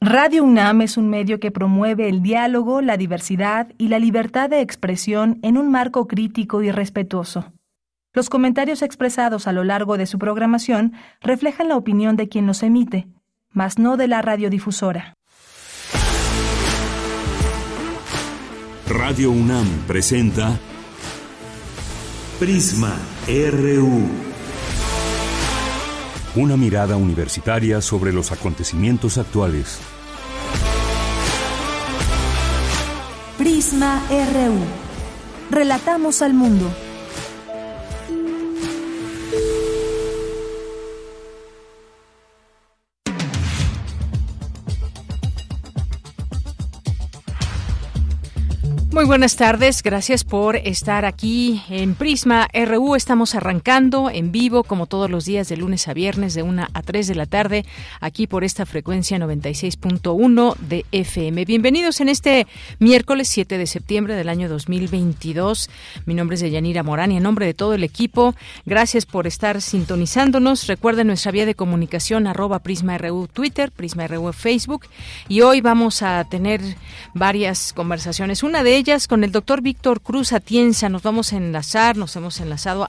Radio UNAM es un medio que promueve el diálogo, la diversidad y la libertad de expresión en un marco crítico y respetuoso. Los comentarios expresados a lo largo de su programación reflejan la opinión de quien los emite, mas no de la radiodifusora. Radio UNAM presenta Prisma RU. Una mirada universitaria sobre los acontecimientos actuales. Prisma RU. Relatamos al mundo. Muy buenas tardes, gracias por estar aquí en Prisma RU. Estamos arrancando en vivo como todos los días de lunes a viernes de 1 a 3 de la tarde aquí por esta frecuencia 96.1 de FM. Bienvenidos en este miércoles 7 de septiembre del año 2022. Mi nombre es Deyanira Morán y en nombre de todo el equipo, gracias por estar sintonizándonos. Recuerden nuestra vía de comunicación @Prisma RU Twitter, Prisma RU Facebook, y hoy vamos a tener varias conversaciones. Una de ellas con el doctor Víctor Cruz Atienza. Nos hemos enlazado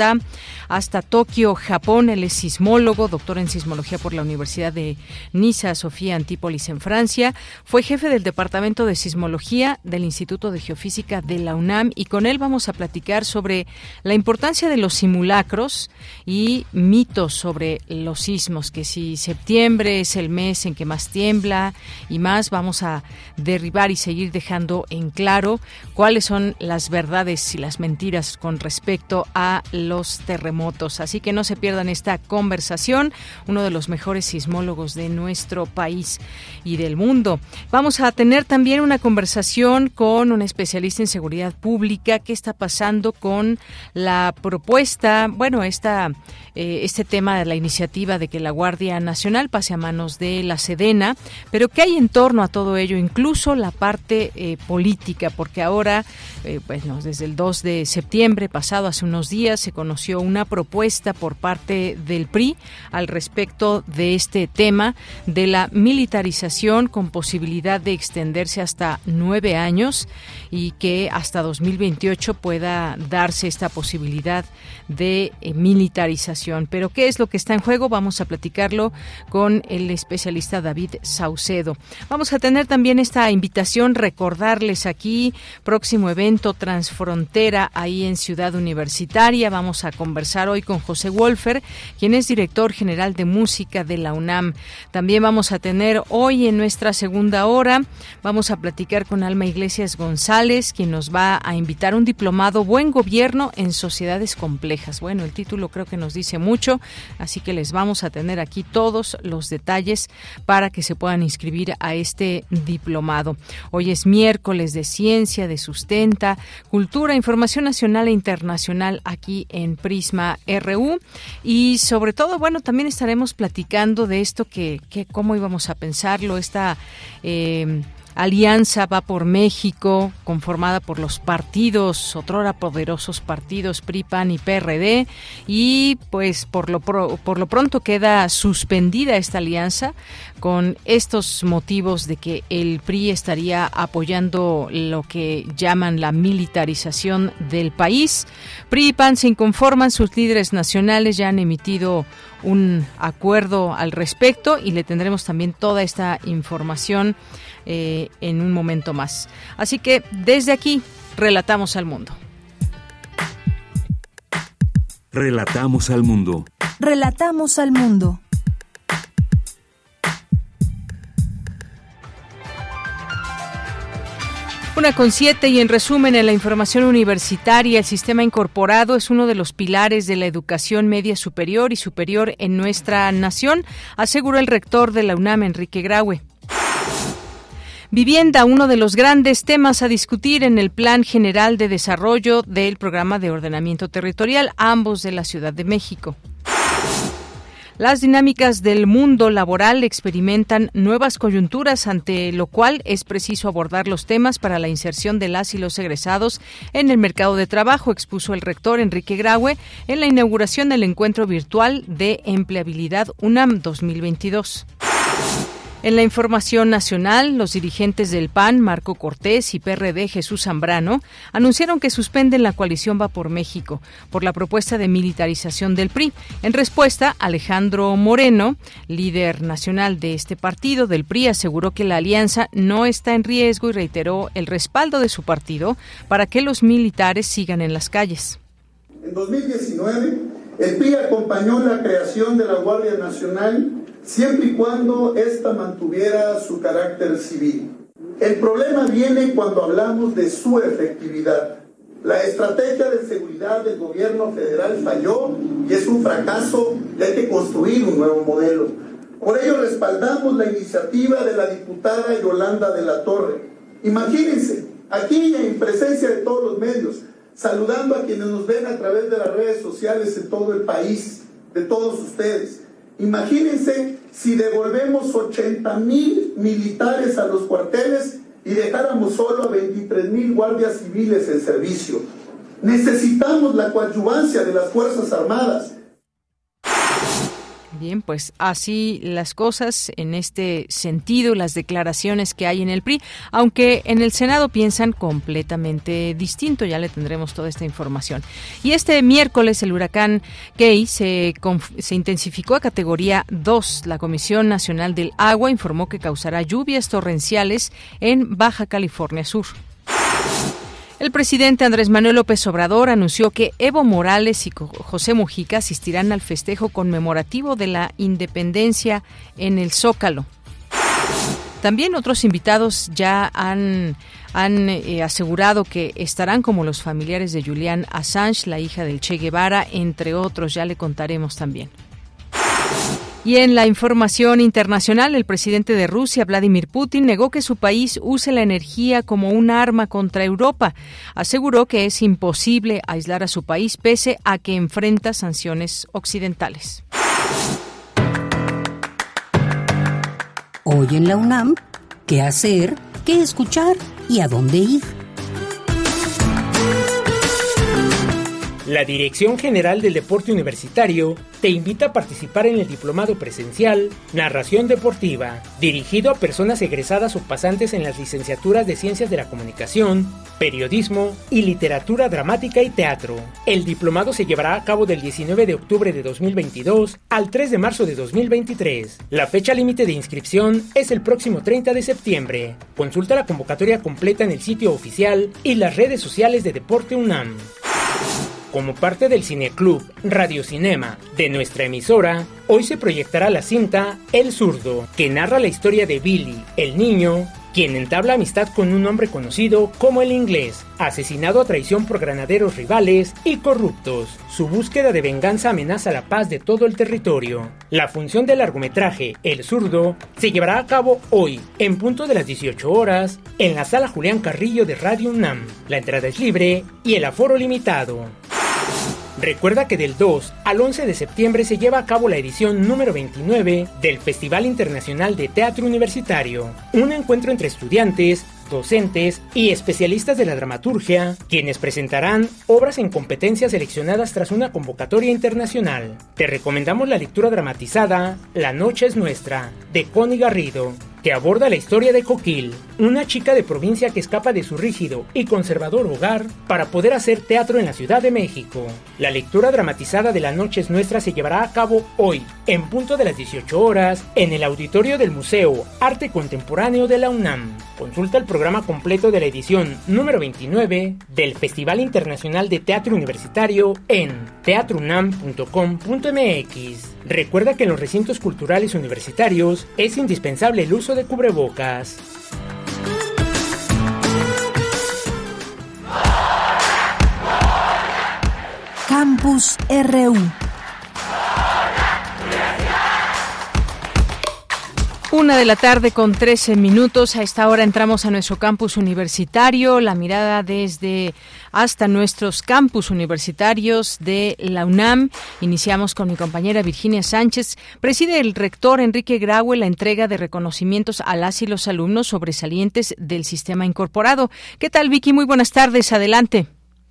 hasta Tokio, Japón. Él es sismólogo, doctor en sismología por la Universidad de Niza, Sofía Antípolis en Francia. Fue jefe del Departamento de Sismología del Instituto de Geofísica de la UNAM y con él vamos a platicar sobre la importancia de los simulacros y mitos sobre los sismos, que si septiembre es el mes en que más tiembla y más, vamos a derribar y seguir dejando en claro cuáles son las verdades y las mentiras con respecto a los terremotos. Así que no se pierdan esta conversación, uno de los mejores sismólogos de nuestro país y del mundo. Vamos a tener también una conversación con un especialista en seguridad pública. ¿Qué está pasando con la propuesta? Bueno, este tema de la iniciativa de que la Guardia Nacional pase a manos de la Sedena, pero ¿qué hay en torno a todo ello? Incluso la parte política, porque ahora, desde el 2 de septiembre pasado, hace unos días, se conoció una propuesta por parte del PRI al respecto de este tema de la militarización con posibilidad de extenderse hasta 9 años y que hasta 2028 pueda darse esta posibilidad de militarización. Pero ¿qué es lo que está en juego? Vamos a platicarlo con el especialista David Saucedo. Vamos a tener también esta invitación, recordarles aquí, próximo evento Transfrontera ahí en Ciudad Universitaria. Vamos a conversar hoy con José Wolfer, quien es director general de música de la UNAM. También vamos a tener hoy en nuestra segunda hora, vamos a platicar con Alma Iglesias González, quien nos va a invitar a un diplomado Buen Gobierno en Sociedades Complejas. Bueno, el título creo que nos dice mucho, así que les vamos a tener aquí todos los detalles para que se puedan inscribir a este diplomado. Hoy es miércoles de ciencia, de sustenta, cultura, información nacional e internacional aquí en Prisma RU y sobre todo, también estaremos platicando de esto que cómo íbamos a pensarlo, esta Alianza Va por México, conformada por los partidos, otrora poderosos partidos PRI, PAN y PRD, y pues por lo pronto queda suspendida esta alianza con estos motivos de que el PRI estaría apoyando lo que llaman la militarización del país. PRI y PAN se inconforman, sus líderes nacionales ya han emitido un acuerdo al respecto y le tendremos también toda esta información en un momento más. Así que desde aquí, relatamos al mundo. Relatamos al mundo. Relatamos al mundo. Una con 7 y en resumen en la información universitaria, el sistema incorporado es uno de los pilares de la educación media superior y superior en nuestra nación, aseguró el rector de la UNAM, Enrique Graue. Vivienda, uno de los grandes temas a discutir en el Plan General de Desarrollo del Programa de Ordenamiento Territorial, ambos de la Ciudad de México. Las dinámicas del mundo laboral experimentan nuevas coyunturas, ante lo cual es preciso abordar los temas para la inserción de las y los egresados en el mercado de trabajo, expuso el rector Enrique Graue en la inauguración del encuentro virtual de empleabilidad UNAM 2022. En la información nacional, los dirigentes del PAN, Marco Cortés, y PRD, Jesús Zambrano, anunciaron que suspenden la coalición Va por México por la propuesta de militarización del PRI. En respuesta, Alejandro Moreno, líder nacional de este partido, del PRI, aseguró que la alianza no está en riesgo y reiteró el respaldo de su partido para que los militares sigan en las calles. En 2019, el PRI acompañó la creación de la Guardia Nacional siempre y cuando ésta mantuviera su carácter civil. El problema viene cuando hablamos de su efectividad. La estrategia de seguridad del gobierno federal falló y es un fracaso y hay que construir un nuevo modelo. Por ello respaldamos la iniciativa de la diputada Yolanda de la Torre. Imagínense, aquí en presencia de todos los medios, saludando a quienes nos ven a través de las redes sociales en todo el país, de todos ustedes. Imagínense si devolvemos 80,000 militares a los cuarteles y dejáramos solo a 23,000 guardias civiles en servicio. Necesitamos la coadyuvancia de las Fuerzas Armadas. Bien, pues así las cosas en este sentido, las declaraciones que hay en el PRI, aunque en el Senado piensan completamente distinto, ya le tendremos toda esta información. Y este miércoles el huracán Key se intensificó a categoría 2. La Comisión Nacional del Agua informó que causará lluvias torrenciales en Baja California Sur. El presidente Andrés Manuel López Obrador anunció que Evo Morales y José Mujica asistirán al festejo conmemorativo de la independencia en el Zócalo. También otros invitados ya han asegurado que estarán, como los familiares de Julian Assange, la hija del Che Guevara, entre otros. Ya le contaremos también. Y en la información internacional, el presidente de Rusia, Vladimir Putin, negó que su país use la energía como un arma contra Europa. Aseguró que es imposible aislar a su país pese a que enfrenta sanciones occidentales. Hoy en la UNAM, ¿qué hacer, qué escuchar y a dónde ir? La Dirección General del Deporte Universitario te invita a participar en el diplomado presencial Narración Deportiva, dirigido a personas egresadas o pasantes en las licenciaturas de Ciencias de la Comunicación, Periodismo y Literatura Dramática y Teatro. El diplomado se llevará a cabo del 19 de octubre de 2022 al 3 de marzo de 2023. La fecha límite de inscripción es el próximo 30 de septiembre. Consulta la convocatoria completa en el sitio oficial y las redes sociales de Deporte UNAM. Como parte del Cineclub Radiocinema de nuestra emisora, hoy se proyectará la cinta El Zurdo, que narra la historia de Billy, el niño, quien entabla amistad con un hombre conocido como el Inglés, asesinado a traición por granaderos rivales y corruptos. Su búsqueda de venganza amenaza la paz de todo el territorio. La función del largometraje El Zurdo se llevará a cabo hoy, en punto de las 18 horas, en la Sala Julián Carrillo de Radio UNAM. La entrada es libre y el aforo limitado. Recuerda que del 2 al 11 de septiembre se lleva a cabo la edición número 29 del Festival Internacional de Teatro Universitario, un encuentro entre estudiantes, docentes y especialistas de la dramaturgia, quienes presentarán obras en competencias seleccionadas tras una convocatoria internacional. Te recomendamos la lectura dramatizada La Noche es Nuestra, de Connie Garrido, que aborda la historia de Coquil, una chica de provincia que escapa de su rígido y conservador hogar para poder hacer teatro en la Ciudad de México. La lectura dramatizada de La Noche es Nuestra se llevará a cabo hoy, en punto de las 18 horas, en el auditorio del Museo Arte Contemporáneo de la UNAM. Consulta el programa completo de la edición número 29 del Festival Internacional de Teatro Universitario en teatrounam.com.mx. Recuerda que en los recintos culturales universitarios es indispensable el uso de cubrebocas. Campus RU. Una de la tarde con 13 minutos. A esta hora entramos a nuestro campus universitario. La mirada desde hasta nuestros campus universitarios de la UNAM. Iniciamos con mi compañera Virginia Sánchez. Preside el rector Enrique Graue la entrega de reconocimientos a las y los alumnos sobresalientes del sistema incorporado. ¿Qué tal, Vicky? Muy buenas tardes. Adelante.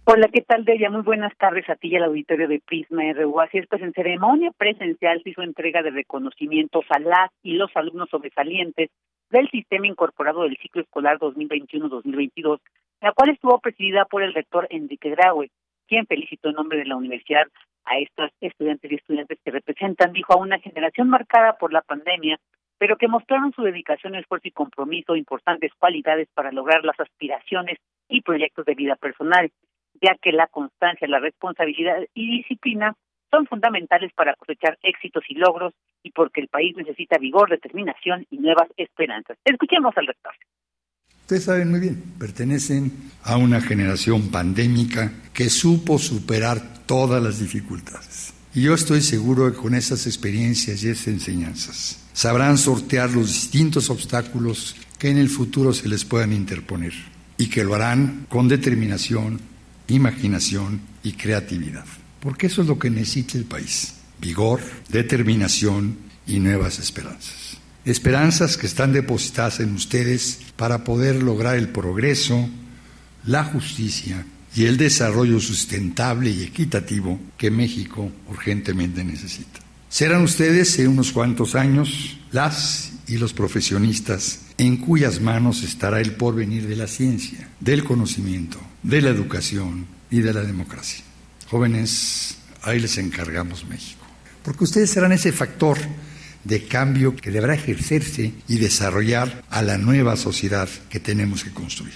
Hola, ¿qué tal, Deya? Muy buenas tardes a ti y al auditorio de Prisma RU. Así es, pues en ceremonia presencial se hizo entrega de reconocimientos a las y los alumnos sobresalientes del sistema incorporado del ciclo escolar 2021-2022, la cual estuvo presidida por el rector Enrique Graue, quien felicitó en nombre de la universidad a estos estudiantes y estudiantes que representan, dijo, a una generación marcada por la pandemia, pero que mostraron su dedicación, esfuerzo y compromiso, importantes cualidades para lograr las aspiraciones y proyectos de vida personal, ya que la constancia, la responsabilidad y disciplina son fundamentales para cosechar éxitos y logros y porque el país necesita vigor, determinación y nuevas esperanzas. Escuchemos al rector. Ustedes saben muy bien, pertenecen a una generación pandémica que supo superar todas las dificultades. Y yo estoy seguro que con esas experiencias y esas enseñanzas sabrán sortear los distintos obstáculos que en el futuro se les puedan interponer y que lo harán con determinación, imaginación y creatividad. Porque eso es lo que necesita el país: vigor, determinación y nuevas esperanzas. Esperanzas que están depositadas en ustedes para poder lograr el progreso, la justicia y el desarrollo sustentable y equitativo que México urgentemente necesita. Serán ustedes en unos cuantos años las y los profesionistas en cuyas manos estará el porvenir de la ciencia, del conocimiento, de la educación y de la democracia. Jóvenes, ahí les encargamos México, porque ustedes serán ese factor de cambio que deberá ejercerse y desarrollar a la nueva sociedad que tenemos que construir.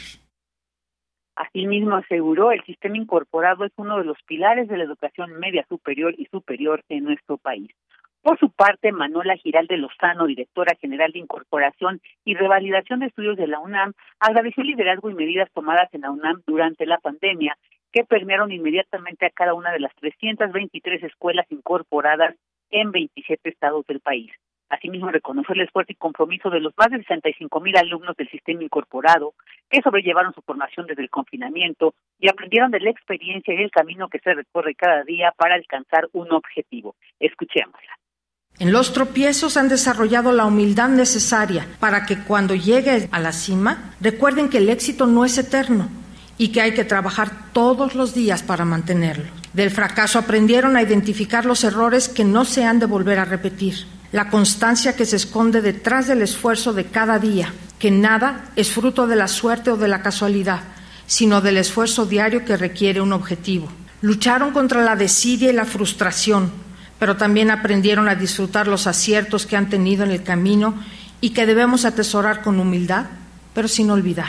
Asimismo, aseguró, el sistema incorporado es uno de los pilares de la educación media superior y superior en nuestro país. Por su parte, Manuela Giralde Lozano, directora general de Incorporación y Revalidación de Estudios de la UNAM, agradeció el liderazgo y medidas tomadas en la UNAM durante la pandemia, que permearon inmediatamente a cada una de las 323 escuelas incorporadas en 27 estados del país. Asimismo, reconoció el esfuerzo y compromiso de los más de 65,000 alumnos del sistema incorporado que sobrellevaron su formación desde el confinamiento y aprendieron de la experiencia y el camino que se recorre cada día para alcanzar un objetivo. Escuchémosla. En los tropiezos han desarrollado la humildad necesaria para que cuando llegue a la cima recuerden que el éxito no es eterno y que hay que trabajar todos los días para mantenerlo. Del fracaso aprendieron a identificar los errores que no se han de volver a repetir, la constancia que se esconde detrás del esfuerzo de cada día, que nada es fruto de la suerte o de la casualidad, sino del esfuerzo diario que requiere un objetivo. Lucharon contra la desidia y la frustración, pero también aprendieron a disfrutar los aciertos que han tenido en el camino y que debemos atesorar con humildad, pero sin olvidar.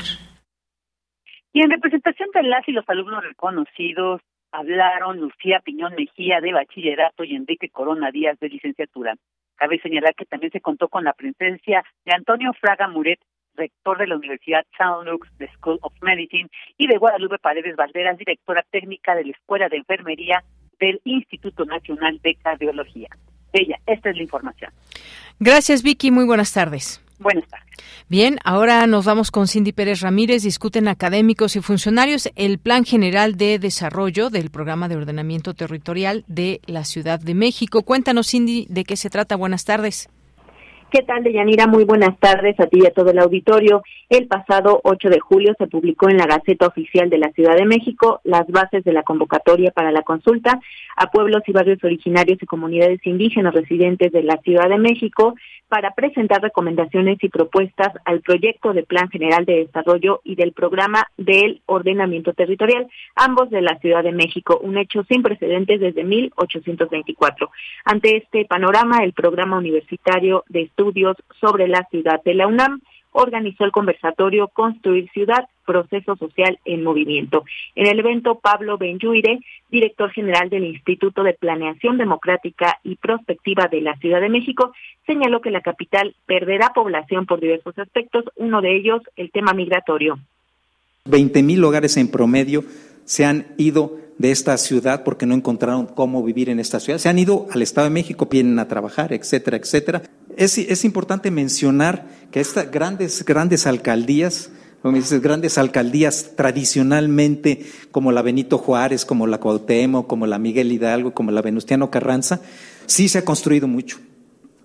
Y en representación de las y los alumnos reconocidos, hablaron Lucía Piñón Mejía de bachillerato y Enrique Corona Díaz de licenciatura. Cabe señalar que también se contó con la presencia de Antonio Fraga Muret, rector de la Universidad San Luke's School of Medicine, y de Guadalupe Paredes Valderas, directora técnica de la Escuela de Enfermería del Instituto Nacional de Cardiología. Ella, esta es la información. Gracias, Vicky. Muy buenas tardes. Buenas tardes. Bien, ahora nos vamos con Cindy Pérez Ramírez. Discuten académicos y funcionarios el Plan General de Desarrollo del Programa de Ordenamiento Territorial de la Ciudad de México. Cuéntanos, Cindy, de qué se trata. Buenas tardes. ¿Qué tal, Deyanira? Muy buenas tardes a ti y a todo el auditorio. El pasado 8 de julio se publicó en la Gaceta Oficial de la Ciudad de México las bases de la convocatoria para la consulta a pueblos y barrios originarios y comunidades indígenas residentes de la Ciudad de México para presentar recomendaciones y propuestas al proyecto de Plan General de Desarrollo y del Programa del Ordenamiento Territorial, ambos de la Ciudad de México, un hecho sin precedentes desde 1824. Ante este panorama, el Programa Universitario de Estudios sobre la Ciudad de la UNAM organizó el conversatorio Construir Ciudad, Proceso Social en Movimiento. En el evento, Pablo Benyuire, director general del Instituto de Planeación Democrática y Prospectiva de la Ciudad de México, señaló que la capital perderá población por diversos aspectos, uno de ellos el tema migratorio. 20,000 hogares en promedio se han ido de esta ciudad porque no encontraron cómo vivir en esta ciudad. Se han ido al Estado de México, vienen a trabajar, etcétera, etcétera. Es importante mencionar que estas grandes alcaldías, grandes alcaldías tradicionalmente como la Benito Juárez, como la Cuauhtémoc, como la Miguel Hidalgo, como la Venustiano Carranza, sí se ha construido mucho.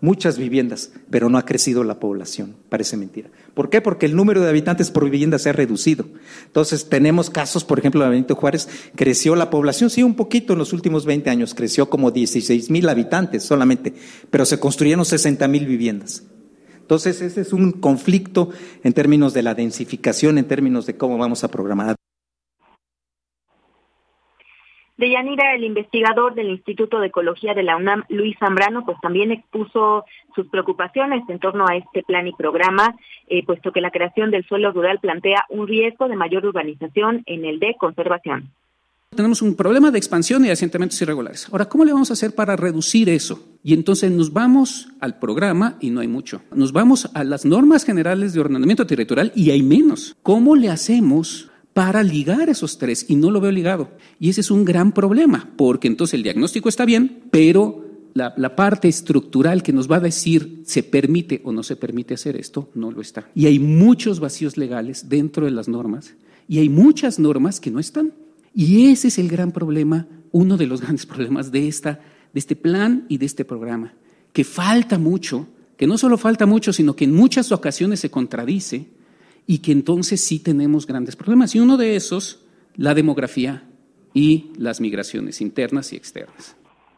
muchas viviendas, pero no ha crecido la población, parece mentira. ¿Por qué? Porque el número de habitantes por vivienda se ha reducido. Entonces tenemos casos, por ejemplo, en Benito Juárez, creció la población, sí, un poquito en los últimos 20 años, creció como 16,000 habitantes solamente, pero se construyeron 60,000 viviendas. Entonces ese es un conflicto en términos de la densificación, en términos de cómo vamos a programar. Deyanira, el investigador del Instituto de Ecología de la UNAM, Luis Zambrano, pues también expuso sus preocupaciones en torno a este plan y programa, puesto que la creación del suelo rural plantea un riesgo de mayor urbanización en el de conservación. Tenemos un problema de expansión y de asentamientos irregulares. Ahora, ¿cómo le vamos a hacer para reducir eso? Y entonces nos vamos al programa y no hay mucho. Nos vamos a las normas generales de ordenamiento territorial y hay menos. ¿Cómo le hacemos para ligar esos tres? Y no lo veo ligado. Y ese es un gran problema, porque entonces el diagnóstico está bien, pero la parte estructural que nos va a decir se permite o no se permite hacer esto, no lo está. Y hay muchos vacíos legales dentro de las normas y hay muchas normas que no están. Y ese es el gran problema, uno de los grandes problemas de este plan y de este programa, que falta mucho, que no solo falta mucho, sino que en muchas ocasiones se contradice y que entonces sí tenemos grandes problemas. Y uno de esos, la demografía y las migraciones internas y externas.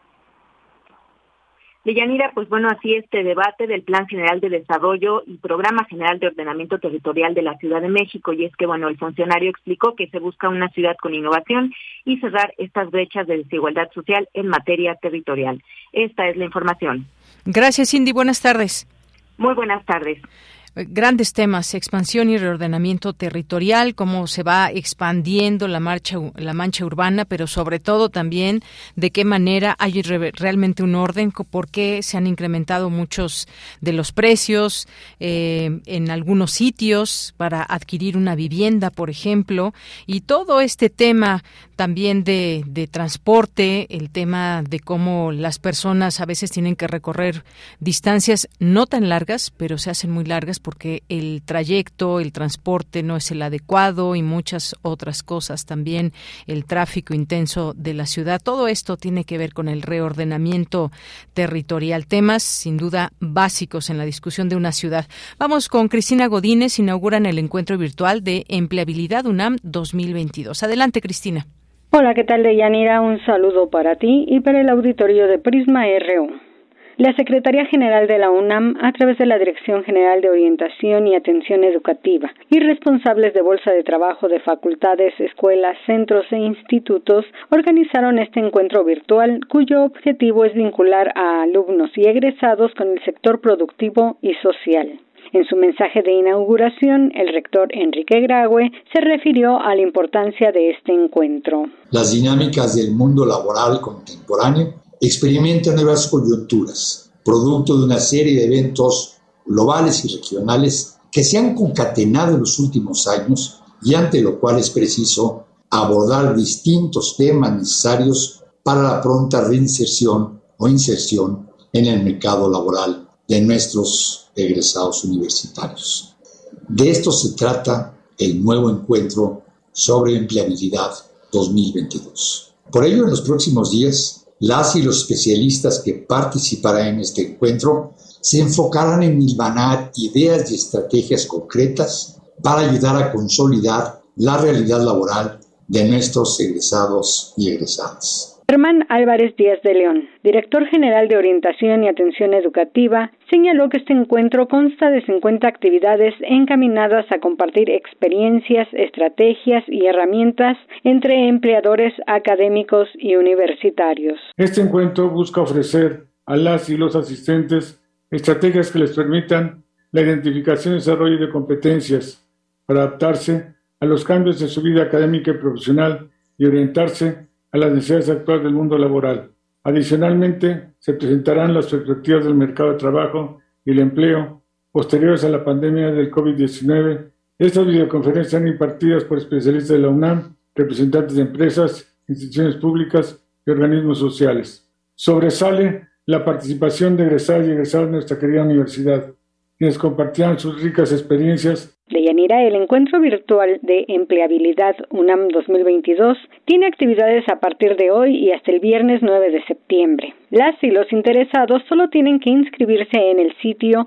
Deyanira, pues bueno, así este debate del Plan General de Desarrollo y Programa General de Ordenamiento Territorial de la Ciudad de México, y es que bueno, el funcionario explicó que se busca una ciudad con innovación y cerrar estas brechas de desigualdad social en materia territorial. Esta es la información. Gracias, Cindy. Buenas tardes. Muy buenas tardes. Grandes temas, expansión y reordenamiento territorial, cómo se va expandiendo la mancha urbana, pero sobre todo también de qué manera hay realmente un orden, por qué se han incrementado muchos de los precios en algunos sitios para adquirir una vivienda, por ejemplo, y todo este tema también de transporte, el tema de cómo las personas a veces tienen que recorrer distancias no tan largas, pero se hacen muy largas porque el trayecto, el transporte no es el adecuado y muchas otras cosas también, el tráfico intenso de la ciudad. Todo esto tiene que ver con el reordenamiento territorial, temas sin duda básicos en la discusión de una ciudad. Vamos con Cristina Godínez, inauguran el encuentro virtual de Empleabilidad UNAM 2022. Adelante, Cristina. Hola, ¿qué tal, Deyanira? Un saludo para ti y para el auditorio de Prisma RU. La Secretaría General de la UNAM, a través de la Dirección General de Orientación y Atención Educativa, y responsables de Bolsa de Trabajo de facultades, escuelas, centros e institutos, organizaron este encuentro virtual, cuyo objetivo es vincular a alumnos y egresados con el sector productivo y social. En su mensaje de inauguración, el rector Enrique Graue se refirió a la importancia de este encuentro. Las dinámicas del mundo laboral contemporáneo experimentan nuevas coyunturas, producto de una serie de eventos globales y regionales que se han concatenado en los últimos años y ante lo cual es preciso abordar distintos temas necesarios para la pronta reinserción o inserción en el mercado laboral de nuestros egresados universitarios. De esto se trata el nuevo encuentro sobre empleabilidad 2022. Por ello, en los próximos días, las y los especialistas que participarán en este encuentro se enfocarán en hilvanar ideas y estrategias concretas para ayudar a consolidar la realidad laboral de nuestros egresados y egresadas. Germán Álvarez Díaz de León, director general de Orientación y Atención Educativa, señaló que este encuentro consta de 50 actividades encaminadas a compartir experiencias, estrategias y herramientas entre empleadores, académicos y universitarios. Este encuentro busca ofrecer a las y los asistentes estrategias que les permitan la identificación y desarrollo de competencias para adaptarse a los cambios de su vida académica y profesional y orientarse a las necesidades actuales del mundo laboral. Adicionalmente, se presentarán las perspectivas del mercado de trabajo y el empleo posteriores a la pandemia del COVID-19. Estas videoconferencias serán impartidas por especialistas de la UNAM, representantes de empresas, instituciones públicas y organismos sociales. Sobresale la participación de egresados y egresadas de nuestra querida universidad, quienes compartirán sus ricas experiencias Deyanira, el encuentro virtual de empleabilidad UNAM 2022 tiene actividades a partir de hoy y hasta el viernes 9 de septiembre. Las y los interesados solo tienen que inscribirse en el sitio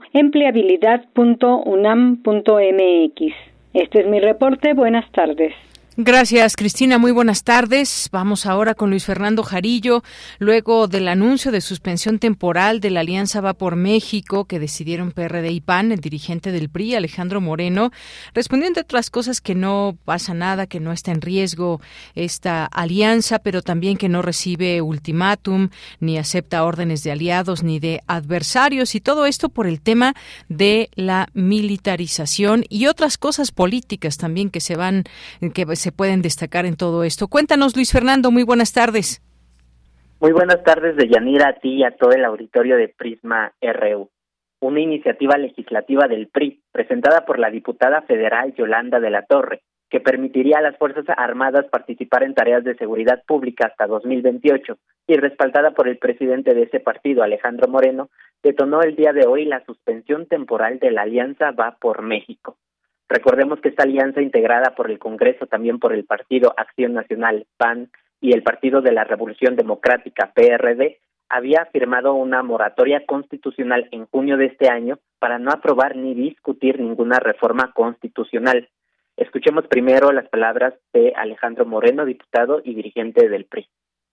empleabilidad.unam.mx. Este es mi reporte. Buenas tardes. Gracias, Cristina. Muy buenas tardes. Vamos ahora con Luis Fernando Jarillo. Luego del anuncio de suspensión temporal de la Alianza Va por México que decidieron PRD y PAN, el dirigente del PRI, Alejandro Moreno, respondió entre otras cosas que no pasa nada, que no está en riesgo esta alianza, pero también que no recibe ultimátum, ni acepta órdenes de aliados ni de adversarios, y todo esto por el tema de la militarización y otras cosas políticas también que se pueden destacar en todo esto. Cuéntanos, Luis Fernando, muy buenas tardes. Muy buenas tardes, Deyanira, a ti y a todo el auditorio de Prisma RU. Una iniciativa legislativa del PRI, presentada por la diputada federal Yolanda de la Torre, que permitiría a las Fuerzas Armadas participar en tareas de seguridad pública hasta 2028, y respaldada por el presidente de ese partido, Alejandro Moreno, detonó el día de hoy la suspensión temporal de la Alianza Va por México. Recordemos que esta alianza, integrada por el Congreso, también por el Partido Acción Nacional, PAN, y el Partido de la Revolución Democrática, PRD, había firmado una moratoria constitucional en junio de este año para no aprobar ni discutir ninguna reforma constitucional. Escuchemos primero las palabras de Alejandro Moreno, diputado y dirigente del PRI.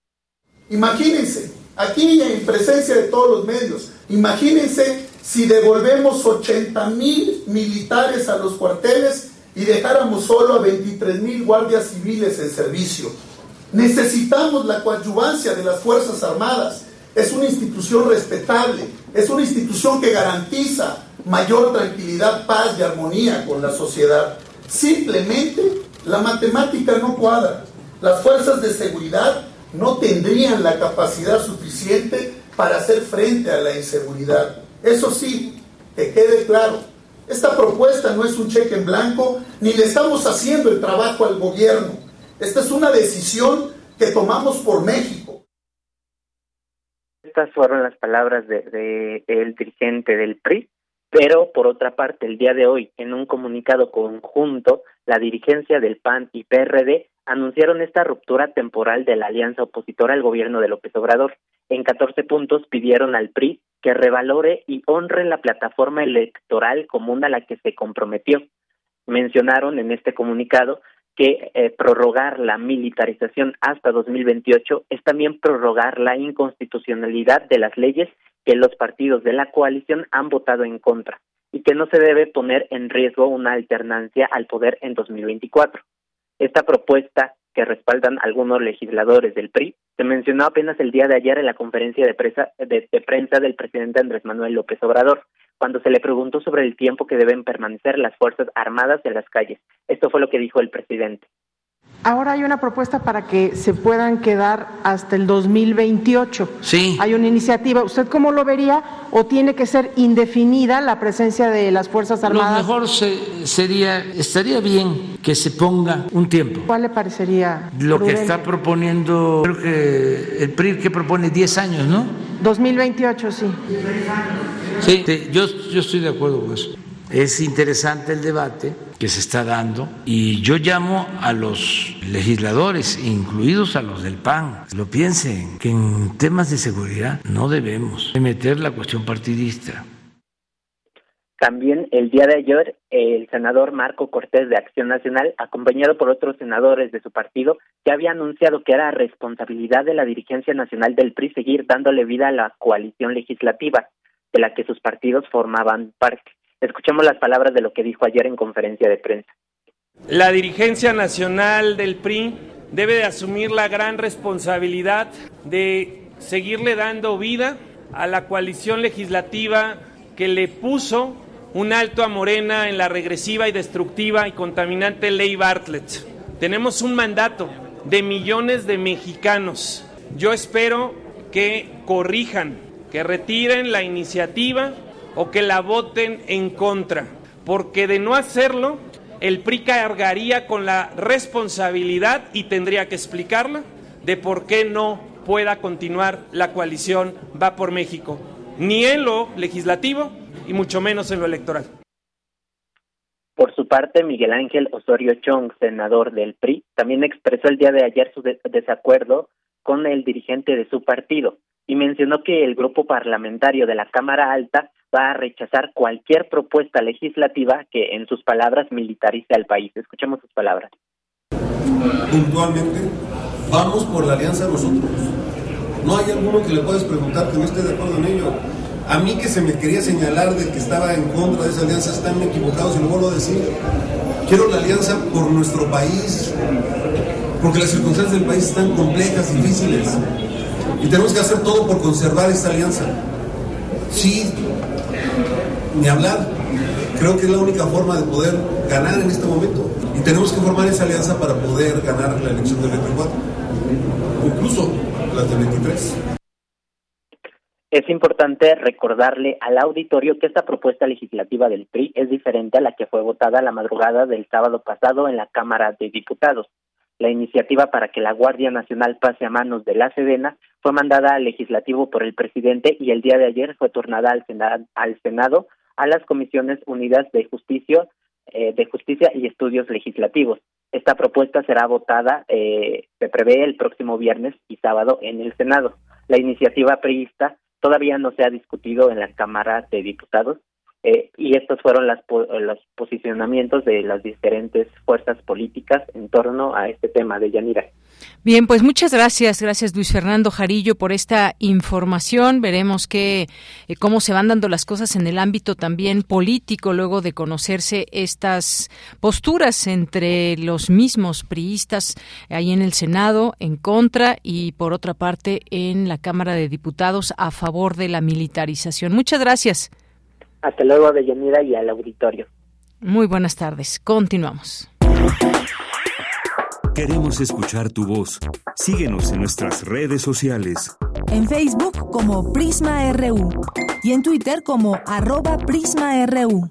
Imagínense, aquí en presencia de todos los medios, imagínense si devolvemos 80,000 militares a los cuarteles y dejáramos solo a 23,000 guardias civiles en servicio. Necesitamos la coadyuvancia de las Fuerzas Armadas. Es una institución respetable, es una institución que garantiza mayor tranquilidad, paz y armonía con la sociedad. Simplemente la matemática no cuadra. Las fuerzas de seguridad no tendrían la capacidad suficiente para hacer frente a la inseguridad. Eso sí, que quede claro, esta propuesta no es un cheque en blanco, ni le estamos haciendo el trabajo al gobierno. Esta es una decisión que tomamos por México. Estas fueron las palabras del dirigente del PRI, pero por otra parte, el día de hoy, en un comunicado conjunto, la dirigencia del PAN y PRD anunciaron esta ruptura temporal de la alianza opositora al gobierno de López Obrador. En 14 puntos pidieron al PRI que revalore y honre la plataforma electoral común a la que se comprometió. Mencionaron en este comunicado que prorrogar la militarización hasta 2028 es también prorrogar la inconstitucionalidad de las leyes que los partidos de la coalición han votado en contra y que no se debe poner en riesgo una alternancia al poder en 2024. Esta propuesta, que respaldan algunos legisladores del PRI, se mencionó apenas el día de ayer en la conferencia de prensa del presidente Andrés Manuel López Obrador, cuando se le preguntó sobre el tiempo que deben permanecer las Fuerzas Armadas en las calles. Esto fue lo que dijo el presidente. Ahora hay una propuesta para que se puedan quedar hasta el 2028. Sí. Hay una iniciativa. ¿Usted cómo lo vería? ¿O tiene que ser indefinida la presencia de las Fuerzas Armadas? Lo mejor estaría bien que se ponga un tiempo. ¿Cuál le parecería Lo prudente? que está proponiendo, creo que el PRI que propone 10 años, ¿no? 2028, sí. Sí, yo estoy de acuerdo con eso. Es interesante el debate que se está dando y yo llamo a los legisladores, incluidos a los del PAN, lo piensen, que en temas de seguridad no debemos meter la cuestión partidista. También el día de ayer, el senador Marco Cortés de Acción Nacional, acompañado por otros senadores de su partido, ya había anunciado que era responsabilidad de la dirigencia nacional del PRI seguir dándole vida a la coalición legislativa de la que sus partidos formaban parte. Escuchemos las palabras de lo que dijo ayer en conferencia de prensa. La dirigencia nacional del PRI debe de asumir la gran responsabilidad de seguirle dando vida a la coalición legislativa que le puso un alto a Morena en la regresiva y destructiva y contaminante ley Bartlett. Tenemos un mandato de millones de mexicanos. Yo espero que corrijan, que retiren la iniciativa o que la voten en contra, porque de no hacerlo, el PRI cargaría con la responsabilidad y tendría que explicarla de por qué no pueda continuar la coalición Va por México, ni en lo legislativo y mucho menos en lo electoral. Por su parte, Miguel Ángel Osorio Chong, senador del PRI, también expresó el día de ayer su desacuerdo con el dirigente de su partido y mencionó que el grupo parlamentario de la Cámara Alta va a rechazar cualquier propuesta legislativa que, en sus palabras, militarice al país. Escuchemos sus palabras. Puntualmente, vamos por la alianza nosotros. No hay alguno que le puedas preguntar que no esté de acuerdo en ello. A mí que se me quería señalar de que estaba en contra de esa alianza, están equivocados y lo vuelvo a decir. Quiero la alianza por nuestro país, porque las circunstancias del país están complejas, difíciles, y tenemos que hacer todo por conservar esta alianza. Sí, ni hablar. Creo que es la única forma de poder ganar en este momento, y tenemos que formar esa alianza para poder ganar la elección del 24, incluso las del 23. Es importante recordarle al auditorio que esta propuesta legislativa del PRI es diferente a la que fue votada la madrugada del sábado pasado en la Cámara de Diputados. La iniciativa para que la Guardia Nacional pase a manos de la Sedena fue mandada al Legislativo por el presidente y el día de ayer fue turnada al Senado a las Comisiones Unidas de Justicia y Estudios Legislativos. Esta propuesta será votada, se prevé, el próximo viernes y sábado en el Senado. La iniciativa priista todavía no se ha discutido en la Cámara de Diputados y estos fueron los posicionamientos de las diferentes fuerzas políticas en torno a este tema de Yanira. Bien, pues muchas gracias Luis Fernando Jarillo por esta información. Veremos cómo se van dando las cosas en el ámbito también político luego de conocerse estas posturas entre los mismos priistas ahí en el Senado en contra y por otra parte en la Cámara de Diputados a favor de la militarización. Muchas gracias. Hasta luego, Deyanira, y al auditorio. Muy buenas tardes. Continuamos. Queremos escuchar tu voz. Síguenos en nuestras redes sociales. En Facebook como Prisma RU y en Twitter como @PrismaRU.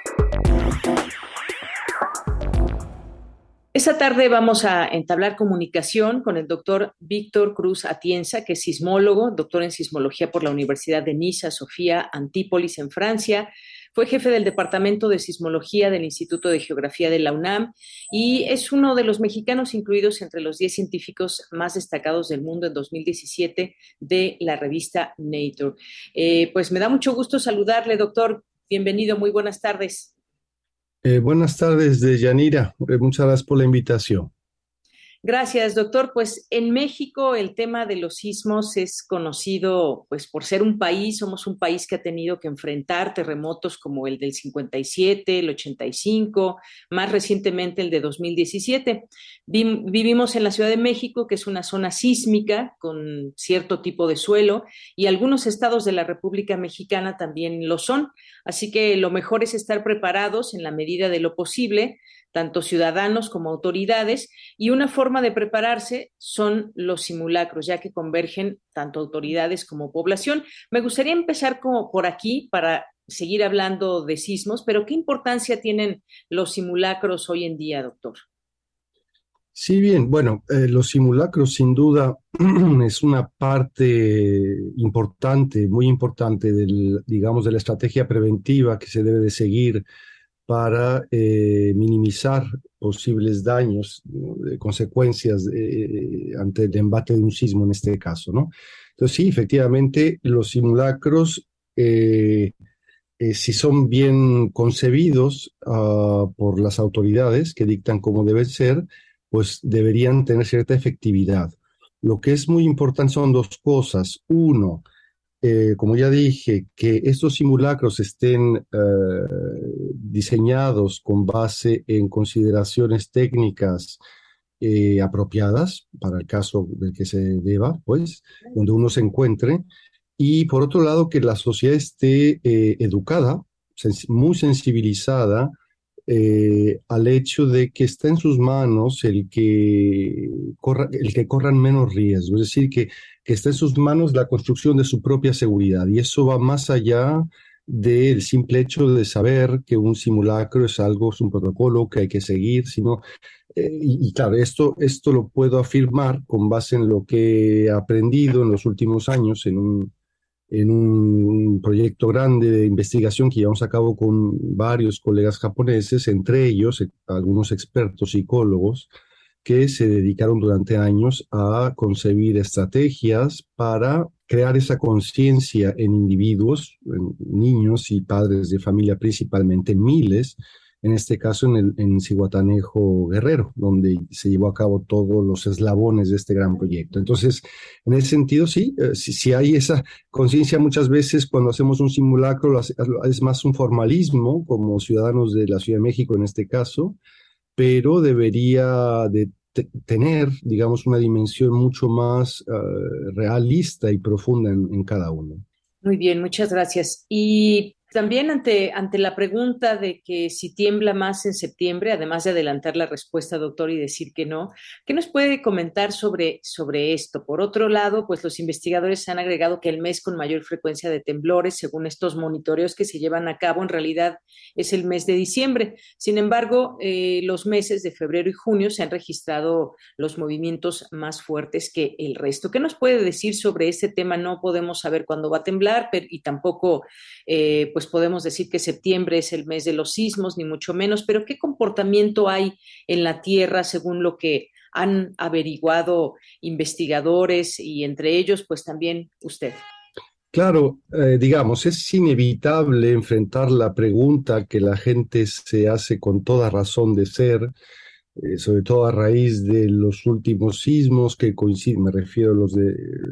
Esta tarde vamos a entablar comunicación con el doctor Víctor Cruz Atienza, que es sismólogo, doctor en sismología por la Universidad de Niza, Sofía, Antípolis, en Francia. Fue jefe del Departamento de Sismología del Instituto de Geografía de la UNAM y es uno de los mexicanos incluidos entre los 10 científicos más destacados del mundo en 2017 de la revista Nature. Pues me da mucho gusto saludarle, doctor. Bienvenido, muy buenas tardes. Buenas tardes, Deyanira. Muchas gracias por la invitación. Gracias, doctor. Pues en México el tema de los sismos es conocido pues por ser un país, somos un país que ha tenido que enfrentar terremotos como el del 57, el 85, más recientemente el de 2017. Vivimos en la Ciudad de México, que es una zona sísmica con cierto tipo de suelo, y algunos estados de la República Mexicana también lo son. Así que lo mejor es estar preparados en la medida de lo posible, tanto ciudadanos como autoridades, y una forma de prepararse son los simulacros, ya que convergen tanto autoridades como población. Me gustaría empezar por aquí para seguir hablando de sismos, pero ¿qué importancia tienen los simulacros hoy en día, doctor? Sí, bien, bueno, los simulacros sin duda es una parte importante, muy importante de la estrategia preventiva que se debe de seguir para minimizar posibles daños, consecuencias ante el embate de un sismo en este caso, ¿no? Entonces sí, efectivamente, los simulacros, si son bien concebidos por las autoridades que dictan cómo deben ser, pues deberían tener cierta efectividad. Lo que es muy importante son dos cosas. Uno, como ya dije, que estos simulacros estén diseñados con base en consideraciones técnicas apropiadas para el caso del que se deba, pues, donde uno se encuentre. Y por otro lado, que la sociedad esté educada, muy sensibilizada al hecho de que está en sus manos el que corran menos riesgo, es decir, que está en sus manos la construcción de su propia seguridad, y eso va más allá del simple hecho de saber que un simulacro es un protocolo que hay que seguir, sino, y claro, esto lo puedo afirmar con base en lo que he aprendido en los últimos años en en un proyecto grande de investigación que llevamos a cabo con varios colegas japoneses, entre ellos algunos expertos psicólogos que se dedicaron durante años a concebir estrategias para crear esa conciencia en individuos, en niños y padres de familia, principalmente miles, en este caso en Zihuatanejo, Guerrero, donde se llevó a cabo todos los eslabones de este gran proyecto. Entonces, en ese sentido, sí hay esa conciencia muchas veces cuando hacemos un simulacro, es más un formalismo como ciudadanos de la Ciudad de México en este caso, pero debería de tener, digamos, una dimensión mucho más realista y profunda en cada uno. Muy bien, muchas gracias. Y también ante la pregunta de que si tiembla más en septiembre, además de adelantar la respuesta, doctor, y decir que no, ¿qué nos puede comentar sobre esto? Por otro lado, pues los investigadores han agregado que el mes con mayor frecuencia de temblores, según estos monitoreos que se llevan a cabo, en realidad es el mes de diciembre. Sin embargo, los meses de febrero y junio se han registrado los movimientos más fuertes que el resto. ¿Qué nos puede decir sobre este tema? No podemos saber cuándo va a temblar, y tampoco pues podemos decir que septiembre es el mes de los sismos, ni mucho menos, pero ¿qué comportamiento hay en la Tierra según lo que han averiguado investigadores y entre ellos, pues también usted? Claro, digamos, es inevitable enfrentar la pregunta que la gente se hace con toda razón de ser, sobre todo a raíz de los últimos sismos que coinciden, me refiero a los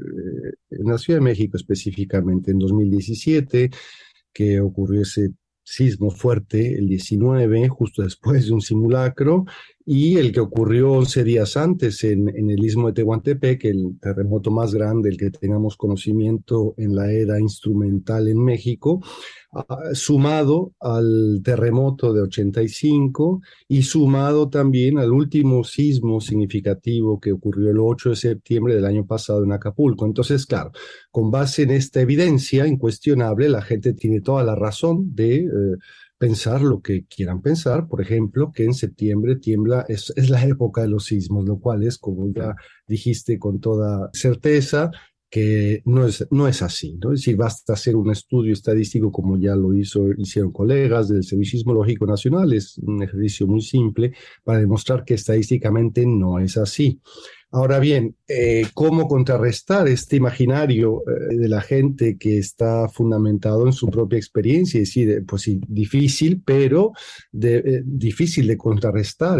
en la Ciudad de México específicamente, en 2017, que ocurrió ese sismo fuerte, el 19, justo después de un simulacro, y el que ocurrió 11 días antes en el Istmo de Tehuantepec, el terremoto más grande del que tengamos conocimiento en la era instrumental en México, sumado al terremoto de 85 y sumado también al último sismo significativo que ocurrió el 8 de septiembre del año pasado en Acapulco. Entonces, claro, con base en esta evidencia incuestionable, la gente tiene toda la razón de pensar lo que quieran pensar. Por ejemplo, que en septiembre tiembla, es la época de los sismos, lo cual es, como ya dijiste con toda certeza, que no es así, ¿no? Es decir, basta hacer un estudio estadístico como ya lo hicieron colegas del Servicio Sismológico Nacional, es un ejercicio muy simple para demostrar que estadísticamente no es así. Ahora bien, ¿cómo contrarrestar este imaginario de la gente que está fundamentado en su propia experiencia? Es decir, pues sí, difícil, pero difícil de contrarrestar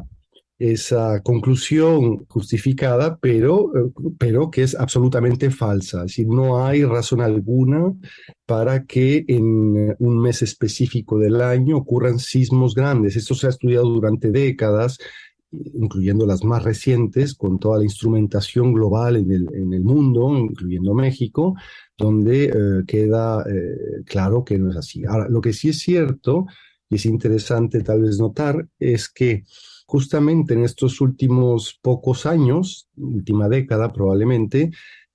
esa conclusión justificada, pero que es absolutamente falsa. Es decir, no hay razón alguna para que en un mes específico del año ocurran sismos grandes. Esto se ha estudiado durante décadas, incluyendo las más recientes, con toda la instrumentación global en el mundo, incluyendo México, donde queda claro que no es así. Ahora, lo que sí es cierto, y es interesante tal vez notar, es que justamente en estos últimos pocos años, última década probablemente,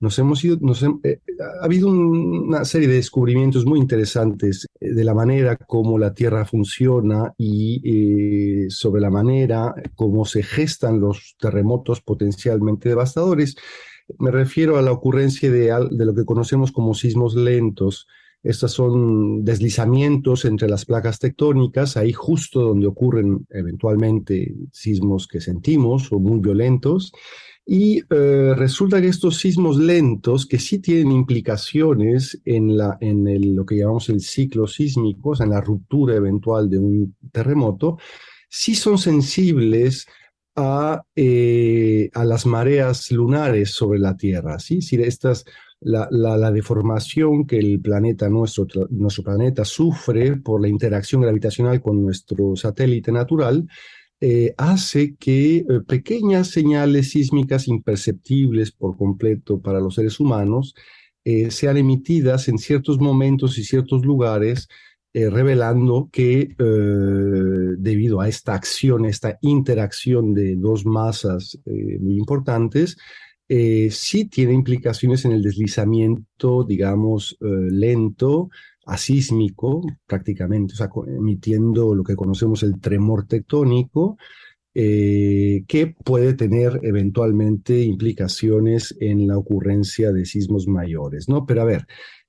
ha habido una serie de descubrimientos muy interesantes de la manera como la Tierra funciona y sobre la manera como se gestan los terremotos potencialmente devastadores. Me refiero a la ocurrencia de lo que conocemos como sismos lentos. Estos son deslizamientos entre las placas tectónicas, ahí justo donde ocurren eventualmente sismos que sentimos o muy violentos. Y resulta que estos sismos lentos, que sí tienen implicaciones en lo que llamamos el ciclo sísmico, o sea, en la ruptura eventual de un terremoto, sí son sensibles a las mareas lunares sobre la Tierra, ¿sí? Si la deformación que el planeta, nuestro planeta, sufre por la interacción gravitacional con nuestro satélite natural, hace que pequeñas señales sísmicas imperceptibles por completo para los seres humanos sean emitidas en ciertos momentos y ciertos lugares, revelando que debido a esta acción, esta interacción de dos masas muy importantes, sí tiene implicaciones en el deslizamiento, digamos, lento, asísmico prácticamente, o sea, emitiendo lo que conocemos el tremor tectónico, que puede tener eventualmente implicaciones en la ocurrencia de sismos mayores, ¿no? Pero a ver,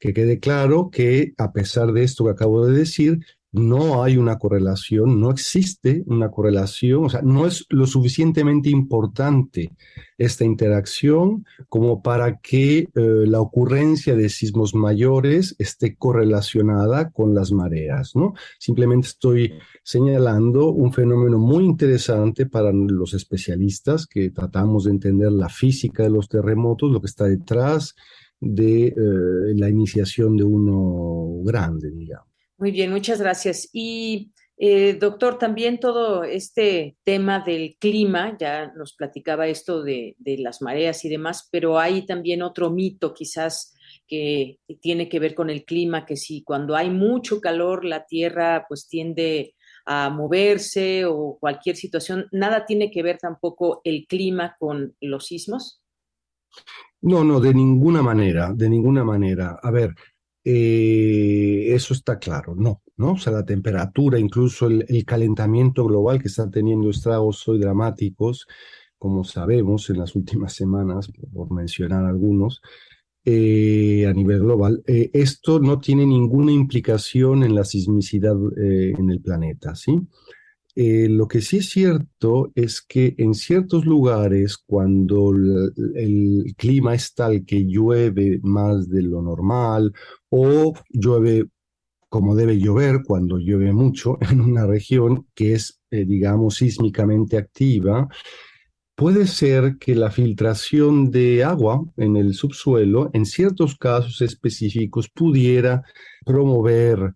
Que quede claro que, a pesar de esto que acabo de decir, no hay una correlación, no existe una correlación, o sea, no es lo suficientemente importante esta interacción como para que la ocurrencia de sismos mayores esté correlacionada con las mareas, ¿no? Simplemente estoy señalando un fenómeno muy interesante para los especialistas que tratamos de entender la física de los terremotos, lo que está detrás de la iniciación de uno grande, digamos. Muy bien, muchas gracias. Y doctor, también todo este tema del clima, ya nos platicaba esto de las mareas y demás, pero hay también otro mito quizás que tiene que ver con el clima, que si cuando hay mucho calor la Tierra pues tiende a moverse o cualquier situación, ¿nada tiene que ver tampoco el clima con los sismos? No, de ninguna manera, de ninguna manera. A ver, eso está claro, no. O sea, la temperatura, incluso el calentamiento global que está teniendo estragos hoy dramáticos, como sabemos en las últimas semanas, por mencionar algunos, a nivel global, esto no tiene ninguna implicación en la sismicidad en el planeta, ¿sí? Lo que sí es cierto es que en ciertos lugares, cuando el clima es tal que llueve más de lo normal o llueve como debe llover cuando llueve mucho en una región que es, digamos, sísmicamente activa, puede ser que la filtración de agua en el subsuelo, en ciertos casos específicos, pudiera promover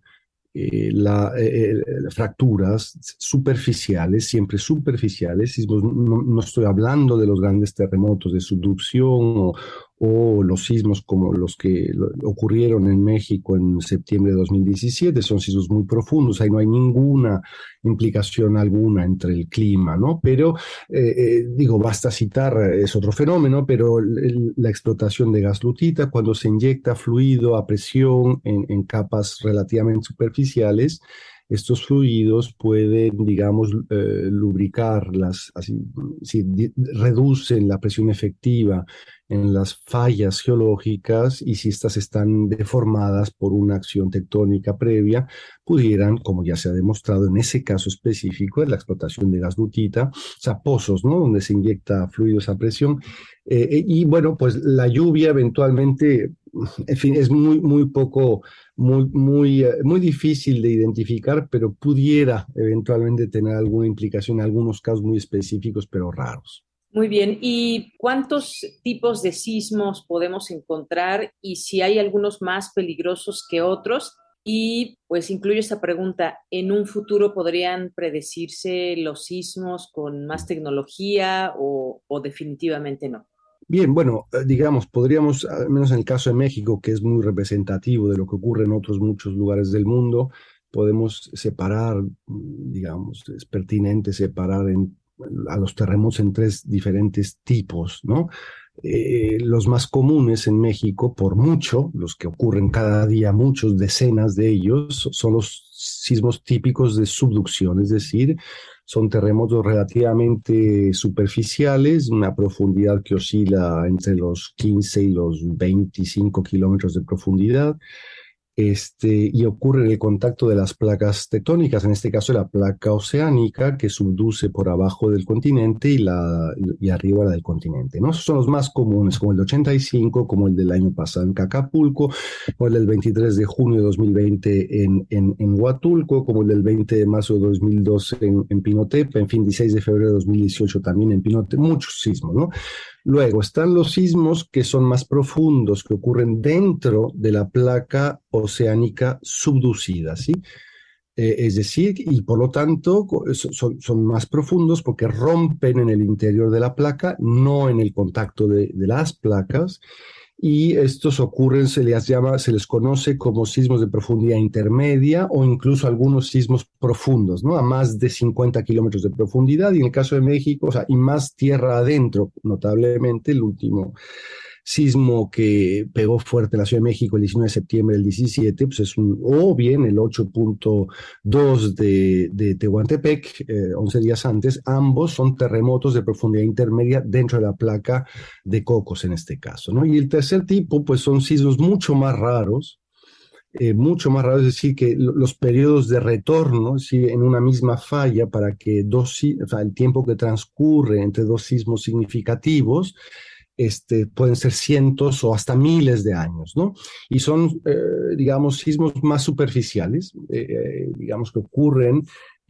fracturas superficiales, siempre superficiales. No estoy hablando de los grandes terremotos de subducción o los sismos como los que ocurrieron en México en septiembre de 2017, son sismos muy profundos, ahí no hay ninguna implicación alguna entre el clima, ¿no? Pero, basta citar, es otro fenómeno, pero la explotación de gas lutita, cuando se inyecta fluido a presión en capas relativamente superficiales, estos fluidos pueden, digamos, lubricar reducen la presión efectiva en las fallas geológicas y si estas están deformadas por una acción tectónica previa, pudieran, como ya se ha demostrado en ese caso específico, en la explotación de gas lutita, o sea, pozos, ¿no?, donde se inyecta fluidos a presión. Y bueno, pues la lluvia eventualmente, en fin, es muy difícil de identificar, pero pudiera eventualmente tener alguna implicación en algunos casos muy específicos, pero raros. Muy bien. ¿Y cuántos tipos de sismos podemos encontrar y si hay algunos más peligrosos que otros? Y pues incluyo esta pregunta, ¿en un futuro podrían predecirse los sismos con más tecnología o definitivamente no? Bien, bueno, digamos, podríamos, al menos en el caso de México, que es muy representativo de lo que ocurre en otros muchos lugares del mundo, podemos separar, digamos, es pertinente separar a los terremotos en tres diferentes tipos, ¿no? Los más comunes en México, por mucho, los que ocurren cada día, muchos, decenas de ellos, son los sismos típicos de subducción, es decir, son terremotos relativamente superficiales, una profundidad que oscila entre los 15 y los 25 kilómetros de profundidad, y ocurre en el contacto de las placas tectónicas, en este caso la placa oceánica que subduce por abajo del continente y arriba la del continente, ¿no? Esos son los más comunes, como el de 85, como el del año pasado en Acapulco, como el del 23 de junio de 2020 en Huatulco, como el del 20 de marzo de 2012 en Pinotepa, en fin, 16 de febrero de 2018 también en Pinotepa, muchos sismos, ¿no? Luego están los sismos que son más profundos, que ocurren dentro de la placa oceánica subducida, ¿sí? Es decir, y por lo tanto son más profundos porque rompen en el interior de la placa, no en el contacto de las placas, y estos ocurren, se les conoce como sismos de profundidad intermedia o incluso algunos sismos profundos, ¿no? A más de 50 kilómetros de profundidad, y en el caso de México, o sea, y más tierra adentro, notablemente el último sismo que pegó fuerte en la Ciudad de México el 19 de septiembre del 17, pues o bien el 8.2 de Tehuantepec, 11 días antes. Ambos son terremotos de profundidad intermedia dentro de la placa de Cocos en este caso, ¿no? Y el tercer tipo, pues son sismos mucho más raros, es decir, que los periodos de retorno, ¿sí?, en una misma falla para que el tiempo que transcurre entre dos sismos significativos pueden ser cientos o hasta miles de años, ¿no? Y son, digamos, sismos más superficiales, digamos, que ocurren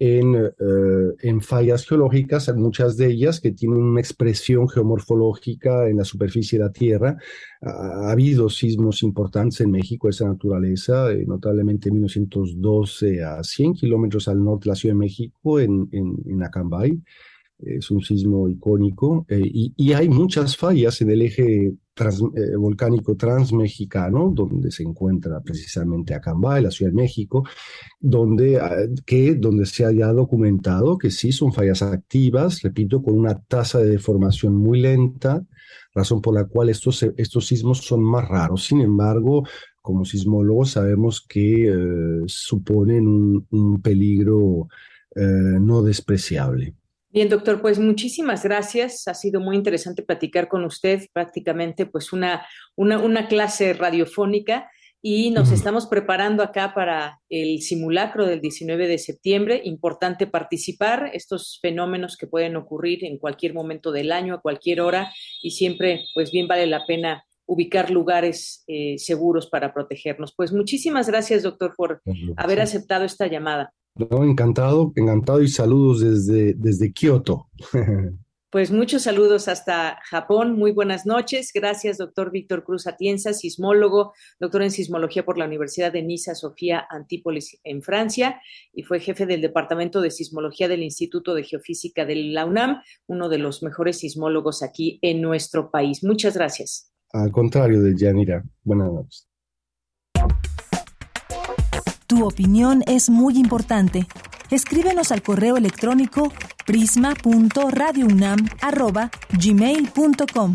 en fallas geológicas, muchas de ellas que tienen una expresión geomorfológica en la superficie de la Tierra. Ha habido sismos importantes en México de esa naturaleza, notablemente en 1912 a 100 kilómetros al norte de la Ciudad de México, en Acambay. Es un sismo icónico, y hay muchas fallas en el eje volcánico transmexicano, donde se encuentra precisamente Acambay, la Ciudad de México, donde se haya documentado que sí son fallas activas, repito, con una tasa de deformación muy lenta, razón por la cual estos sismos son más raros. Sin embargo, como sismólogos sabemos que suponen un peligro no despreciable. Bien, doctor, pues muchísimas gracias. Ha sido muy interesante platicar con usted, prácticamente pues una clase radiofónica, y nos estamos preparando acá para el simulacro del 19 de septiembre. Importante participar, estos fenómenos que pueden ocurrir en cualquier momento del año, a cualquier hora, y siempre pues bien vale la pena ubicar lugares seguros para protegernos. Pues muchísimas gracias, doctor, por haber aceptado esta llamada. No, encantado y saludos desde Kioto. Pues muchos saludos hasta Japón. Muy buenas noches. Gracias, doctor Víctor Cruz Atienza, sismólogo, doctor en sismología por la Universidad de Niza Sofía Antípolis en Francia, y fue jefe del Departamento de Sismología del Instituto de Geofísica de la UNAM, uno de los mejores sismólogos aquí en nuestro país. Muchas gracias. Al contrario, Deyanira. Buenas noches. Tu opinión es muy importante. Escríbenos al correo electrónico prisma.radiounam@gmail.com.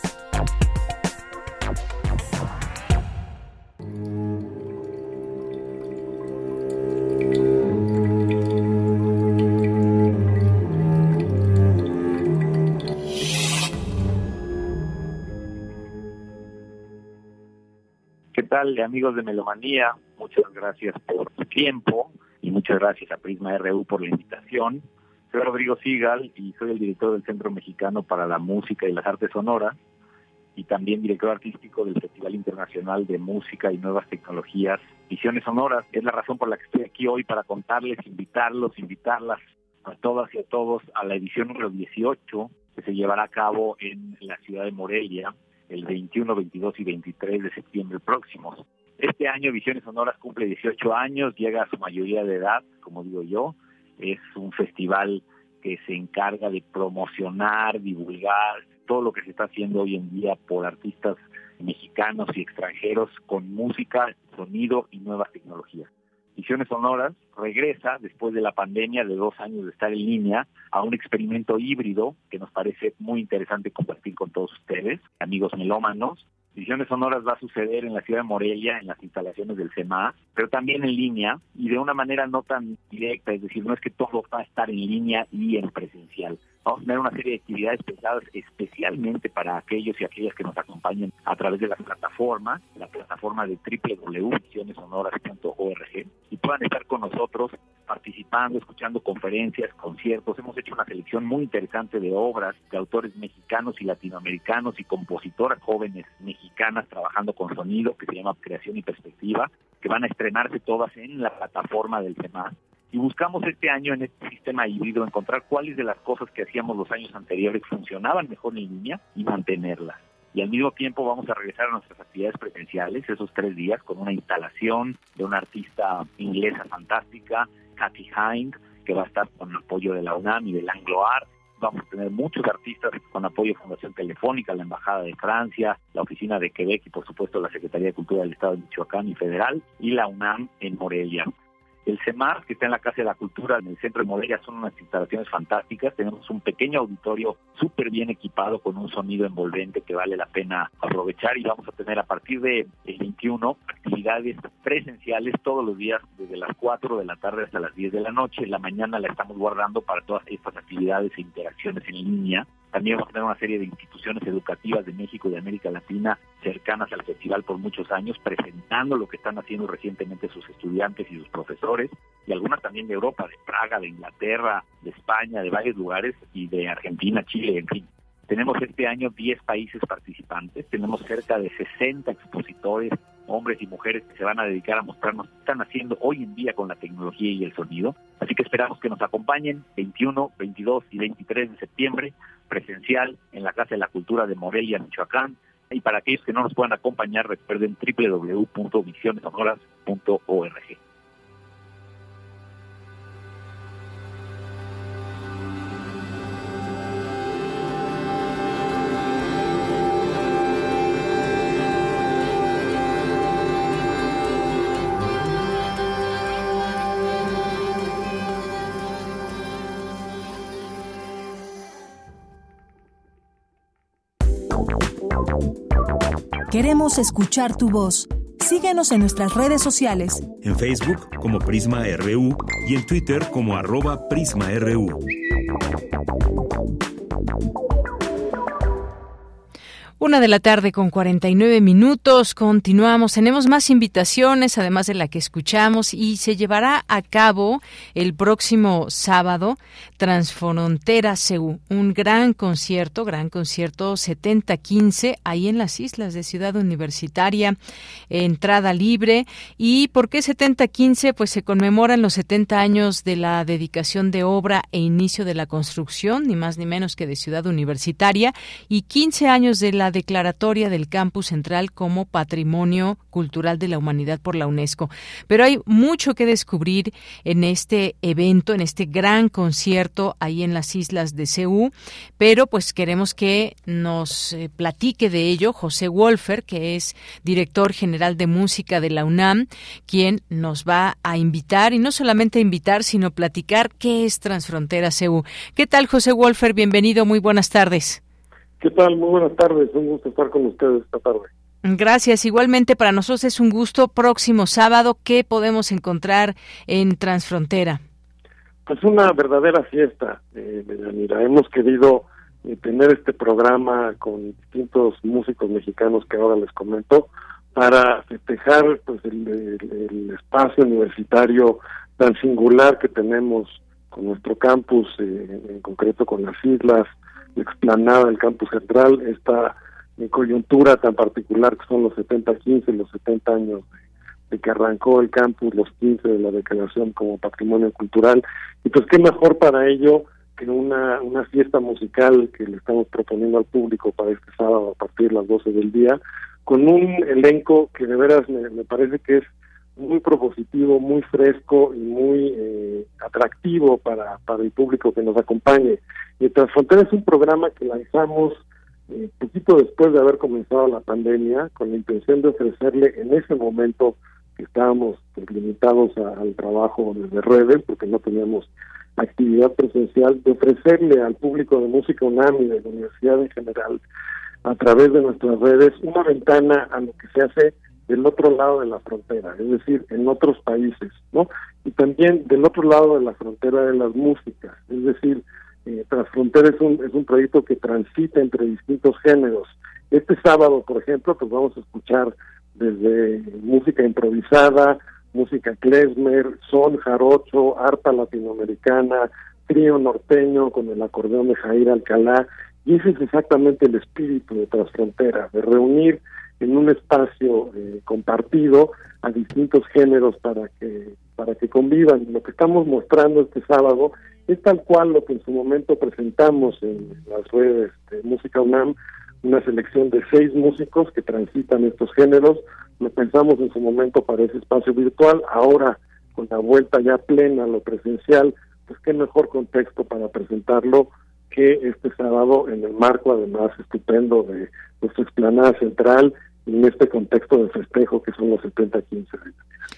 ¿Qué tal, amigos de Melomanía? Muchas gracias por su tiempo y muchas gracias a Prisma RU por la invitación. Soy Rodrigo Sigal y soy el director del Centro Mexicano para la Música y las Artes Sonoras, y también director artístico del Festival Internacional de Música y Nuevas Tecnologías, Visiones Sonoras. Es la razón por la que estoy aquí hoy, para contarles, invitarlas a todas y a todos a la edición número 18, que se llevará a cabo en la ciudad de Morelia el 21, 22 y 23 de septiembre próximos. Este año Visiones Sonoras cumple 18 años, llega a su mayoría de edad, como digo yo. Es un festival que se encarga de promocionar, divulgar todo lo que se está haciendo hoy en día por artistas mexicanos y extranjeros con música, sonido y nuevas tecnologías. Visiones Sonoras regresa después de la pandemia de 2 años de estar en línea a un experimento híbrido que nos parece muy interesante compartir con todos ustedes, amigos melómanos. Visiones Sonoras va a suceder en la ciudad de Morelia, en las instalaciones del CEMAS, pero también en línea y de una manera no tan directa, es decir, no es que todo va a estar en línea y en presencial. Vamos a tener una serie de actividades pensadas especialmente para aquellos y aquellas que nos acompañen a través de la plataforma de www.visionessonoras.org, y puedan estar con nosotros participando, escuchando conferencias, conciertos. Hemos hecho una selección muy interesante de obras de autores mexicanos y latinoamericanos y compositoras jóvenes mexicanas trabajando con sonido, que se llama Creación y Perspectiva, que van a estrenarse todas en la plataforma del CEMAS. Y buscamos este año en este sistema híbrido encontrar cuáles de las cosas que hacíamos los años anteriores funcionaban mejor en línea y mantenerlas. Y al mismo tiempo vamos a regresar a nuestras actividades presenciales esos 3 días con una instalación de una artista inglesa fantástica, Kathy Hind, que va a estar con apoyo de la UNAM y del Anglo Art. Vamos a tener muchos artistas con apoyo de Fundación Telefónica, la Embajada de Francia, la Oficina de Quebec y por supuesto la Secretaría de Cultura del Estado de Michoacán y Federal, y la UNAM en Morelia. El CEMAR, que está en la Casa de la Cultura, en el Centro de Morelia, son unas instalaciones fantásticas. Tenemos un pequeño auditorio súper bien equipado con un sonido envolvente que vale la pena aprovechar, y vamos a tener a partir del 21 actividades presenciales todos los días desde las 4 de la tarde hasta las 10 de la noche. La mañana la estamos guardando para todas estas actividades e interacciones en línea. También vamos a tener una serie de instituciones educativas de México y de América Latina cercanas al festival por muchos años, presentando lo que están haciendo recientemente sus estudiantes y sus profesores, y algunas también de Europa, de Praga, de Inglaterra, de España, de varios lugares, y de Argentina, Chile, en fin. Tenemos este año 10 países participantes, tenemos cerca de 60 expositores, hombres y mujeres, que se van a dedicar a mostrarnos qué están haciendo hoy en día con la tecnología y el sonido. Así que esperamos que nos acompañen 21, 22 y 23 de septiembre, presencial en la Casa de la Cultura de Morelia, Michoacán. Y para aquellos que no nos puedan acompañar, recuerden www.visionessonoras.org. Queremos escuchar tu voz. Síguenos en nuestras redes sociales. En Facebook como Prisma RU y en Twitter como @PrismaRU. 1:49 PM. Continuamos. Tenemos más invitaciones, además de la que escuchamos, y se llevará a cabo el próximo sábado Transfrontera CEU, un gran concierto 70-15, ahí en las islas de Ciudad Universitaria, entrada libre. ¿Y por qué 70-15? Pues se conmemoran los 70 años de la dedicación de obra e inicio de la construcción, ni más ni menos que de Ciudad Universitaria, y 15 años de la declaratoria del campus central como Patrimonio Cultural de la Humanidad por la UNESCO. Pero hay mucho que descubrir en este evento, en este gran concierto ahí en las islas de CEU, pero pues queremos que nos platique de ello José Wolfer, que es director general de música de la UNAM, quien nos va a invitar, y no solamente invitar, sino platicar qué es Transfrontera CEU. ¿Qué tal, José Wolfer? Bienvenido, muy buenas tardes. ¿Qué tal? Muy buenas tardes, un gusto estar con ustedes esta tarde. Gracias, igualmente para nosotros es un gusto. Próximo sábado, ¿qué podemos encontrar en Transfrontera? Pues una verdadera fiesta, Yanira. Hemos querido tener este programa con distintos músicos mexicanos que ahora les comento, para festejar pues el espacio universitario tan singular que tenemos con nuestro campus, en concreto con las islas, la explanada del campus central, esta coyuntura tan particular que son los 70-15, los 70 años de que arrancó el campus, los 15 de la declaración como patrimonio cultural, y pues qué mejor para ello que una fiesta musical que le estamos proponiendo al público para este sábado a partir de las 12 del día, con un elenco que de veras me parece que es muy propositivo, muy fresco y muy atractivo para el público que nos acompañe. Y Transfrontera es un programa que lanzamos poquito después de haber comenzado la pandemia, con la intención de ofrecerle en ese momento que estábamos limitados al trabajo desde redes, porque no teníamos actividad presencial, de ofrecerle al público de Música UNAM y de la universidad en general, a través de nuestras redes, una ventana a lo que se hace del otro lado de la frontera, es decir, en otros países, ¿no? Y también del otro lado de la frontera de las músicas, es decir, Transfrontera es un proyecto que transita entre distintos géneros. Este sábado, por ejemplo, pues vamos a escuchar desde música improvisada, música klezmer, son jarocho, arpa latinoamericana, trío norteño con el acordeón de Jair Alcalá, y ese es exactamente el espíritu de Transfrontera, de reunir en un espacio compartido a distintos géneros para que convivan. Lo que estamos mostrando este sábado es tal cual lo que en su momento presentamos en las redes de Música UNAM, una selección de 6 músicos que transitan estos géneros. Lo pensamos en su momento para ese espacio virtual, ahora con la vuelta ya plena a lo presencial, pues qué mejor contexto para presentarlo que este sábado en el marco además estupendo de nuestra explanada central, en este contexto de festejo que son los 70-15.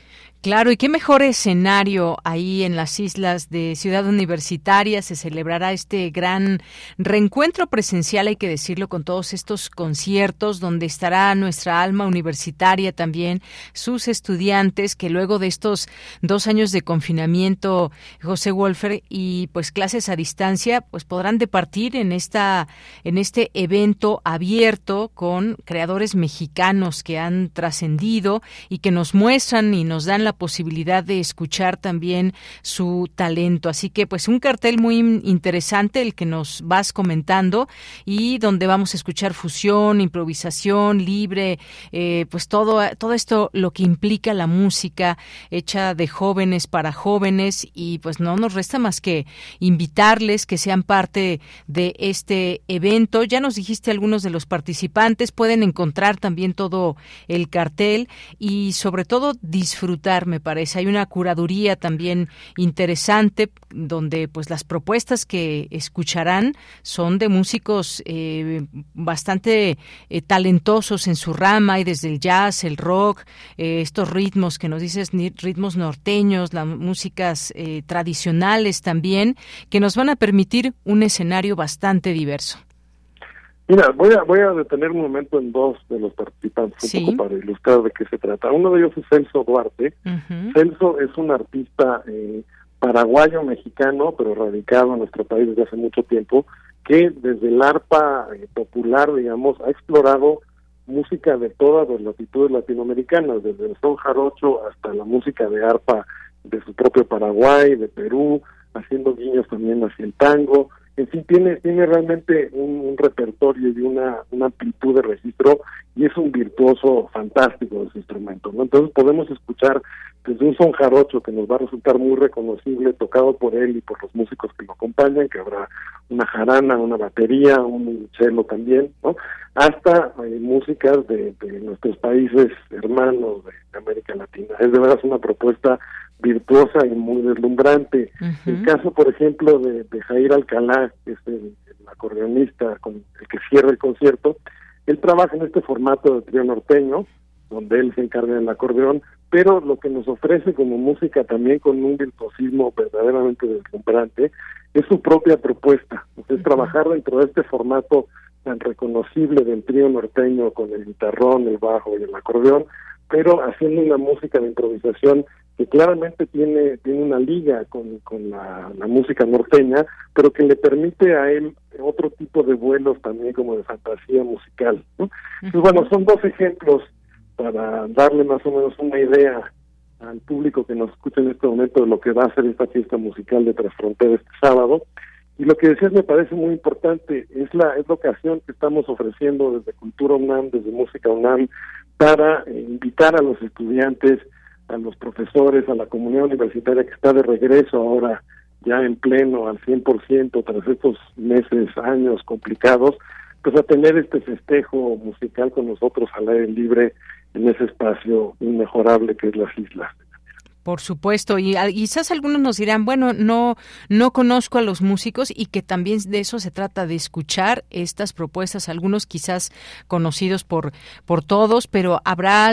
Claro, y qué mejor escenario ahí en las islas de Ciudad Universitaria. Se celebrará este gran reencuentro presencial, hay que decirlo, con todos estos conciertos donde estará nuestra alma universitaria también, sus estudiantes que luego de estos 2 años de confinamiento, José Wolfer, y pues clases a distancia, pues podrán departir en este evento abierto con creadores mexicanos que han trascendido y que nos muestran y nos dan la posibilidad de escuchar también su talento. Así que pues un cartel muy interesante el que nos vas comentando y donde vamos a escuchar fusión, improvisación libre, pues todo esto lo que implica la música hecha de jóvenes para jóvenes, y pues no nos resta más que invitarles que sean parte de este evento. Ya nos dijiste algunos de los participantes, pueden encontrar también todo el cartel y sobre todo disfrutar, me parece. Hay una curaduría también interesante donde pues las propuestas que escucharán son de músicos bastante talentosos en su rama, y desde el jazz, el rock, estos ritmos que nos dices, ritmos norteños, las músicas tradicionales también, que nos van a permitir un escenario bastante diverso. Mira, voy a detener un momento en 2 de los participantes, un poco para ilustrar de qué se trata. Uno de ellos es Celso Duarte. Uh-huh. Celso es un artista paraguayo-mexicano, pero radicado en nuestro país desde hace mucho tiempo, que desde el arpa popular, digamos, ha explorado música de todas las latitudes latinoamericanas, desde el son jarocho hasta la música de arpa de su propio Paraguay, de Perú, haciendo guiños también hacia el tango. En fin, tiene realmente un repertorio y una amplitud de registro, y es un virtuoso fantástico de su instrumento, ¿no? Entonces podemos escuchar desde un son jarocho que nos va a resultar muy reconocible, tocado por él y por los músicos que lo acompañan, que habrá una jarana, una batería, un cello también, ¿no? Hasta músicas de nuestros países hermanos de América Latina. Es de veras una propuesta virtuosa y muy deslumbrante. Uh-huh. El caso, por ejemplo, de Jair Alcalá, que es el acordeonista con el que cierra el concierto, él trabaja en este formato de trío norteño, donde él se encarga del acordeón, pero lo que nos ofrece como música también con un virtuosismo verdaderamente deslumbrante es su propia propuesta. Es trabajar dentro de este formato tan reconocible del trío norteño con el guitarrón, el bajo y el acordeón, pero haciendo una música de improvisación que claramente tiene una liga con la música norteña, pero que le permite a él otro tipo de vuelos también, como de fantasía musical, ¿no? Entonces, bueno, son 2 ejemplos para darle más o menos una idea al público que nos escucha en este momento de lo que va a ser esta fiesta musical de Transfrontera este sábado. Y lo que decías me parece muy importante, es la ocasión que estamos ofreciendo desde Cultura UNAM, desde Música UNAM, para invitar a los estudiantes, a los profesores, a la comunidad universitaria que está de regreso ahora ya en pleno al 100% tras estos meses, años complicados, pues a tener este festejo musical con nosotros al aire libre en ese espacio inmejorable que es las islas. Por supuesto, y quizás algunos nos dirán, bueno, no conozco a los músicos, y que también de eso se trata, de escuchar estas propuestas, algunos quizás conocidos por todos, pero habrá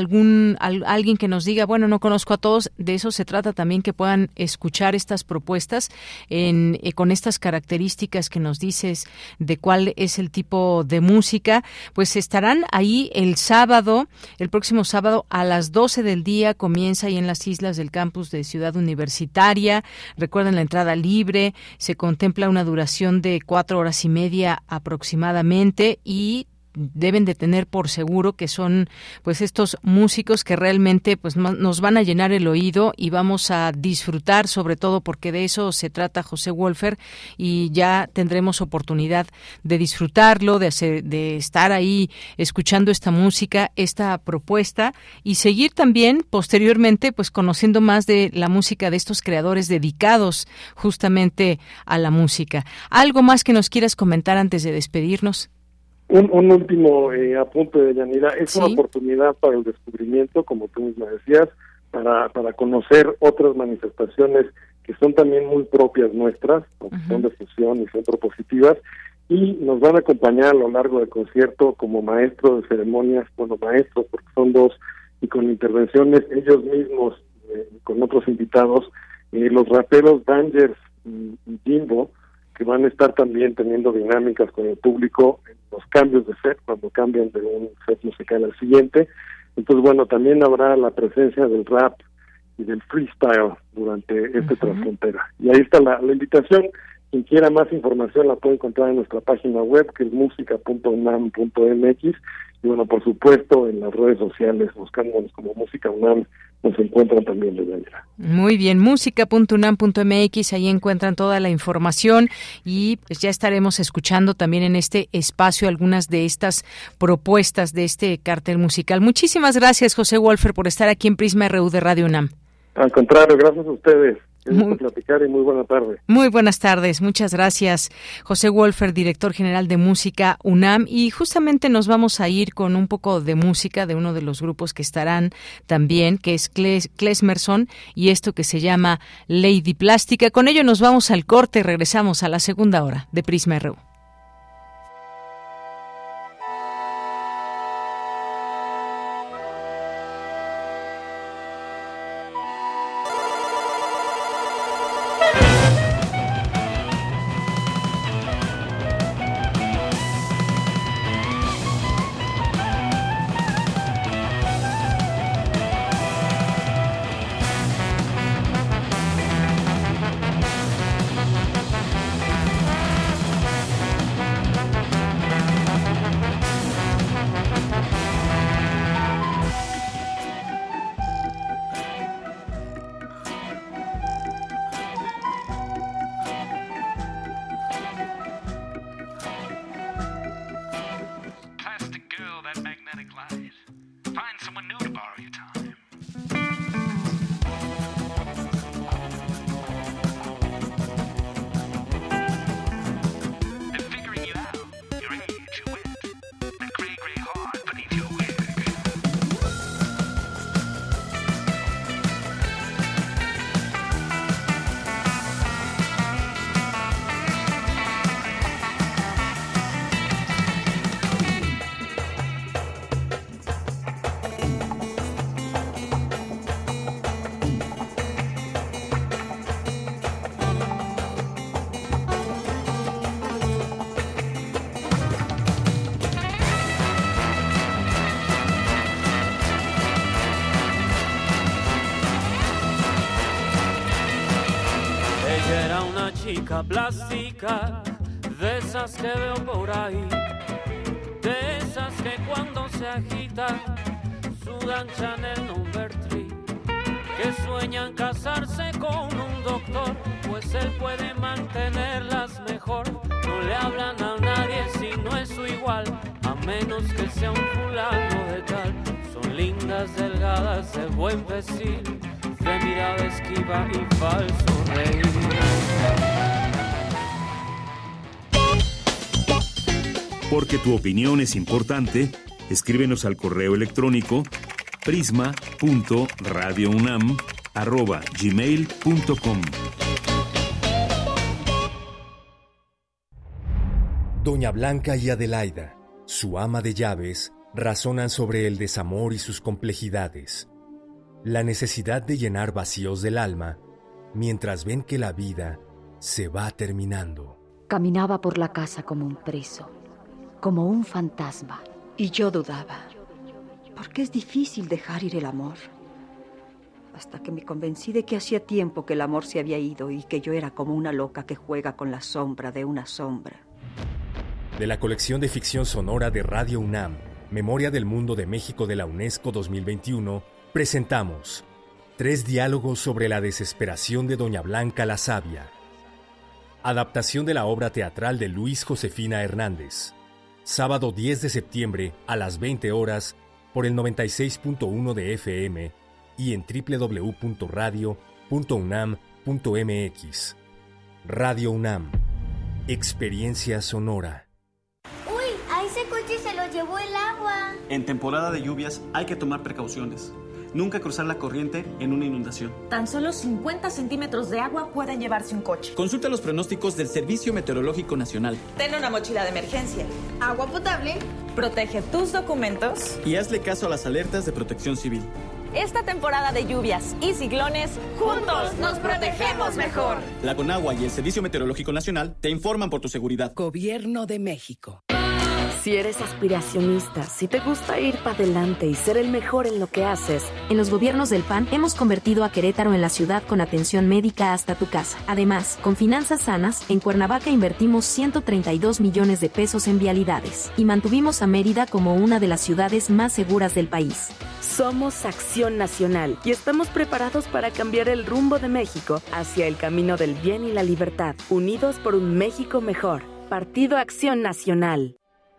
alguien que nos diga, bueno, no conozco a todos. De eso se trata también, que puedan escuchar estas propuestas con estas características que nos dices de cuál es el tipo de música. Pues estarán ahí el próximo sábado a las 12 del día, comienza ahí en las islas del campus de Ciudad Universitaria. Recuerden, la entrada libre, se contempla una duración de 4 horas y media aproximadamente, y deben de tener por seguro que son pues estos músicos que realmente pues nos van a llenar el oído y vamos a disfrutar, sobre todo porque de eso se trata, José Wolfer, y ya tendremos oportunidad de disfrutarlo, de estar ahí escuchando esta música, esta propuesta, y seguir también posteriormente pues conociendo más de la música de estos creadores dedicados justamente a la música. ¿Algo más que nos quieras comentar antes de despedirnos? Un último apunte de Yanira, es una oportunidad para el descubrimiento, como tú misma decías, para conocer otras manifestaciones que son también muy propias nuestras, porque son de fusión y son propositivas, y nos van a acompañar a lo largo del concierto como maestros de ceremonias, maestros porque son 2, y con intervenciones ellos mismos con otros invitados, los raperos Dangers y Jimbo, que van a estar también teniendo dinámicas con el público en los cambios de set, cuando cambian de un set musical al siguiente. Entonces, bueno, también habrá la presencia del rap y del freestyle durante Transfrontera. Y ahí está la invitación. Quien quiera más información la puede encontrar en nuestra página web, que es musica.unam.mx, y bueno, por supuesto, en las redes sociales, buscándonos como Música UNAM, nos encuentran también de manera. Muy bien, música.unam.mx, ahí encuentran toda la información y pues ya estaremos escuchando también en este espacio algunas de estas propuestas de este cartel musical. Muchísimas gracias, José Wolfer, por estar aquí en Prisma RU de Radio UNAM. Al contrario, gracias a ustedes. Por platicar y muy buena tarde. Muy buenas tardes, muchas gracias. José Wolfer, director general de Música UNAM, y justamente nos vamos a ir con un poco de música de uno de los grupos que estarán también, que es Klezmerson, y esto que se llama Lady Plástica. Con ello nos vamos al corte y regresamos a la segunda hora de Prisma RU. Chica plástica, de esas que veo por ahí, de esas que cuando se agitan sudan Chanel No. 3, que sueñan casarse con un doctor, pues él puede mantenerlas mejor. No le hablan a nadie si no es su igual, a menos que sea un fulano de tal. Son lindas, delgadas, de buen vestir, de mirada esquiva y falso reír. Porque tu opinión es importante, escríbenos al correo electrónico prisma.radiounam@gmail.com. Doña Blanca y Adelaida, su ama de llaves, razonan sobre el desamor y sus complejidades, la necesidad de llenar vacíos del alma, mientras ven que la vida se va terminando. Caminaba por la casa como un preso, como un fantasma. Y yo dudaba, porque es difícil dejar ir el amor. Hasta que me convencí de que hacía tiempo que el amor se había ido y que yo era como una loca que juega con la sombra de una sombra. De la colección de ficción sonora de Radio UNAM, Memoria del Mundo de México de la UNESCO 2021, presentamos 3 diálogos sobre la desesperación de Doña Blanca la Sabia. Adaptación de la obra teatral de Luis Josefina Hernández. Sábado 10 de septiembre a las 20 horas por el 96.1 de FM y en www.radio.unam.mx. Radio UNAM. Experiencia sonora. ¡Uy! A ese coche se lo llevó el agua. En temporada de lluvias hay que tomar precauciones. Nunca cruzar la corriente en una inundación. Tan solo 50 centímetros de agua pueden llevarse un coche. Consulta los pronósticos del Servicio Meteorológico Nacional. Ten una mochila de emergencia. Agua potable. Protege tus documentos. Y hazle caso a las alertas de Protección Civil. esta temporada de lluvias y ciclones, juntos nos protegemos mejor. La Conagua y el Servicio Meteorológico Nacional te informan por tu seguridad. Gobierno de México. Si eres aspiracionista, si te gusta ir para adelante y ser el mejor en lo que haces. En los gobiernos del PAN hemos convertido a Querétaro en la ciudad con atención médica hasta tu casa. Además, con finanzas sanas, en Cuernavaca invertimos 132 millones de pesos en vialidades y mantuvimos a Mérida como una de las ciudades más seguras del país. Somos Acción Nacional y estamos preparados para cambiar el rumbo de México hacia el camino del bien y la libertad. Unidos por un México mejor. Partido Acción Nacional.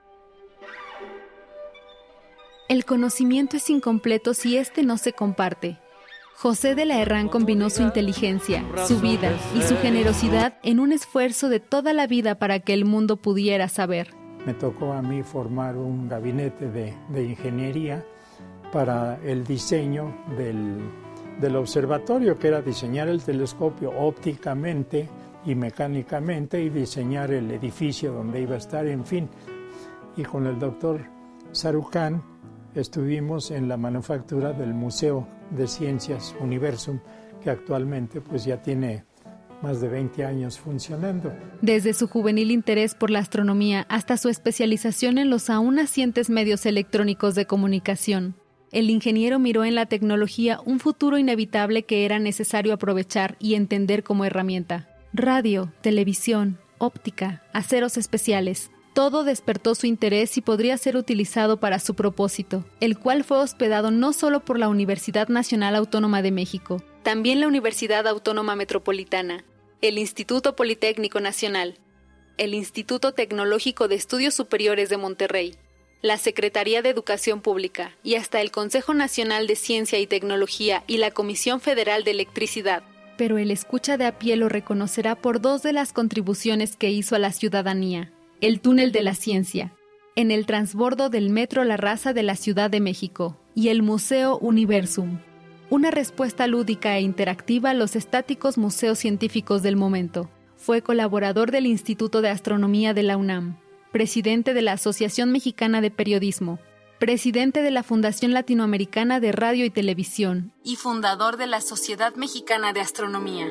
El conocimiento es incompleto si éste no se comparte. José de la Herrán combinó su inteligencia, su vida y su generosidad en un esfuerzo de toda la vida para que el mundo pudiera saber. Me tocó a mí formar un gabinete de ingeniería para el diseño del observatorio, que era diseñar el telescopio ópticamente y mecánicamente y diseñar el edificio donde iba a estar, en fin. Y con el doctor Sarucán estuvimos en la manufactura del Museo de Ciencias Universum, que actualmente pues ya tiene más de 20 años funcionando. Desde su juvenil interés por la astronomía hasta su especialización en los aún nacientes medios electrónicos de comunicación, el ingeniero miró en la tecnología un futuro inevitable que era necesario aprovechar y entender como herramienta. Radio, televisión, óptica, aceros especiales. Todo despertó su interés y podría ser utilizado para su propósito, el cual fue hospedado no solo por la Universidad Nacional Autónoma de México, también la Universidad Autónoma Metropolitana, el Instituto Politécnico Nacional, el Instituto Tecnológico de Estudios Superiores de Monterrey, la Secretaría de Educación Pública y hasta el Consejo Nacional de Ciencia y Tecnología y la Comisión Federal de Electricidad. Pero el escucha de a pie lo reconocerá por dos de las contribuciones que hizo a la ciudadanía. El túnel de la ciencia, en el transbordo del Metro La Raza de la Ciudad de México, y el Museo Universum, una respuesta lúdica e interactiva a los estáticos museos científicos del momento. Fue colaborador del Instituto de Astronomía de la UNAM, presidente de la Asociación Mexicana de Periodismo, presidente de la Fundación Latinoamericana de Radio y Televisión, y fundador de la Sociedad Mexicana de Astronomía.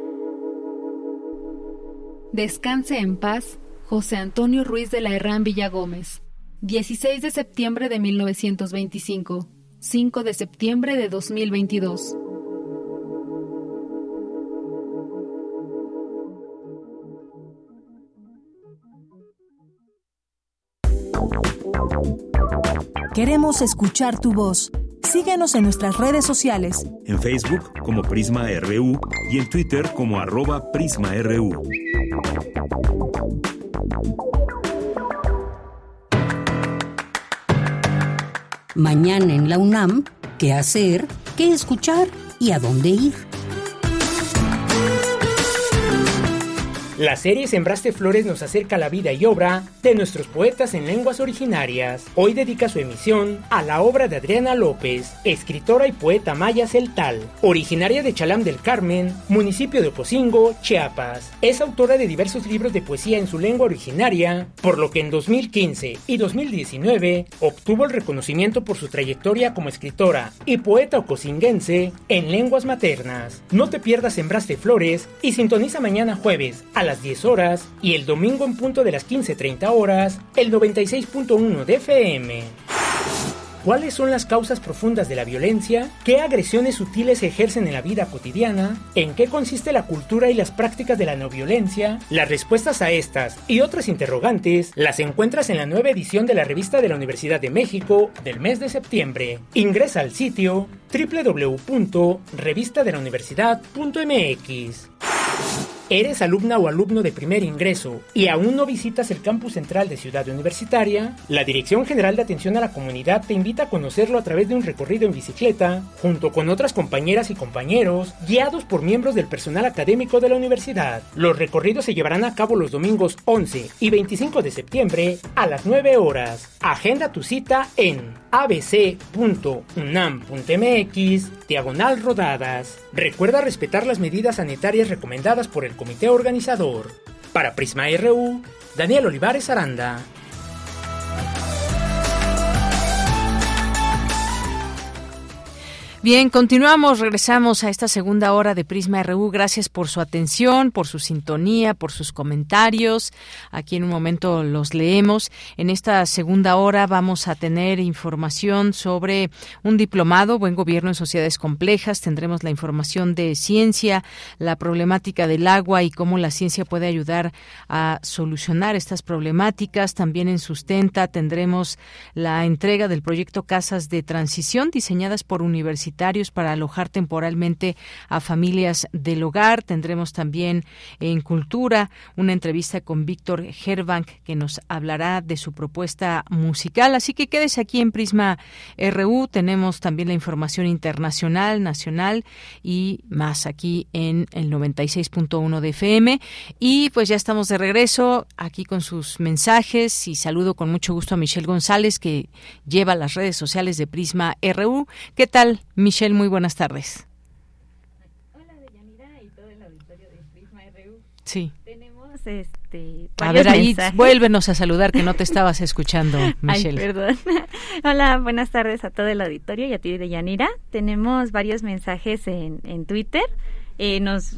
Descanse en paz, José Antonio Ruiz de la Herrán Villagómez, 16 de septiembre de 1925, 5 de septiembre de 2022. Queremos escuchar tu voz. Síguenos en nuestras redes sociales. En Facebook como Prisma RU y en Twitter como @PrismaRU. Mañana en la UNAM, ¿qué hacer? ¿Qué escuchar? ¿Y a dónde ir? La serie Sembraste Flores nos acerca a la vida y obra de nuestros poetas en lenguas originarias. Hoy dedica su emisión a la obra de Adriana López, escritora y poeta maya celtal, originaria de Chalam del Carmen, municipio de Ocosingo, Chiapas. Es autora de diversos libros de poesía en su lengua originaria, por lo que en 2015 y 2019 obtuvo el reconocimiento por su trayectoria como escritora y poeta ocosinguense en lenguas maternas. No te pierdas Sembraste Flores y sintoniza mañana jueves a las 10 horas y el domingo en punto de las 15:30 horas, el 96.1 de FM. ¿Cuáles son las causas profundas de la violencia? ¿Qué agresiones sutiles se ejercen en la vida cotidiana? ¿En qué consiste la cultura y las prácticas de la no violencia? Las respuestas a estas y otras interrogantes las encuentras en la nueva edición de la revista de la Universidad de México del mes de septiembre. Ingresa al sitio www.revistadelauniversidad.mx. ¿Eres alumna o alumno de primer ingreso y aún no visitas el campus central de Ciudad Universitaria? La Dirección General de Atención a la Comunidad te invita a conocerlo a través de un recorrido en bicicleta, junto con otras compañeras y compañeros, guiados por miembros del personal académico de la universidad. Los recorridos se llevarán a cabo los domingos 11 y 25 de septiembre a las 9 horas. Agenda tu cita en abc.unam.mx/rodadas. Recuerda respetar las medidas sanitarias recomendadas por el comité organizador. Para Prisma RU, Daniel Olivares Aranda. Bien, continuamos, regresamos a esta segunda hora de Prisma RU. Gracias por su atención, por su sintonía, por sus comentarios. Aquí en un momento los leemos. En esta segunda hora vamos a tener información sobre un diplomado, Buen Gobierno en Sociedades Complejas. Tendremos la información de ciencia, la problemática del agua y cómo la ciencia puede ayudar a solucionar estas problemáticas. También en Sustenta tendremos la entrega del proyecto Casas de Transición, diseñadas por universidades para alojar temporalmente a familias del hogar. Tendremos también en Cultura una entrevista con Víctor Herbank, que nos hablará de su propuesta musical. Así que quédese aquí en Prisma RU. Tenemos también la información internacional, nacional y más aquí en el 96.1 de FM. Y pues ya estamos de regreso aquí con sus mensajes y saludo con mucho gusto a Michelle González, que lleva las redes sociales de Prisma RU. ¿Qué tal, Michelle? Muy buenas tardes. Hola, Deyanira y todo el auditorio de Prisma RU. Sí. Tenemos a ver, ahí mensajes. Vuélvenos a saludar, que no te estabas escuchando, Michelle. Ay, perdón. Hola, buenas tardes a todo el auditorio y a ti, Deyanira. Tenemos varios mensajes en Twitter. Nos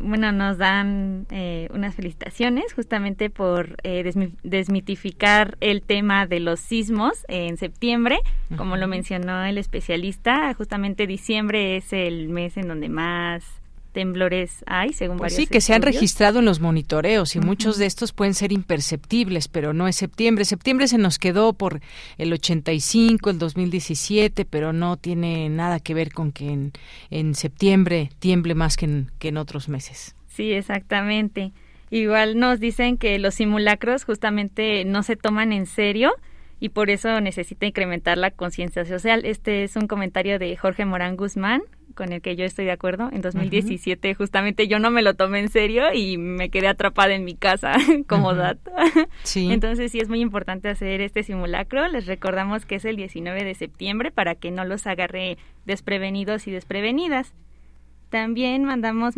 dan unas felicitaciones justamente por desmitificar el tema de los sismos en septiembre. Como lo mencionó el especialista, justamente diciembre es el mes en donde más temblores hay, según pues varios sí, que se han estudios. registrado en los monitoreos y muchos de estos pueden ser imperceptibles, pero no es septiembre. Septiembre se nos quedó por el 85, el 2017, pero no tiene nada que ver con que en septiembre tiemble más que en otros meses. Sí, exactamente. Igual nos dicen que los simulacros justamente no se toman en serio y por eso necesita incrementar la conciencia social. Este es un comentario de Jorge Morán Guzmán, con el que yo estoy de acuerdo. En 2017 justamente yo no me lo tomé en serio y me quedé atrapada en mi casa como dato. Sí. Entonces sí es muy importante hacer este simulacro. Les recordamos que es el 19 de septiembre para que no los agarre desprevenidos y desprevenidas. También mandamos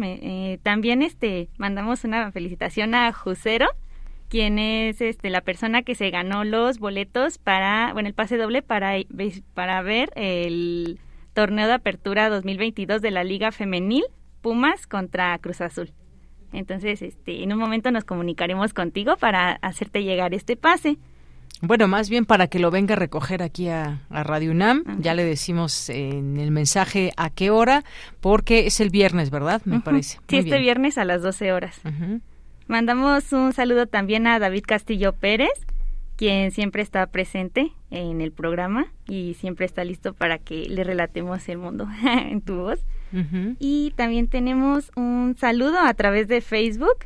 una felicitación a Jusero, quien es la persona que se ganó los boletos el pase doble para ver el torneo de apertura 2022 de la Liga Femenil Pumas contra Cruz Azul. Entonces, en un momento nos comunicaremos contigo para hacerte llegar este pase. Bueno, más bien para que lo venga a recoger aquí a Radio UNAM. Ya le decimos en el mensaje a qué hora, porque es el viernes, ¿verdad? Me parece. Sí, este viernes a las 12 horas. Mandamos un saludo también a David Castillo Pérez, quien siempre está presente en el programa y siempre está listo para que le relatemos el mundo en tu voz. Y también tenemos un saludo a través de Facebook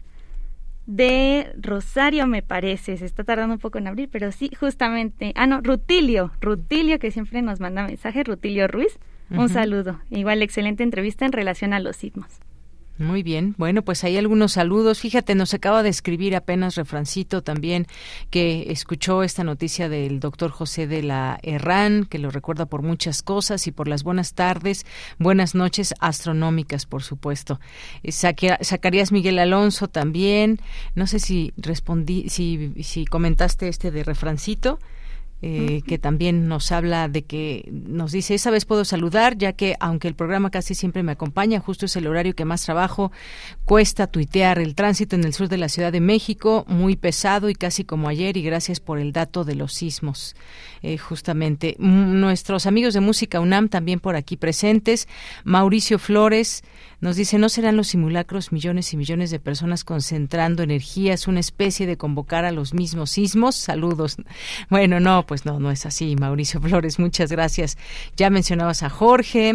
de Rosario, me parece, se está tardando un poco en abrir, pero sí, justamente, Rutilio, que siempre nos manda mensajes, Rutilio Ruiz, un saludo, igual excelente entrevista en relación a los sismos. Muy bien, bueno, pues hay algunos saludos. Fíjate, nos acaba de escribir apenas Refrancito también, que escuchó esta noticia del doctor José de la Herrán, que lo recuerda por muchas cosas y por las buenas tardes, buenas noches astronómicas, por supuesto. Zacarías Miguel Alonso también, no sé si respondí, si comentaste de Refrancito. Que también nos habla de que nos dice, esa vez puedo saludar, ya que aunque el programa casi siempre me acompaña, justo es el horario que más trabajo, cuesta tuitear. El tránsito en el sur de la Ciudad de México, muy pesado y casi como ayer, y gracias por el dato de los sismos. Justamente, nuestros amigos de Música UNAM también por aquí presentes. Mauricio Flores nos dice, ¿no serán los simulacros millones y millones de personas concentrando energías, una especie de convocar a los mismos sismos? Saludos. Bueno, no, pues no es así, Mauricio Flores, muchas gracias. Ya mencionabas a Jorge,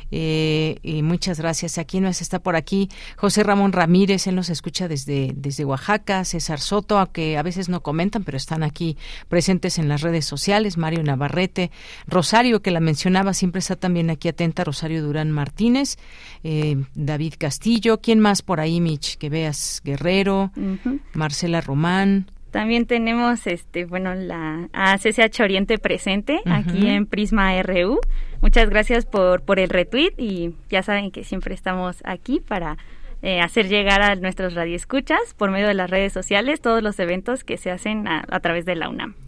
y muchas gracias. Aquí nos está por aquí José Ramón Ramírez, él nos escucha desde Oaxaca. César Soto, aunque a veces no comentan, pero están aquí presentes en las redes sociales. Mario Navarrete, Rosario, que la mencionaba, siempre está también aquí atenta, Rosario Durán Martínez, David Castillo, ¿quién más por ahí, Mitch? Que veas, Guerrero, Marcela Román. También tenemos a CCH Oriente presente aquí en Prisma RU. Muchas gracias por el retweet y ya saben que siempre estamos aquí para hacer llegar a nuestros radioescuchas por medio de las redes sociales todos los eventos que se hacen a través de la UNAM.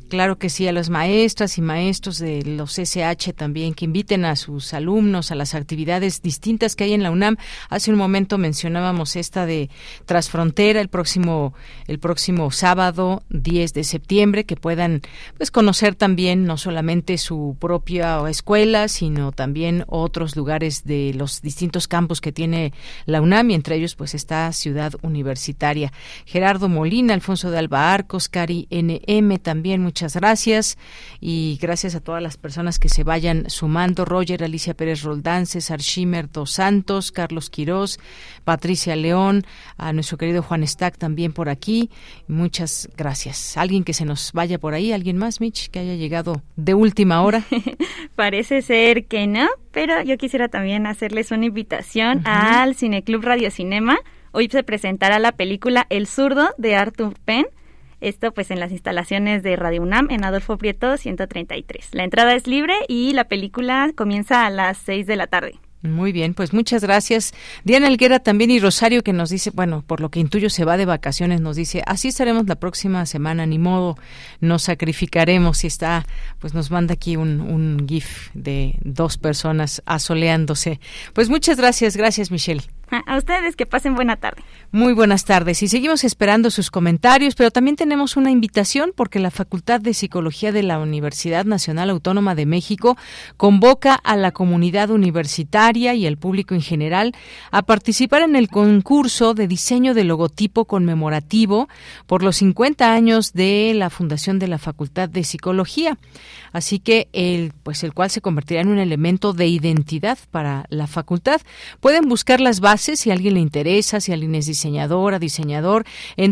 Claro que sí, a las maestras y maestros de los SH también, que inviten a sus alumnos a las actividades distintas que hay en la UNAM. Hace un momento mencionábamos esta de Transfrontera el próximo sábado 10 de septiembre, que puedan pues conocer también no solamente su propia escuela, sino también otros lugares de los distintos campus que tiene la UNAM, y entre ellos pues está Ciudad Universitaria. Gerardo Molina, Alfonso de Alba Arcos, Cari NM también, muchas gracias, y gracias a todas las personas que se vayan sumando: Roger, Alicia Pérez Roldán, César Schimmer dos Santos, Carlos Quirós, Patricia León, a nuestro querido Juan Stack también por aquí. Muchas gracias. ¿Alguien que se nos vaya por ahí? ¿Alguien más, Mitch, que haya llegado de última hora? Parece ser que no, pero yo quisiera también hacerles una invitación al Cineclub Radio Cinema. Hoy se presentará la película El Zurdo de Arthur Penn. Esto pues en las instalaciones de Radio UNAM en Adolfo Prieto 133. La entrada es libre y la película comienza a las 6 de la tarde. Muy bien, pues muchas gracias. Diana Helguera también, y Rosario, que nos dice, bueno, por lo que intuyo se va de vacaciones, nos dice, así estaremos la próxima semana, ni modo, nos sacrificaremos. Y está, pues nos manda aquí un GIF de 2 personas asoleándose. Pues muchas gracias, Michelle. A ustedes, que pasen buena tarde. Muy buenas tardes, y seguimos esperando sus comentarios, pero también tenemos una invitación, porque la Facultad de Psicología de la Universidad Nacional Autónoma de México convoca a la comunidad universitaria y al público en general a participar en el concurso de diseño de logotipo conmemorativo por los 50 años de la fundación de la Facultad de Psicología. Así que el cual se convertirá en un elemento de identidad para la facultad. Pueden buscar las bases si a alguien le interesa, si alguien es diseñador, en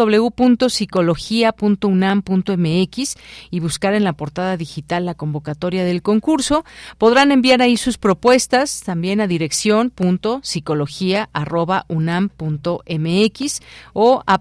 www.psicología.unam.mx y buscar en la portada digital la convocatoria del concurso. Podrán enviar ahí sus propuestas también a dirección.psicología@unam.mx o a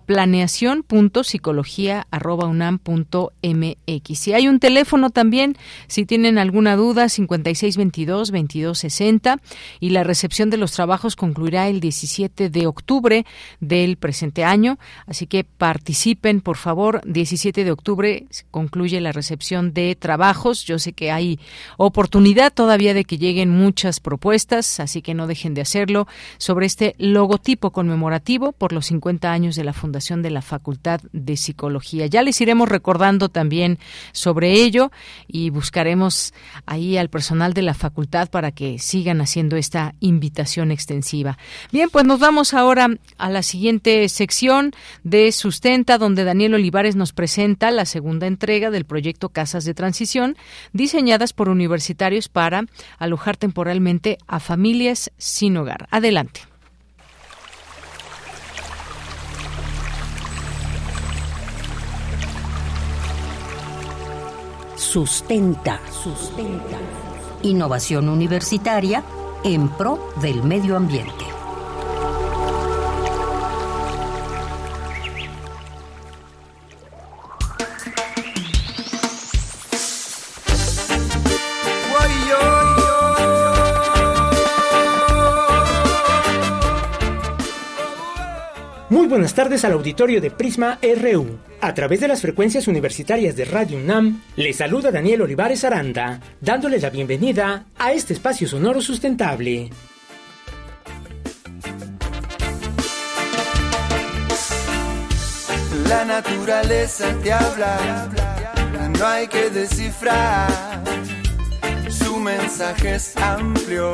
planeación.psicología@unam.mx. Y hay un teléfono también, si tienen alguna duda, 5622-2260, y la recepción de los trabajos concluirá el 17 de octubre del presente año, así que participen, por favor. 17 de octubre concluye la recepción de trabajos. Yo sé que hay oportunidad todavía de que lleguen muchas propuestas, así que no dejen de hacerlo, sobre este logotipo conmemorativo por los 50 años de la fundación de la Facultad de Psicología. Ya les iremos recordando también sobre ello, y buscaremos ahí al personal de la facultad para que sigan haciendo esta invitación extensiva. Bien, pues nos vamos ahora a la siguiente sección de Sustenta, donde Daniel Olivares nos presenta la segunda entrega del proyecto Casas de Transición, diseñadas por universitarios para alojar temporalmente a familias sin hogar. Adelante. Sustenta. Innovación universitaria en pro del medio ambiente. Muy buenas tardes al auditorio de Prisma RU. A través de las frecuencias universitarias de Radio UNAM, les saluda Daniel Olivares Aranda, dándoles la bienvenida a este espacio sonoro sustentable. La naturaleza te habla, no hay que descifrar, su mensaje es amplio,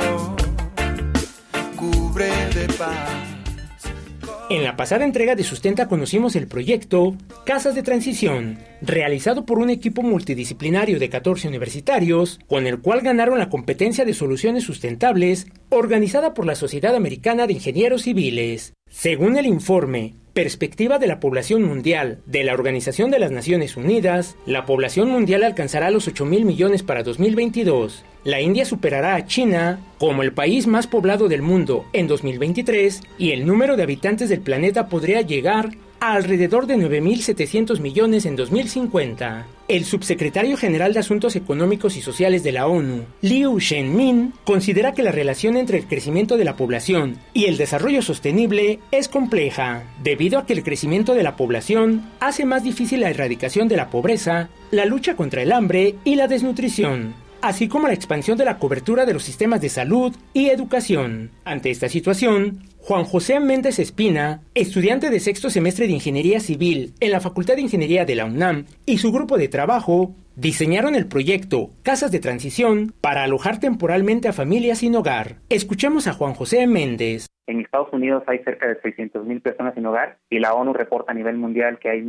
cubre de paz. En la pasada entrega de Sustenta conocimos el proyecto Casas de Transición, realizado por un equipo multidisciplinario de 14 universitarios, con el cual ganaron la competencia de soluciones sustentables organizada por la Sociedad Americana de Ingenieros Civiles. Según el informe Perspectiva de la Población Mundial de la Organización de las Naciones Unidas, la población mundial alcanzará los 8,000 millones para 2022. La India superará a China como el país más poblado del mundo en 2023 y el número de habitantes del planeta podría llegar a alrededor de 9.700 millones en 2050. El subsecretario general de Asuntos Económicos y Sociales de la ONU, Liu Zhenmin, considera que la relación entre el crecimiento de la población y el desarrollo sostenible es compleja, debido a que el crecimiento de la población hace más difícil la erradicación de la pobreza, la lucha contra el hambre y la desnutrición, así como la expansión de la cobertura de los sistemas de salud y educación. Ante esta situación, Juan José Méndez Espina, estudiante de sexto semestre de Ingeniería Civil en la Facultad de Ingeniería de la UNAM, y su grupo de trabajo diseñaron el proyecto Casas de Transición para alojar temporalmente a familias sin hogar. Escuchemos a Juan José Méndez. En Estados Unidos hay cerca de 600,000 personas sin hogar y la ONU reporta a nivel mundial que hay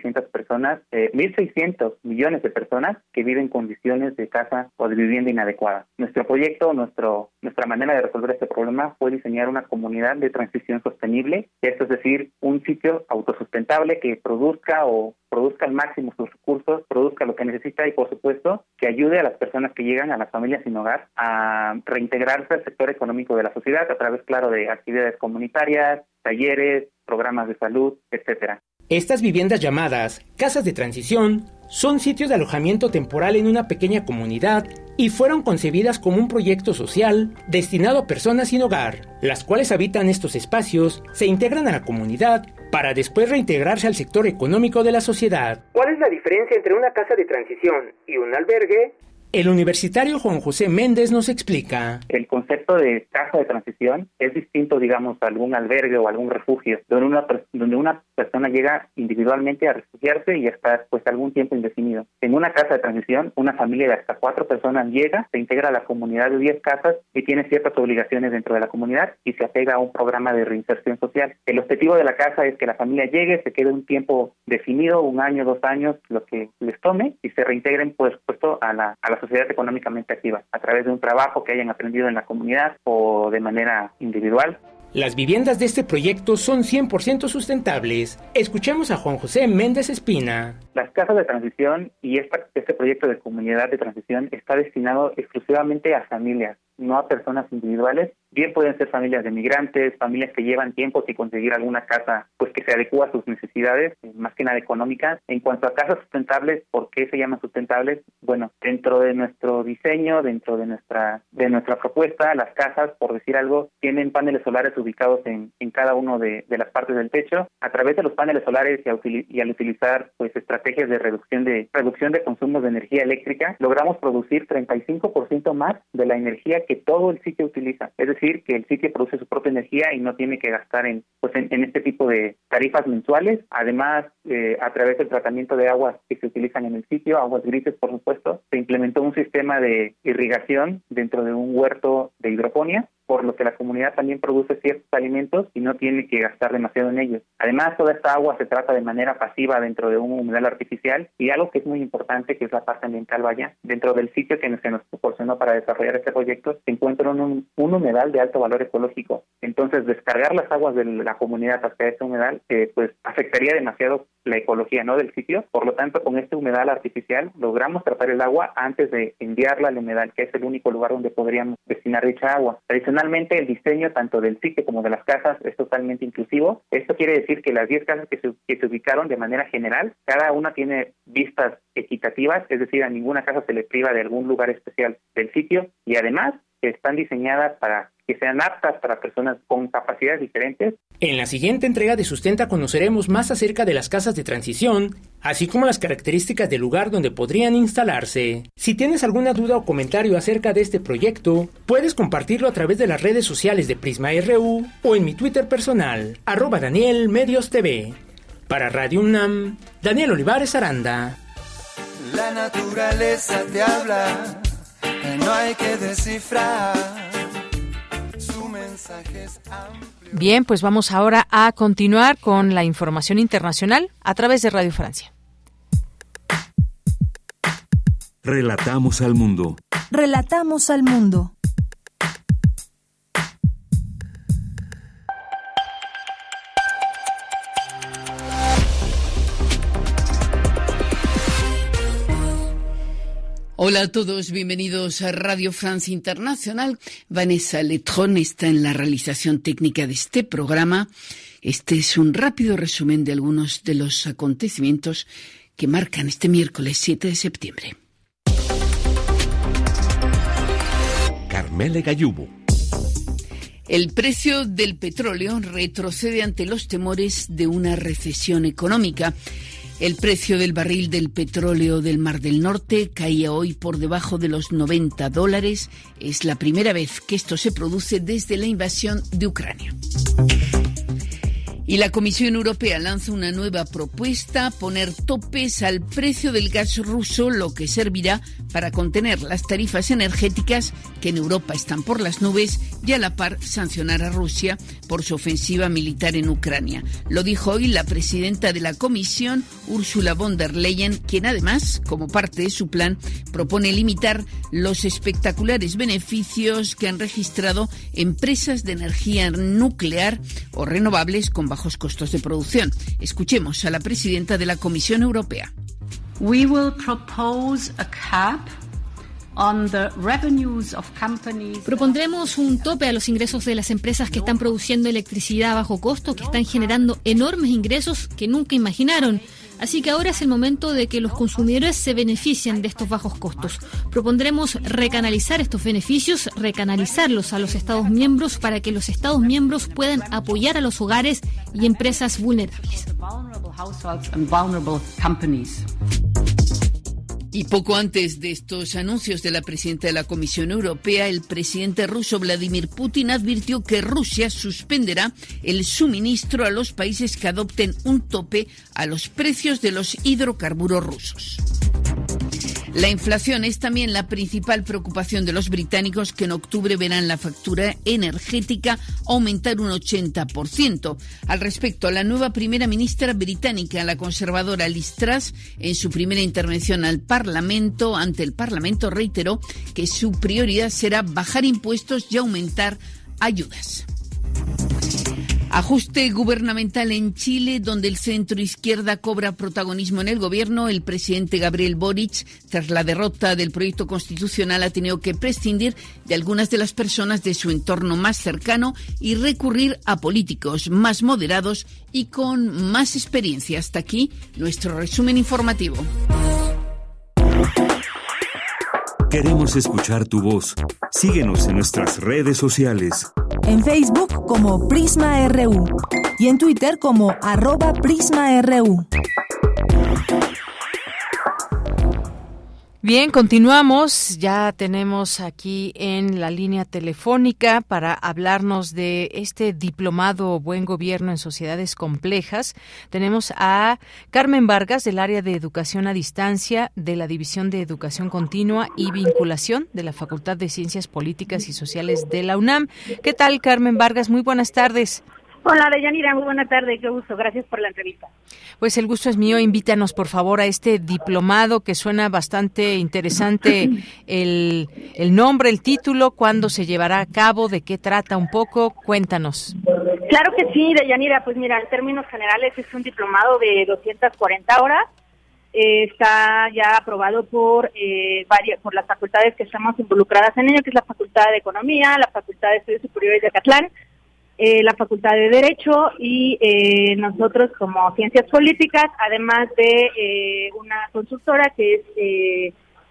1.600 millones de personas que viven en condiciones de casa o de vivienda inadecuada. Nuestro proyecto, nuestra manera de resolver este problema fue diseñar una comunidad de transición sostenible, esto es decir, un sitio autosustentable que produzca al máximo sus recursos, produzca lo que necesita y, por supuesto, que ayude a las personas que llegan, a las familias sin hogar, a reintegrarse al sector económico de la sociedad a través, claro, de actividades comunitarias, talleres, programas de salud, etcétera. Estas viviendas llamadas casas de transición son sitios de alojamiento temporal en una pequeña comunidad y fueron concebidas como un proyecto social destinado a personas sin hogar, las cuales habitan estos espacios, se integran a la comunidad para después reintegrarse al sector económico de la sociedad. ¿Cuál es la diferencia entre una casa de transición y un albergue? El universitario Juan José Méndez nos explica. El concepto de casa de transición es distinto, digamos, a algún albergue o algún refugio, donde una persona llega individualmente a refugiarse y a estar pues algún tiempo indefinido. En una casa de transición, una familia de hasta 4 personas llega, se integra a la comunidad de 10 casas y tiene ciertas obligaciones dentro de la comunidad y se apega a un programa de reinserción social. El objetivo de la casa es que la familia llegue, se quede un tiempo definido, 1 año, 2 años, lo que les tome, y se reintegren, por supuesto, a la sociedad económicamente activa, a través de un trabajo que hayan aprendido en la comunidad o de manera individual. Las viviendas de este proyecto son 100% sustentables. Escuchemos a Juan José Méndez Espina. Las casas de transición y este proyecto de comunidad de transición está destinado exclusivamente a familias, no a personas individuales. Bien pueden ser familias de migrantes, familias que llevan tiempo sin conseguir alguna casa pues que se adecua a sus necesidades, más que nada económicas. En cuanto a casas sustentables, ¿por qué se llaman sustentables? Bueno, dentro de nuestro diseño, dentro de nuestra propuesta, las casas, por decir algo, tienen paneles solares ubicados en cada uno de las partes del techo. A través de los paneles solares y al utilizar pues estrategias de reducción de consumos de energía eléctrica, logramos producir 35% más de la energía que todo el sitio utiliza. Es decir, que el sitio produce su propia energía y no tiene que gastar en este tipo de tarifas mensuales. Además, a través del tratamiento de aguas que se utilizan en el sitio, aguas grises, por supuesto, se implementó un sistema de irrigación dentro de un huerto de hidroponía, por lo que la comunidad también produce ciertos alimentos y no tiene que gastar demasiado en ellos. Además, toda esta agua se trata de manera pasiva dentro de un humedal artificial, y algo que es muy importante, que es la parte ambiental, dentro del sitio que se nos proporcionó para desarrollar este proyecto, se encuentra un humedal de alto valor ecológico. Entonces, descargar las aguas de la comunidad hacia este humedal, pues afectaría demasiado la ecología, ¿no?, del sitio. Por lo tanto, con este humedal artificial logramos tratar el agua antes de enviarla al humedal, que es el único lugar donde podríamos destinar dicha agua. Adicionalmente, el diseño tanto del sitio como de las casas es totalmente inclusivo. Esto quiere decir que las 10 casas que se ubicaron de manera general, cada una tiene vistas equitativas, es decir, a ninguna casa se le priva de algún lugar especial del sitio, y además están diseñadas para que sean aptas para personas con capacidades diferentes. En la siguiente entrega de Sustenta conoceremos más acerca de las casas de transición, así como las características del lugar donde podrían instalarse. Si tienes alguna duda o comentario acerca de este proyecto, puedes compartirlo a través de las redes sociales de Prisma RU o en mi Twitter personal, @DanielMediosTV. Para Radio UNAM, Daniel Olivares Aranda. La naturaleza te habla, no hay que descifrar. Su mensaje es amplio. Bien, pues vamos ahora a continuar con la información internacional a través de Radio Francia. Relatamos al mundo. Relatamos al mundo. Hola a todos, bienvenidos a Radio France Internacional. Vanessa Letrón está en la realización técnica de este programa. Este es un rápido resumen de algunos de los acontecimientos que marcan este miércoles 7 de septiembre. Carmele Gallubo. El precio del petróleo retrocede ante los temores de una recesión económica. El precio del barril del petróleo del Mar del Norte caía hoy por debajo de los $90. Es la primera vez que esto se produce desde la invasión de Ucrania. Y la Comisión Europea lanza una nueva propuesta, poner topes al precio del gas ruso, lo que servirá para contener las tarifas energéticas que en Europa están por las nubes y a la par sancionar a Rusia por su ofensiva militar en Ucrania. Lo dijo hoy la presidenta de la Comisión, Ursula von der Leyen, quien además, como parte de su plan, propone limitar los espectaculares beneficios que han registrado empresas de energía nuclear o renovables con bajos costos de producción. Escuchemos a la presidenta de la Comisión Europea. We will propose a cap on the revenues of companies. Propondremos un tope a los ingresos de las empresas que están produciendo electricidad a bajo costo, que están generando enormes ingresos que nunca imaginaron. Así que ahora es el momento de que los consumidores se beneficien de estos bajos costos. Propondremos recanalizar estos beneficios, recanalizarlos a los Estados miembros para que los Estados miembros puedan apoyar a los hogares y empresas vulnerables. Y poco antes de estos anuncios de la presidenta de la Comisión Europea, el presidente ruso Vladimir Putin advirtió que Rusia suspenderá el suministro a los países que adopten un tope a los precios de los hidrocarburos rusos. La inflación es también la principal preocupación de los británicos, que en octubre verán la factura energética aumentar un 80%. Al respecto, la nueva primera ministra británica, la conservadora Liz Truss, en su primera intervención ante el Parlamento, reiteró que su prioridad será bajar impuestos y aumentar ayudas. Ajuste gubernamental en Chile, donde el centro izquierda cobra protagonismo en el gobierno. El presidente Gabriel Boric, tras la derrota del proyecto constitucional, ha tenido que prescindir de algunas de las personas de su entorno más cercano y recurrir a políticos más moderados y con más experiencia. Hasta aquí nuestro resumen informativo. Queremos escuchar tu voz. Síguenos en nuestras redes sociales. En Facebook como Prisma RU y en Twitter como @PrismaRU. Bien, continuamos. Ya tenemos aquí en la línea telefónica para hablarnos de este diplomado Buen Gobierno en Sociedades Complejas. Tenemos a Carmen Vargas, del área de Educación a Distancia de la División de Educación Continua y Vinculación de la Facultad de Ciencias Políticas y Sociales de la UNAM. ¿Qué tal, Carmen Vargas? Muy buenas tardes. Hola, Deyanira, muy buena tarde, qué gusto, gracias por la entrevista. Pues el gusto es mío, invítanos por favor a este diplomado que suena bastante interesante el nombre, el título, cuándo se llevará a cabo, de qué trata un poco, cuéntanos. Claro que sí, Deyanira, pues mira, en términos generales es un diplomado de 240 horas, está ya aprobado por las facultades que estamos involucradas en ello, que es la Facultad de Economía, la Facultad de Estudios Superiores de Acatlán, la Facultad de Derecho y nosotros como Ciencias Políticas, además de una consultora que es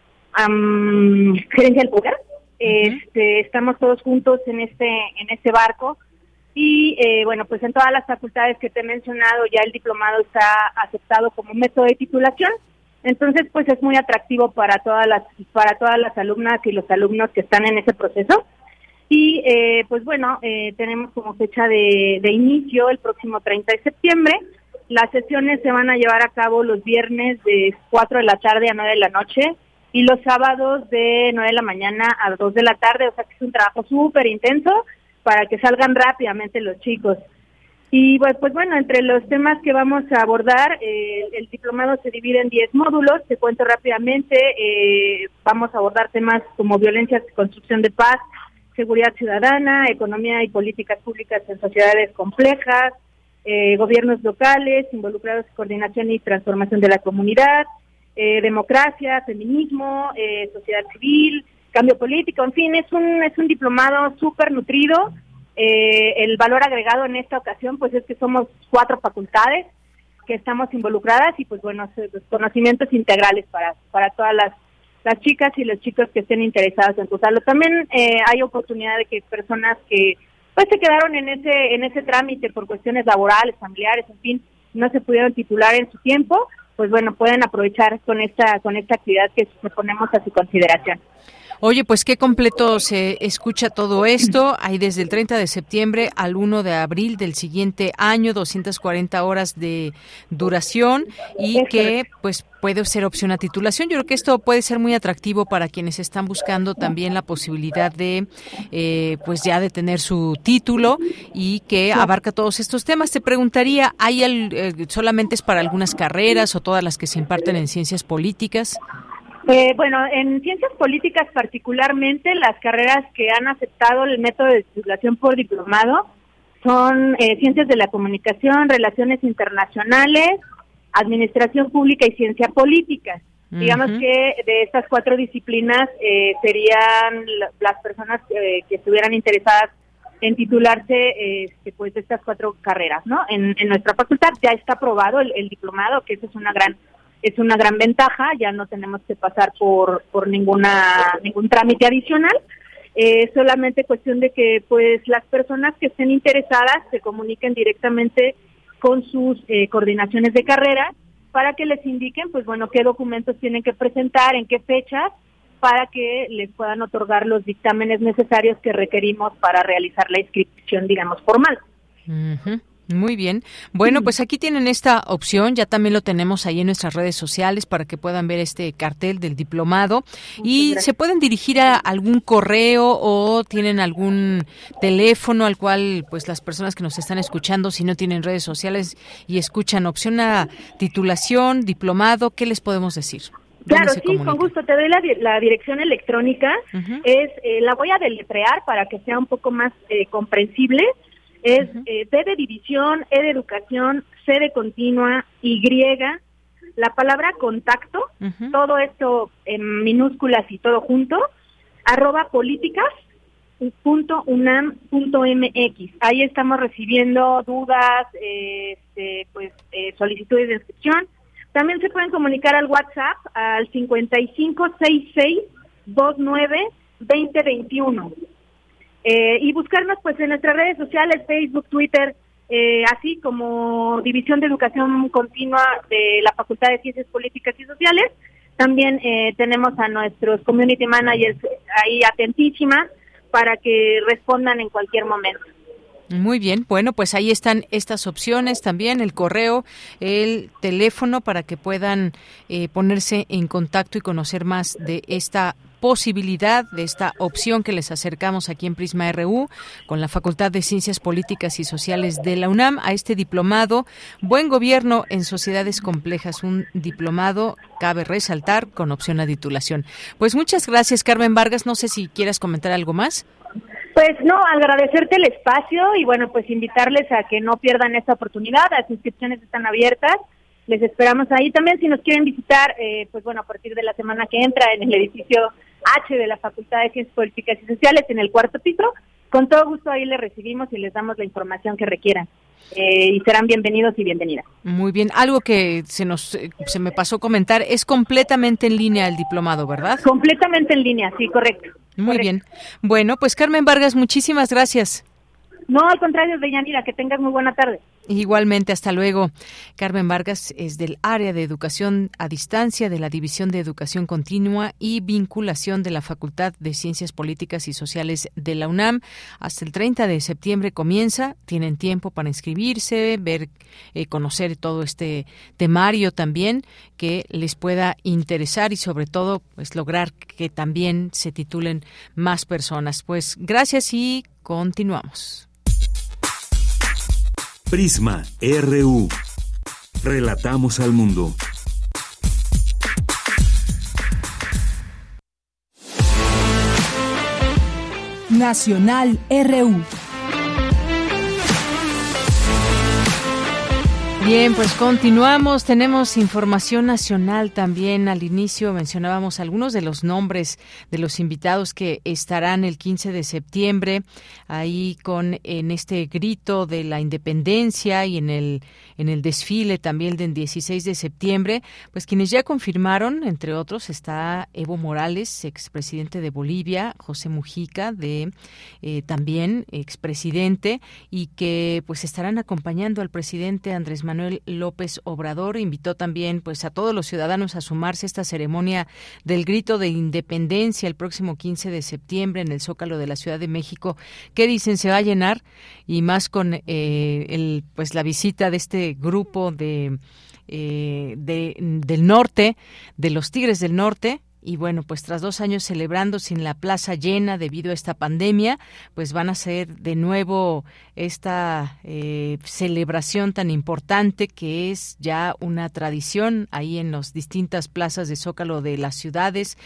Gerencia del Poder. Estamos todos juntos en este barco y bueno, pues en todas las facultades que te he mencionado ya el diplomado está aceptado como método de titulación. Entonces, pues es muy atractivo para todas las alumnas y los alumnos que están en ese proceso. Y pues bueno, tenemos como fecha de inicio el próximo 30 de septiembre. Las sesiones se van a llevar a cabo los viernes de 4 de la tarde a 9 de la noche y los sábados de 9 de la mañana a 2 de la tarde, o sea que es un trabajo súper intenso para que salgan rápidamente los chicos. Y pues bueno, entre los temas que vamos a abordar, el diplomado se divide en 10 módulos, te cuento rápidamente, vamos a abordar temas como violencia y construcción de paz, seguridad ciudadana, economía y políticas públicas en sociedades complejas, gobiernos locales involucrados en coordinación y transformación de la comunidad, democracia, feminismo, sociedad civil, cambio político, en fin, es un diplomado súper nutrido El valor agregado en esta ocasión pues es que somos 4 facultades que estamos involucradas y pues bueno, los conocimientos integrales para todas las chicas y los chicos que estén interesados en cursarlo. También hay oportunidad de que personas que pues se quedaron en ese trámite por cuestiones laborales, familiares, en fin, no se pudieron titular en su tiempo, pues bueno, pueden aprovechar con esta actividad que ponemos a su consideración. Oye, pues qué completo se escucha todo esto. Hay desde el 30 de septiembre al 1 de abril del siguiente año, 240 horas de duración y que pues puede ser opción a titulación. Yo creo que esto puede ser muy atractivo para quienes están buscando también la posibilidad de pues ya de tener su título y que abarca todos estos temas. Te preguntaría, ¿hay solamente es para algunas carreras o todas las que se imparten en ciencias políticas? Bueno, en ciencias políticas particularmente, las carreras que han aceptado el método de titulación por diplomado son ciencias de la comunicación, relaciones internacionales, administración pública y ciencia política. Digamos que de estas 4 disciplinas serían las personas que estuvieran interesadas en titularse pues de estas 4 carreras, ¿no? En nuestra facultad ya está aprobado el diplomado, que eso es una gran ventaja, ya no tenemos que pasar por ningún trámite adicional, solamente cuestión de que pues las personas que estén interesadas se comuniquen directamente con sus coordinaciones de carrera para que les indiquen pues bueno qué documentos tienen que presentar, en qué fechas, para que les puedan otorgar los dictámenes necesarios que requerimos para realizar la inscripción, digamos, formal. Uh-huh. Muy bien. Bueno, pues aquí tienen esta opción, ya también lo tenemos ahí en nuestras redes sociales para que puedan ver este cartel del diplomado. Y se pueden dirigir a algún correo o tienen algún teléfono al cual pues las personas que nos están escuchando, si no tienen redes sociales y escuchan opción a titulación, diplomado, ¿qué les podemos decir? Claro, sí, con gusto. Te doy la dirección electrónica. La voy a deletrear para que sea un poco más comprensible. Es D de división, E de educación, C de continua, Y, la palabra contacto, todo esto en minúsculas y todo junto, @políticas.unam.mx. Ahí estamos recibiendo dudas, solicitudes de inscripción. También se pueden comunicar al WhatsApp al 5566292021. Y buscarnos pues en nuestras redes sociales, Facebook, Twitter, así como División de Educación Continua de la Facultad de Ciencias Políticas y Sociales. También tenemos a nuestros community managers ahí atentísimas para que respondan en cualquier momento. Muy bien, bueno, pues ahí están estas opciones también, el correo, el teléfono para que puedan ponerse en contacto y conocer más de esta posibilidad, de esta opción que les acercamos aquí en Prisma RU con la Facultad de Ciencias Políticas y Sociales de la UNAM a este diplomado Buen Gobierno en Sociedades Complejas, un diplomado, cabe resaltar, con opción a titulación. Pues muchas gracias, Carmen Vargas, no sé si quieras comentar algo más. Pues no, agradecerte el espacio y bueno, pues invitarles a que no pierdan esta oportunidad, las inscripciones están abiertas, les esperamos ahí también si nos quieren visitar, pues bueno, a partir de la semana que entra en el edificio H de la Facultad de Ciencias Políticas y Sociales en el 4º piso, con todo gusto ahí les recibimos y les damos la información que requieran. Y serán bienvenidos y bienvenidas. Muy bien, algo que se me pasó comentar, es completamente en línea el diplomado, ¿verdad? Completamente en línea, sí, correcto. Muy bien. Bueno, pues Carmen Vargas, muchísimas gracias. No, al contrario, Deyanira, que tengas muy buena tarde. Igualmente, hasta luego. Carmen Vargas es del área de educación a distancia de la División de Educación Continua y Vinculación de la Facultad de Ciencias Políticas y Sociales de la UNAM. Hasta el 30 de septiembre comienza, tienen tiempo para inscribirse, ver, conocer todo este temario también que les pueda interesar y sobre todo pues lograr que también se titulen más personas. Pues gracias y continuamos. Prisma RU. Relatamos al mundo. Nacional RU. Bien, pues continuamos. Tenemos información nacional también. Al inicio mencionábamos algunos de los nombres de los invitados que estarán el 15 de septiembre ahí en este grito de la independencia y en el desfile también del 16 de septiembre. Pues quienes ya confirmaron, entre otros, está Evo Morales, expresidente de Bolivia, José Mujica, también expresidente, y que pues estarán acompañando al presidente Andrés Manuel López Obrador. Invitó también pues a todos los ciudadanos a sumarse a esta ceremonia del grito de independencia el próximo 15 de septiembre en el Zócalo de la Ciudad de México, que dicen se va a llenar, y más con la visita de este grupo del norte, de los Tigres del Norte. Y bueno, pues tras 2 años celebrando sin la plaza llena debido a esta pandemia, pues van a hacer de nuevo esta celebración tan importante que es ya una tradición ahí en las distintas plazas de Zócalo de las ciudades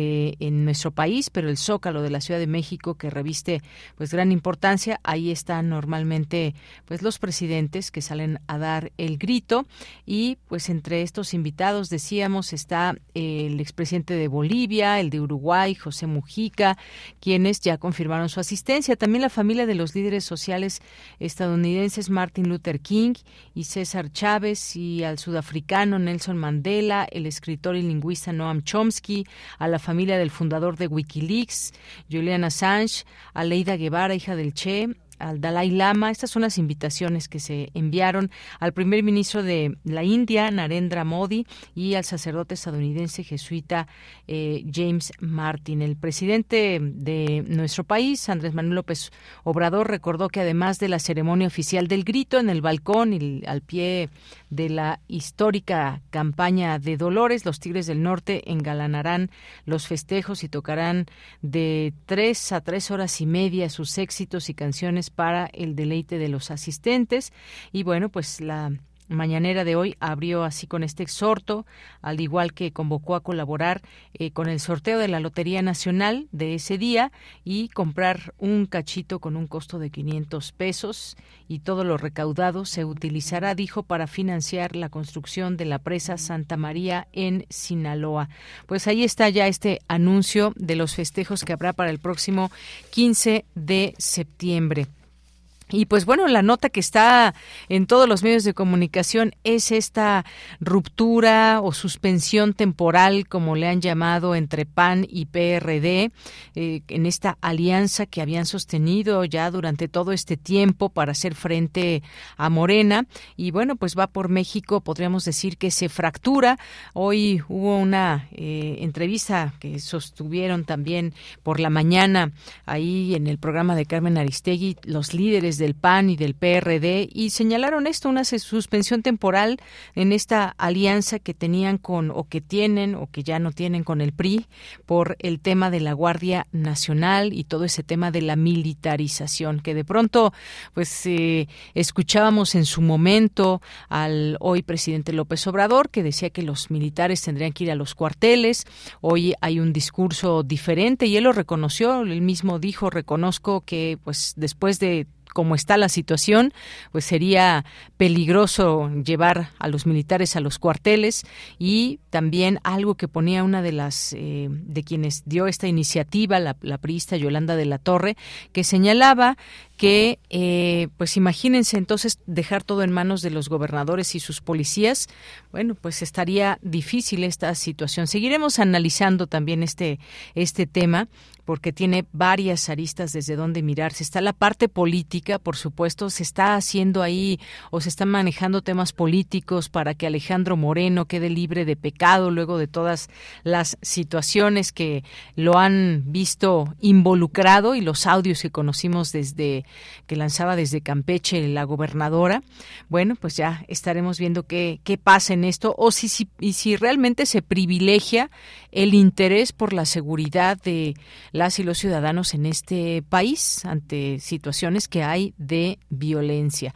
en nuestro país, pero el Zócalo de la Ciudad de México, que reviste pues gran importancia. Ahí están normalmente pues los presidentes que salen a dar el grito, y pues entre estos invitados, decíamos, está el expresidente de Bolivia, el de Uruguay, José Mujica, quienes ya confirmaron su asistencia. También la familia de los líderes sociales estadounidenses Martin Luther King y César Chávez, y al sudafricano Nelson Mandela, el escritor y lingüista Noam Chomsky, a la familia del fundador de Wikileaks, Julian Assange, a Leida Guevara, hija del Che, al Dalai Lama. Estas son las invitaciones que se enviaron al primer ministro de la India, Narendra Modi, y al sacerdote estadounidense jesuita James Martin. El presidente de nuestro país, Andrés Manuel López Obrador, recordó que además de la ceremonia oficial del grito en el balcón y al pie de la histórica campaña de Dolores, los Tigres del Norte engalanarán los festejos y tocarán de 3 a 3 horas y media sus éxitos y canciones para el deleite de los asistentes. Y bueno, pues la mañanera de hoy abrió así con este exhorto, al igual que convocó a colaborar con el sorteo de la Lotería Nacional de ese día y comprar un cachito con un costo de 500 pesos, y todo lo recaudado se utilizará, dijo, para financiar la construcción de la presa Santa María en Sinaloa. Pues ahí está ya este anuncio de los festejos que habrá para el próximo 15 de septiembre. Y pues bueno, la nota que está en todos los medios de comunicación es esta ruptura o suspensión temporal, como le han llamado, entre PAN y PRD, en esta alianza que habían sostenido ya durante todo este tiempo para hacer frente a Morena. Y bueno, pues va por México, podríamos decir que se fractura. Hoy hubo una entrevista que sostuvieron también por la mañana ahí en el programa de Carmen Aristegui, los líderes del PAN y del PRD, y señalaron esto, una suspensión temporal en esta alianza que tenían que tienen o que ya no tienen con el PRI por el tema de la Guardia Nacional y todo ese tema de la militarización, que de pronto pues escuchábamos en su momento al hoy presidente López Obrador, que decía que los militares tendrían que ir a los cuarteles. Hoy hay un discurso diferente y él lo reconoció, él mismo dijo: reconozco que pues después de cómo está la situación, pues sería peligroso llevar a los militares a los cuarteles. Y también algo que ponía una de las de quienes dio esta iniciativa, la priista Yolanda de la Torre, que señalaba que pues imagínense entonces dejar todo en manos de los gobernadores y sus policías. Bueno, pues estaría difícil esta situación. Seguiremos analizando también este tema, porque tiene varias aristas desde donde mirarse. Está la parte política, por supuesto, se está haciendo ahí o se están manejando temas políticos para que Alejandro Moreno quede libre de pecado luego de todas las situaciones que lo han visto involucrado y los audios que conocimos que lanzaba desde Campeche la gobernadora. Bueno, pues ya estaremos viendo qué pasa en esto, o si realmente se privilegia el interés por la seguridad de las y los ciudadanos en este país ante situaciones que hay de violencia.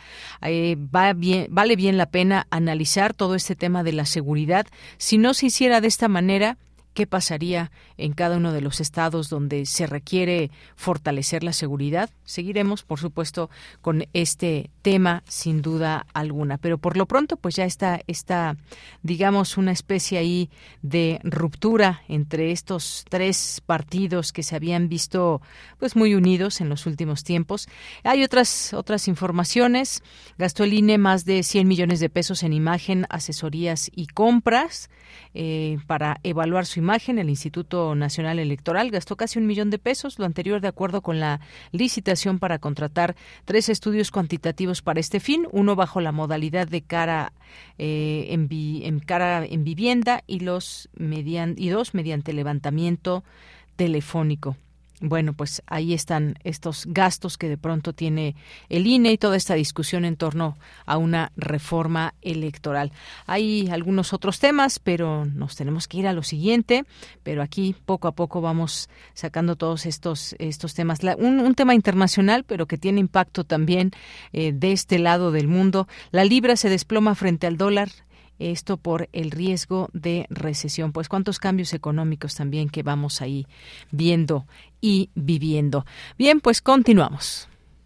Vale bien la pena analizar todo este tema de la seguridad. Si no se hiciera de esta manera, ¿Qué pasaría en cada uno de los estados donde se requiere fortalecer la seguridad? Seguiremos, por supuesto, con este tema sin duda alguna. Pero por lo pronto, pues ya está, digamos, una especie ahí de ruptura entre estos tres partidos que se habían visto pues muy unidos en los últimos tiempos. Hay otras informaciones. Gastó el INE más de 100 millones de pesos en imagen, asesorías y compras para evaluar su imagen. El Instituto Nacional Electoral gastó casi 1 millón de pesos, lo anterior de acuerdo con la licitación para contratar 3 estudios cuantitativos para este fin, uno bajo la modalidad de cara en vivienda y dos mediante levantamiento telefónico. Bueno, pues ahí están estos gastos que de pronto tiene el INE y toda esta discusión en torno a una reforma electoral. Hay algunos otros temas, pero nos tenemos que ir a lo siguiente. Pero aquí poco a poco vamos sacando todos estos temas. Un tema internacional, pero que tiene impacto también de este lado del mundo. La libra se desploma frente al dólar. Esto por el riesgo de recesión. Pues cuántos cambios económicos también que vamos ahí viendo y viviendo. Bien, pues continuamos.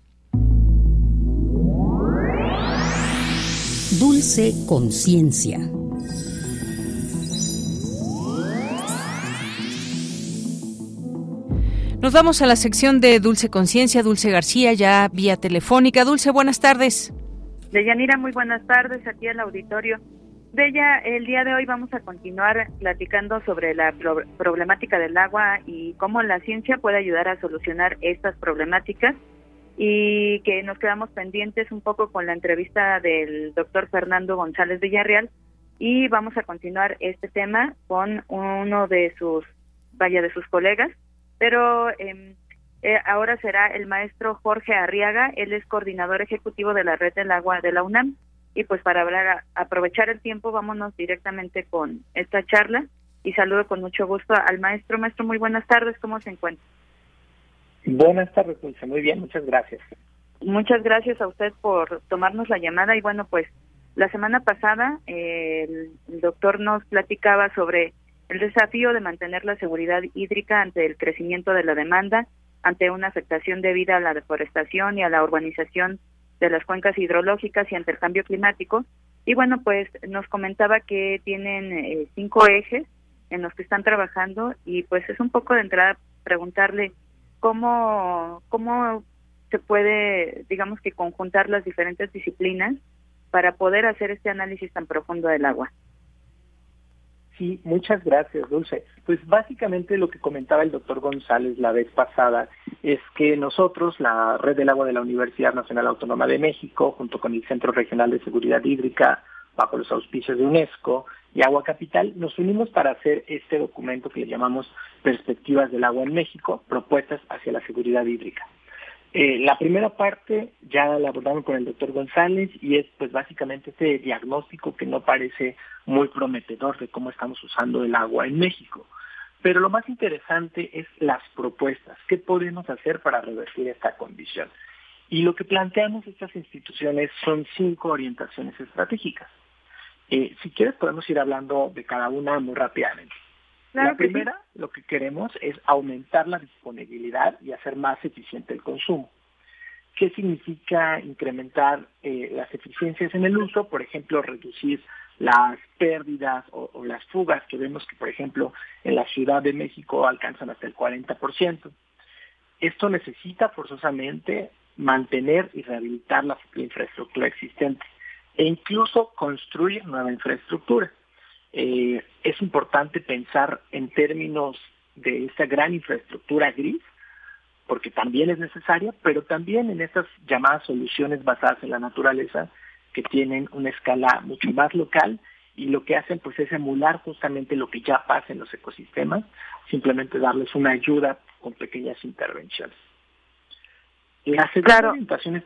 Dulce Conciencia. Nos vamos a la sección de Dulce Conciencia. Dulce García, ya vía telefónica. Dulce, buenas tardes. Deyanira, muy buenas tardes aquí al auditorio. Bella, el día de hoy vamos a continuar platicando sobre la problemática del agua y cómo la ciencia puede ayudar a solucionar estas problemáticas, y que nos quedamos pendientes un poco con la entrevista del doctor Fernando González Villarreal, y vamos a continuar este tema con uno de sus colegas, pero ahora será el maestro Jorge Arriaga. Él es coordinador ejecutivo de la Red del Agua de la UNAM. Y pues para aprovechar el tiempo, vámonos directamente con esta charla, y saludo con mucho gusto al maestro. Maestro, muy buenas tardes, ¿cómo se encuentra? Buenas tardes, Dulce, muy bien, muchas gracias. Muchas gracias a usted por tomarnos la llamada. Y bueno, pues la semana pasada el doctor nos platicaba sobre el desafío de mantener la seguridad hídrica ante el crecimiento de la demanda, ante una afectación debida a la deforestación y a la urbanización de las cuencas hidrológicas y ante el cambio climático. Y bueno, pues nos comentaba que tienen 5 ejes en los que están trabajando, y pues es un poco de entrada preguntarle cómo se puede, digamos que conjuntar las diferentes disciplinas para poder hacer este análisis tan profundo del agua. Sí, muchas gracias, Dulce. Pues básicamente lo que comentaba el doctor González la vez pasada es que nosotros, la Red del Agua de la Universidad Nacional Autónoma de México, junto con el Centro Regional de Seguridad Hídrica, bajo los auspicios de UNESCO y Agua Capital, nos unimos para hacer este documento que le llamamos Perspectivas del Agua en México, propuestas hacia la seguridad hídrica. La primera parte ya la abordamos con el doctor González, y es pues básicamente este diagnóstico que no parece muy prometedor de cómo estamos usando el agua en México. Pero lo más interesante es las propuestas. ¿Qué podemos hacer para revertir esta condición? Y lo que planteamos estas instituciones son 5 orientaciones estratégicas. Si quieres podemos ir hablando de cada una muy rápidamente. Claro, la primera, sí, lo que queremos es aumentar la disponibilidad y hacer más eficiente el consumo. ¿Qué significa incrementar las eficiencias en el uso? Por ejemplo, reducir las pérdidas o las fugas que vemos que, por ejemplo, en la Ciudad de México alcanzan hasta el 40%. Esto necesita forzosamente mantener y rehabilitar la infraestructura existente e incluso construir nueva infraestructura. Es importante pensar en términos de esta gran infraestructura gris, porque también es necesaria, pero también en estas llamadas soluciones basadas en la naturaleza, que tienen una escala mucho más local, y lo que hacen pues es emular justamente lo que ya pasa en los ecosistemas, simplemente darles una ayuda con pequeñas intervenciones. La segunda orientación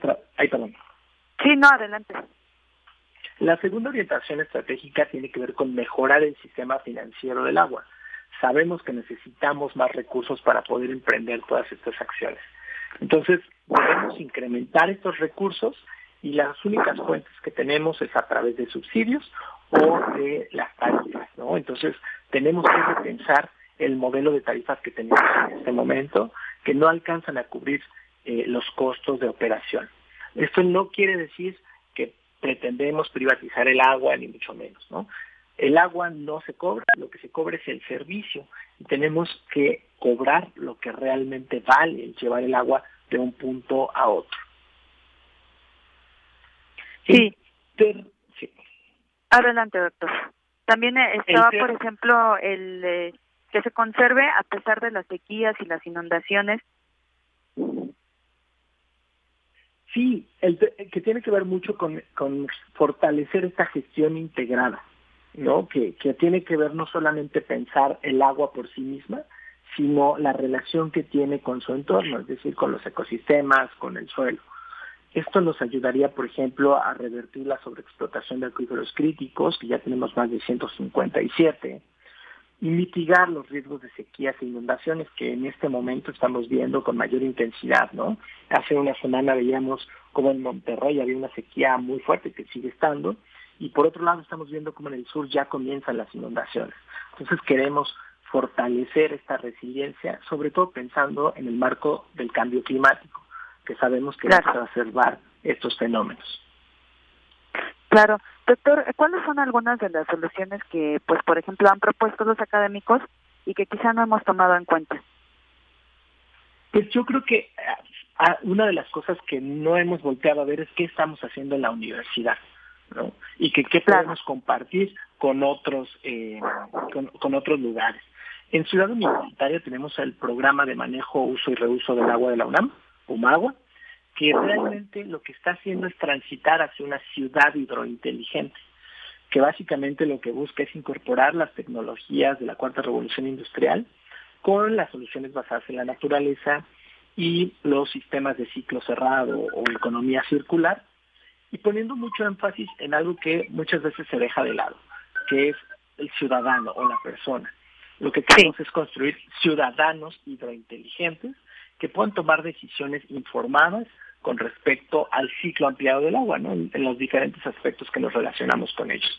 Sí, no, adelante. La segunda orientación estratégica tiene que ver con mejorar el sistema financiero del agua. Sabemos que necesitamos más recursos para poder emprender todas estas acciones. Entonces, debemos incrementar estos recursos, y las únicas fuentes que tenemos es a través de subsidios o de las tarifas, ¿no? Entonces, tenemos que repensar el modelo de tarifas que tenemos en este momento, que no alcanzan a cubrir los costos de operación. Esto no quiere decir que pretendemos privatizar el agua, ni mucho menos, ¿no? El agua no se cobra, lo que se cobra es el servicio, y tenemos que cobrar lo que realmente vale el llevar el agua de un punto a otro. Sí. Sí. Adelante, doctor. También estaba, por ejemplo, el que se conserve a pesar de las sequías y las inundaciones. Sí, que tiene que ver mucho con fortalecer esta gestión integrada, ¿no? Que tiene que ver no solamente pensar el agua por sí misma, sino la relación que tiene con su entorno, es decir, con los ecosistemas, con el suelo. Esto nos ayudaría, por ejemplo, a revertir la sobreexplotación de acuíferos críticos, que ya tenemos más de 157, y mitigar los riesgos de sequías e inundaciones que en este momento estamos viendo con mayor intensidad, ¿no? Hace una semana veíamos como en Monterrey había una sequía muy fuerte que sigue estando, y por otro lado estamos viendo como en el sur ya comienzan las inundaciones. Entonces queremos fortalecer esta resiliencia, sobre todo pensando en el marco del cambio climático, que sabemos que va a exacerbar estos fenómenos. Claro. Doctor, ¿cuáles son algunas de las soluciones que, pues, por ejemplo, han propuesto los académicos y que quizá no hemos tomado en cuenta? Pues yo creo que una de las cosas que no hemos volteado a ver es qué estamos haciendo en la universidad, ¿no? Y que qué podemos compartir con otros con otros lugares. En Ciudad Universitaria tenemos el programa de manejo, uso y reuso del agua de la UNAM, PUMAGUA, que realmente lo que está haciendo es transitar hacia una ciudad hidrointeligente, que básicamente lo que busca es incorporar las tecnologías de la cuarta revolución industrial con las soluciones basadas en la naturaleza y los sistemas de ciclo cerrado o economía circular, y poniendo mucho énfasis en algo que muchas veces se deja de lado, que es el ciudadano o la persona. Lo que queremos es construir ciudadanos hidrointeligentes que puedan tomar decisiones informadas con respecto al ciclo ampliado del agua, ¿no? En los diferentes aspectos que nos relacionamos con ellos.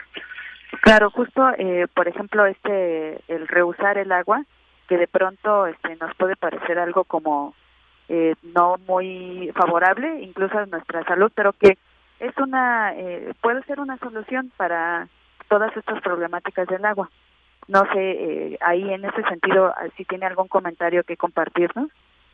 Claro, justo, por ejemplo, el reusar el agua, que de pronto nos puede parecer algo como no muy favorable, incluso a nuestra salud, pero que es puede ser una solución para todas estas problemáticas del agua. No sé, ahí en ese sentido, si tiene algún comentario que compartirnos.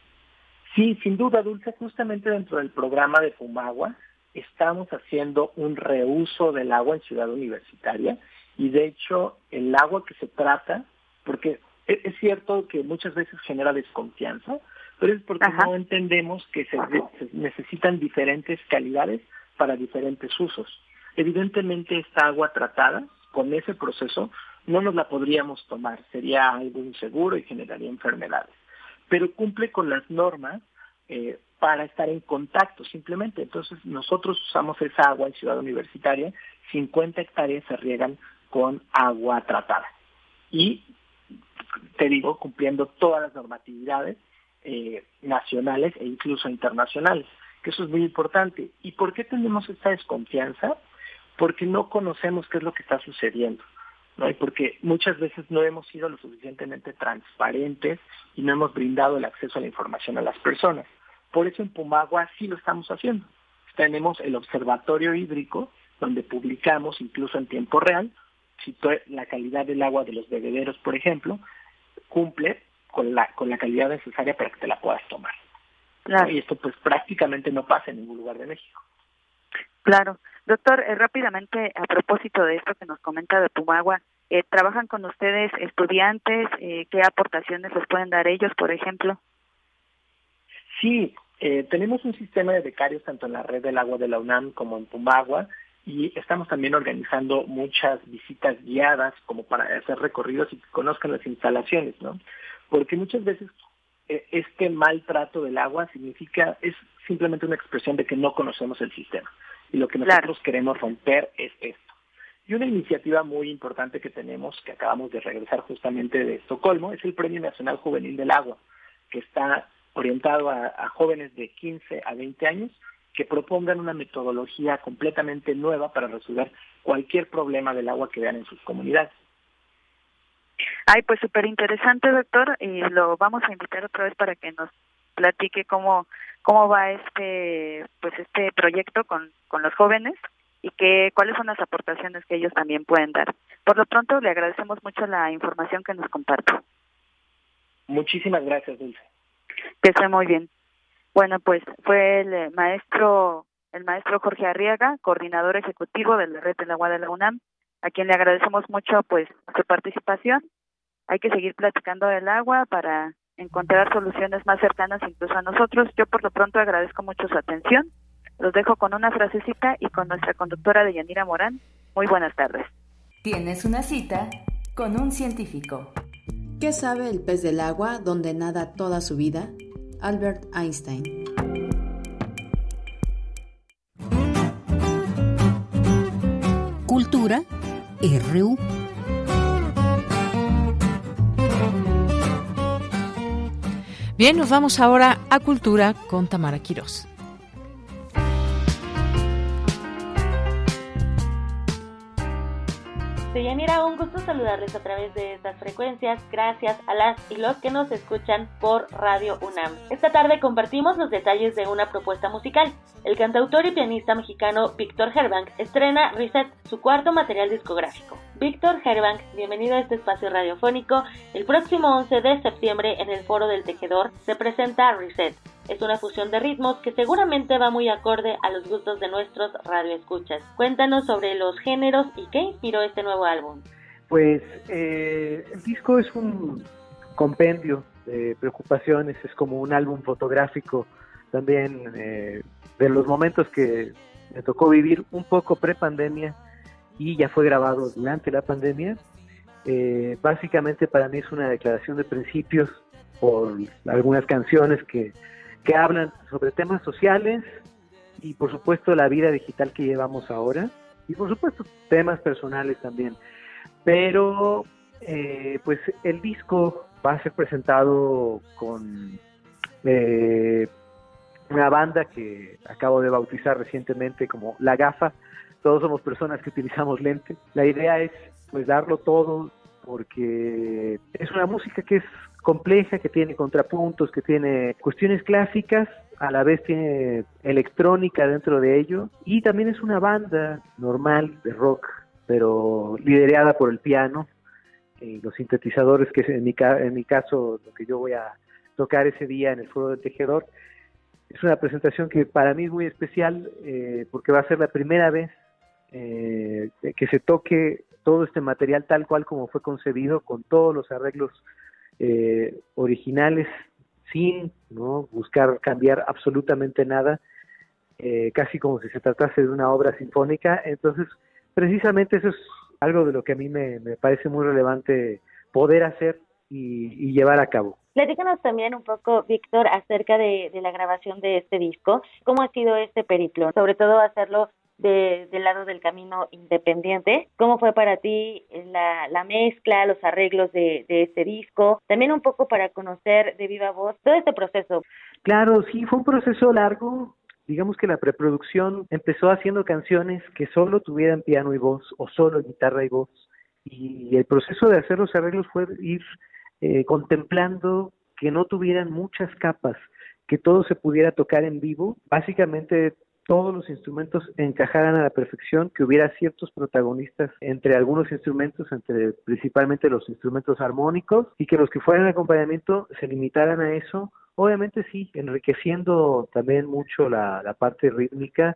Sí, sin duda, Dulce, justamente dentro del programa de PUMAGUA estamos haciendo un reuso del agua en Ciudad Universitaria, y de hecho el agua que se trata, porque es cierto que muchas veces genera desconfianza, pero es porque no entendemos que se necesitan diferentes calidades para diferentes usos. Evidentemente esta agua tratada, con ese proceso, no nos la podríamos tomar, sería algo inseguro y generaría enfermedades, pero cumple con las normas para estar en contacto simplemente. Entonces nosotros usamos esa agua en Ciudad Universitaria, 50 hectáreas se riegan con agua tratada, y te digo, cumpliendo todas las normatividades nacionales e incluso internacionales, que eso es muy importante. ¿Y por qué tenemos esta desconfianza? Porque no conocemos qué es lo que está sucediendo, ¿no? Y porque muchas veces no hemos sido lo suficientemente transparentes y no hemos brindado el acceso a la información a las personas. Por eso en PUMAGUA sí lo estamos haciendo. Tenemos el observatorio hídrico, donde publicamos incluso en tiempo real si la calidad del agua de los bebederos, por ejemplo, cumple con la calidad necesaria para que te la puedas tomar. Claro. Y esto pues prácticamente no pasa en ningún lugar de México. Claro. Doctor, rápidamente, a propósito de esto que nos comenta de PUMAGUA, ¿trabajan con ustedes estudiantes? ¿Qué aportaciones les pueden dar ellos, por ejemplo? Sí, tenemos un sistema de becarios tanto en la red del agua de la UNAM como en PUMAGUA, y estamos también organizando muchas visitas guiadas como para hacer recorridos y que conozcan las instalaciones, ¿no? Porque muchas veces este maltrato del agua es simplemente una expresión de que no conocemos el sistema, y lo que nosotros queremos romper es esto. Y una iniciativa muy importante que tenemos, que acabamos de regresar justamente de Estocolmo, es el Premio Nacional Juvenil del Agua, que está orientado a jóvenes de 15 a 20 años que propongan una metodología completamente nueva para resolver cualquier problema del agua que vean en sus comunidades. Ay, pues súper interesante, doctor, y lo vamos a invitar otra vez para que nos platique cómo va este proyecto con los jóvenes y cuáles son las aportaciones que ellos también pueden dar. Por lo pronto, le agradecemos mucho la información que nos comparte. Muchísimas gracias, Dulce. Que esté muy bien. Bueno, pues fue el maestro Jorge Arriaga, coordinador ejecutivo de la Red del Agua de la UNAM, a quien le agradecemos mucho pues su participación. Hay que seguir platicando del agua para encontrar soluciones más cercanas incluso a nosotros. Yo por lo pronto agradezco mucho su atención. Los dejo con una frasecita y con nuestra conductora Deyanira Morán. Muy buenas tardes. Tienes una cita con un científico. ¿Qué sabe el pez del agua donde nada toda su vida? Albert Einstein. Cultura RU. Bien, nos vamos ahora a Cultura con Tamara Quirós. Deyanira, un gusto saludarles a través de estas frecuencias. Gracias a las y los que nos escuchan por Radio UNAM. Esta tarde compartimos los detalles de una propuesta musical. El cantautor y pianista mexicano Víctor Herbank estrena Reset, su cuarto material discográfico. Víctor Herbank, bienvenido a este espacio radiofónico. El próximo 11 de septiembre en el Foro del Tejedor se presenta Reset. Es una fusión de ritmos que seguramente va muy acorde a los gustos de nuestros radioescuchas. Cuéntanos sobre los géneros y qué inspiró este nuevo álbum. Pues el disco es un compendio de preocupaciones, es como un álbum fotográfico también de los momentos que me tocó vivir un poco pre-pandemia y ya fue grabado durante la pandemia. Básicamente para mí es una declaración de principios por algunas canciones que hablan sobre temas sociales y por supuesto la vida digital que llevamos ahora y por supuesto temas personales también. Pero pues el disco va a ser presentado con una banda que acabo de bautizar recientemente como La Gafa. Todos somos personas que utilizamos lentes. La idea es pues darlo todo porque es una música que es compleja, que tiene contrapuntos, que tiene cuestiones clásicas, a la vez tiene electrónica dentro de ello, y también es una banda normal de rock, pero liderada por el piano, los sintetizadores, que en mi caso lo que yo voy a tocar ese día en el Foro del Tejedor. Es una presentación que para mí es muy especial porque va a ser la primera vez que se toque todo este material tal cual como fue concebido, con todos los arreglos originales, sin buscar cambiar absolutamente nada, casi como si se tratase de una obra sinfónica. Entonces, precisamente eso es algo de lo que a mí me parece muy relevante poder hacer y llevar a cabo. Platícanos también un poco, Víctor, acerca de la grabación de este disco. ¿Cómo ha sido este periplo? Sobre todo hacerlo del lado del camino independiente. ¿Cómo fue para ti la mezcla, los arreglos de este disco? También un poco para conocer de viva voz todo este proceso. Claro, sí, fue un proceso largo. Digamos que la preproducción empezó haciendo canciones que solo tuvieran piano y voz o solo guitarra y voz. Y el proceso de hacer los arreglos fue ir contemplando que no tuvieran muchas capas, que todo se pudiera tocar en vivo. Básicamente todos los instrumentos encajaran a la perfección, que hubiera ciertos protagonistas entre algunos instrumentos, entre principalmente los instrumentos armónicos, y que los que fueran acompañamiento se limitaran a eso. Obviamente sí, enriqueciendo también mucho la parte rítmica.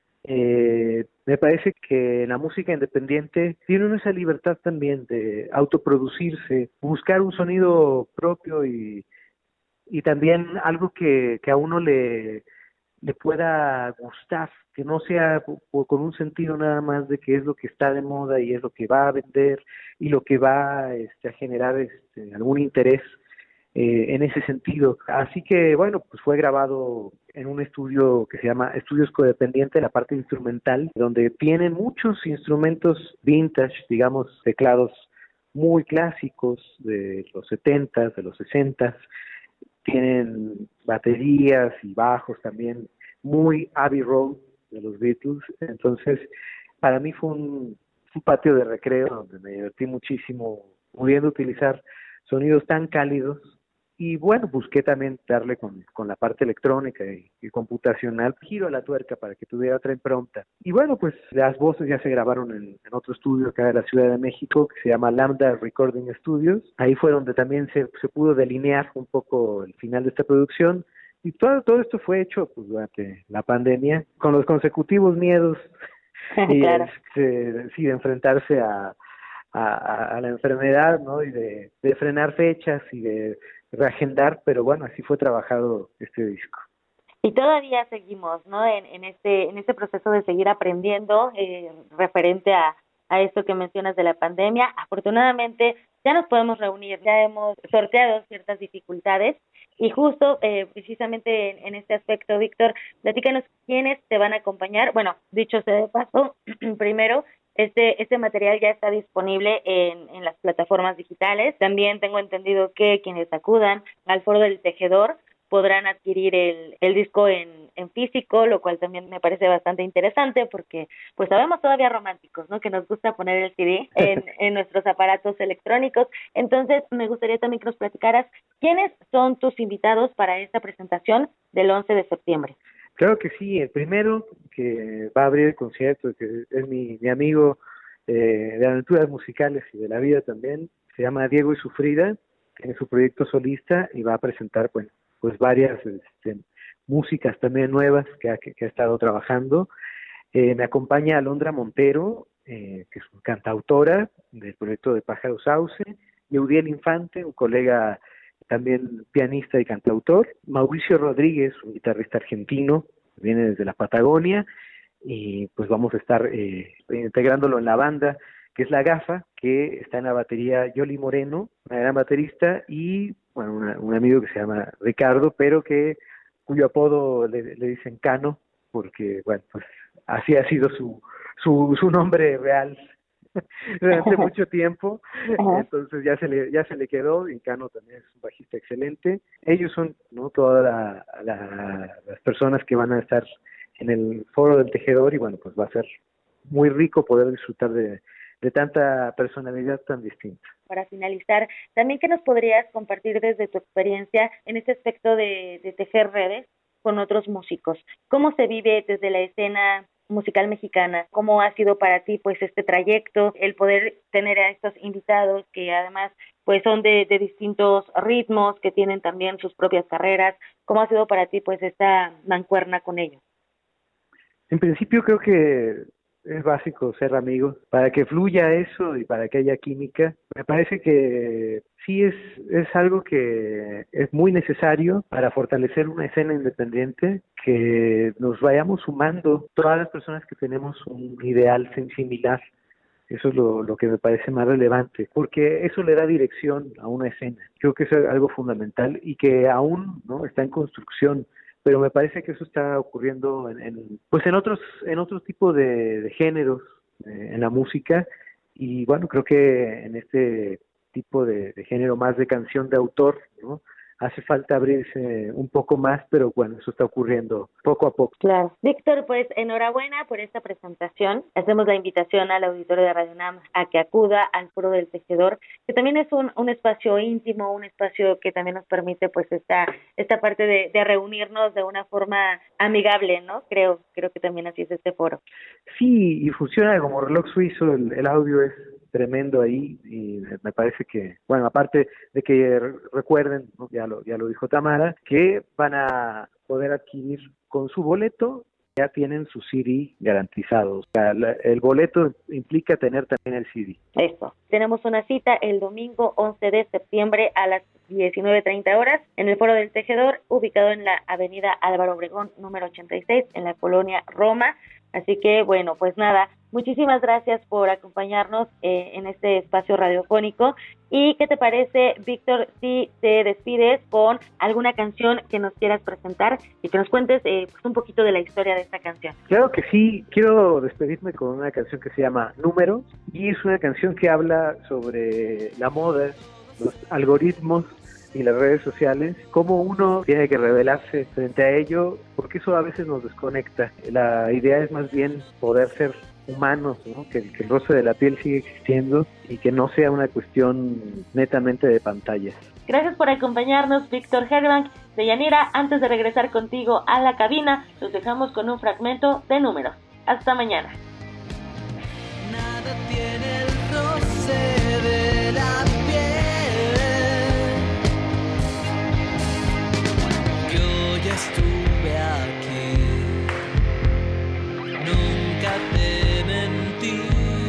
Me parece que la música independiente tiene esa libertad también de autoproducirse, buscar un sonido propio y también algo que a uno le pueda gustar, que no sea con un sentido nada más de que es lo que está de moda y es lo que va a vender y lo que va a generar algún interés en ese sentido. Así que bueno, pues fue grabado en un estudio que se llama Estudios Codependiente, la parte instrumental, donde tienen muchos instrumentos vintage, digamos, teclados muy clásicos de los 70s, de los 60s, tienen baterías y bajos también muy Abbey Road de los Beatles. Entonces para mí fue un patio de recreo donde me divertí muchísimo pudiendo utilizar sonidos tan cálidos. Y bueno, busqué también darle con la parte electrónica y computacional giro a la tuerca para que tuviera otra impronta. Y bueno, pues las voces ya se grabaron en otro estudio acá de la Ciudad de México que se llama Lambda Recording Studios. Ahí fue donde también se pudo delinear un poco el final de esta producción. Y todo esto fue hecho pues, durante la pandemia, con los consecutivos miedos y Claro. de enfrentarse a la enfermedad, ¿no? Y de frenar fechas y de reagendar, pero bueno, así fue trabajado este disco. Y todavía seguimos, ¿no? En este proceso de seguir aprendiendo referente a esto que mencionas de la pandemia. Afortunadamente ya nos podemos reunir, ya hemos sorteado ciertas dificultades y justo precisamente en este aspecto, Víctor, platícanos quiénes te van a acompañar. Bueno, dicho sea de paso, primero, este material ya está disponible en las plataformas digitales. También tengo entendido que quienes acudan al Foro del Tejedor podrán adquirir el disco en físico, lo cual también me parece bastante interesante porque pues sabemos todavía románticos, ¿no? Que nos gusta poner el CD en nuestros aparatos electrónicos. Entonces me gustaría también que nos platicaras quiénes son tus invitados para esta presentación del 11 de septiembre. Claro que sí, el primero que va a abrir el concierto, que es mi amigo de aventuras musicales y de la vida también, se llama Diego y Sufrida, tiene su proyecto solista y va a presentar pues varias músicas también nuevas que ha estado trabajando. Me acompaña Alondra Montero, que es una cantautora del proyecto de Pájaro Sauce, Eudiel Infante, un colega también pianista y cantautor, Mauricio Rodríguez, un guitarrista argentino, viene desde la Patagonia, y pues vamos a estar integrándolo en la banda, que es La Gafa, que está en la batería Yoli Moreno, una gran baterista, y bueno, un amigo que se llama Ricardo, pero cuyo apodo le dicen Cano, porque bueno, pues así ha sido su nombre real durante mucho tiempo. Entonces ya se le quedó, y Cano también es un bajista excelente. Ellos son, ¿no?, todas las personas que van a estar en el Foro del Tejedor, y bueno, pues va a ser muy rico poder disfrutar de tanta personalidad tan distinta. Para finalizar, también ¿qué nos podrías compartir desde tu experiencia en este aspecto de tejer redes con otros músicos? ¿Cómo se vive desde la escena musical mexicana? ¿Cómo ha sido para ti pues este trayecto, el poder tener a estos invitados que además pues son de distintos ritmos, que tienen también sus propias carreras? ¿Cómo ha sido para ti pues esta mancuerna con ellos? En principio creo que es básico ser amigos para que fluya eso y para que haya química. Me parece que sí es algo que es muy necesario para fortalecer una escena independiente, que nos vayamos sumando todas las personas que tenemos un ideal similar. Eso es lo que me parece más relevante, porque eso le da dirección a una escena. Creo que es algo fundamental y que aún no está en construcción, pero me parece que eso está ocurriendo en otros tipos de géneros en la música, y bueno, creo que en este tipo de género más de canción de autor, ¿no?, hace falta abrirse un poco más, pero bueno, eso está ocurriendo poco a poco. Claro. Víctor, pues enhorabuena por esta presentación. Hacemos la invitación al auditorio de Radio UNAM a que acuda al Foro del Tejedor, que también es un espacio íntimo, un espacio que también nos permite pues esta parte de reunirnos de una forma amigable, ¿no? Creo que también así es este foro. Sí, y funciona como reloj suizo, el audio es tremendo ahí, y me parece que, bueno, aparte de que recuerden, ¿no?, ya lo dijo Tamara, que van a poder adquirir con su boleto, ya tienen su CD garantizado. O sea, el boleto implica tener también el CD. Eso. Tenemos una cita el domingo 11 de septiembre a las 19:30 horas en el Foro del Tejedor, ubicado en la avenida Álvaro Obregón, número 86, en la colonia Roma. Así que, bueno, pues nada, muchísimas gracias por acompañarnos en este espacio radiofónico. ¿Y qué te parece, Víctor, si te despides con alguna canción que nos quieras presentar y que nos cuentes pues un poquito de la historia de esta canción? Claro que sí, quiero despedirme con una canción que se llama Números, y es una canción que habla sobre la moda, los algoritmos y las redes sociales, cómo uno tiene que rebelarse frente a ello, porque eso a veces nos desconecta. La idea es más bien poder ser humanos, ¿no? Que el roce de la piel sigue existiendo y que no sea una cuestión netamente de pantallas. Gracias por acompañarnos, Víctor Herbank. Deyanira, antes de regresar contigo a la cabina, los dejamos con un fragmento de Números. Hasta mañana. Nada tiene el roce de la piel. Yo ya estuve aquí, nunca te mentí.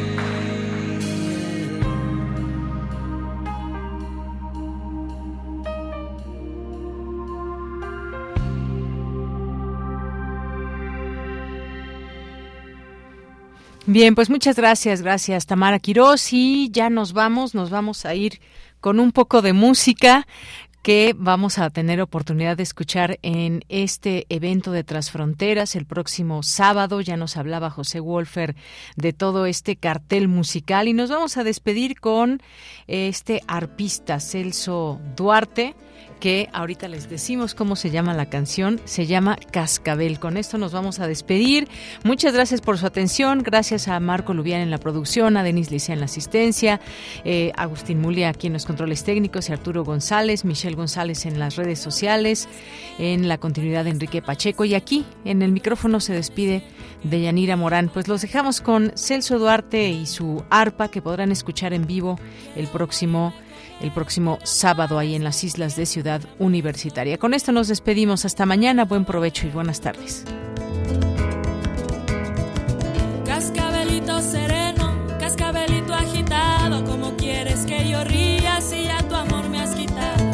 Bien, pues muchas gracias Tamara Quirós, y ya nos vamos a ir con un poco de música que vamos a tener oportunidad de escuchar en este evento de Transfronteras el próximo sábado. Ya nos hablaba José Wolfer de todo este cartel musical y nos vamos a despedir con este arpista Celso Duarte, que ahorita les decimos cómo se llama la canción, se llama Cascabel. Con esto nos vamos a despedir. Muchas gracias por su atención, gracias a Marco Lubián en la producción, a Denis Licea en la asistencia, Agustín Mulia aquí en los controles técnicos, y Arturo González, Michelle González en las redes sociales, en la continuidad de Enrique Pacheco, y aquí en el micrófono se despide Deyanira Morán. Pues los dejamos con Celso Duarte y su arpa, que podrán escuchar en vivo el próximo sábado ahí en las islas de Ciudad Universitaria. Con esto nos despedimos. Hasta mañana. Buen provecho y buenas tardes. Cascabelito sereno, cascabelito agitado, ¿cómo quieres que yo ría si ya tu amor me has quitado?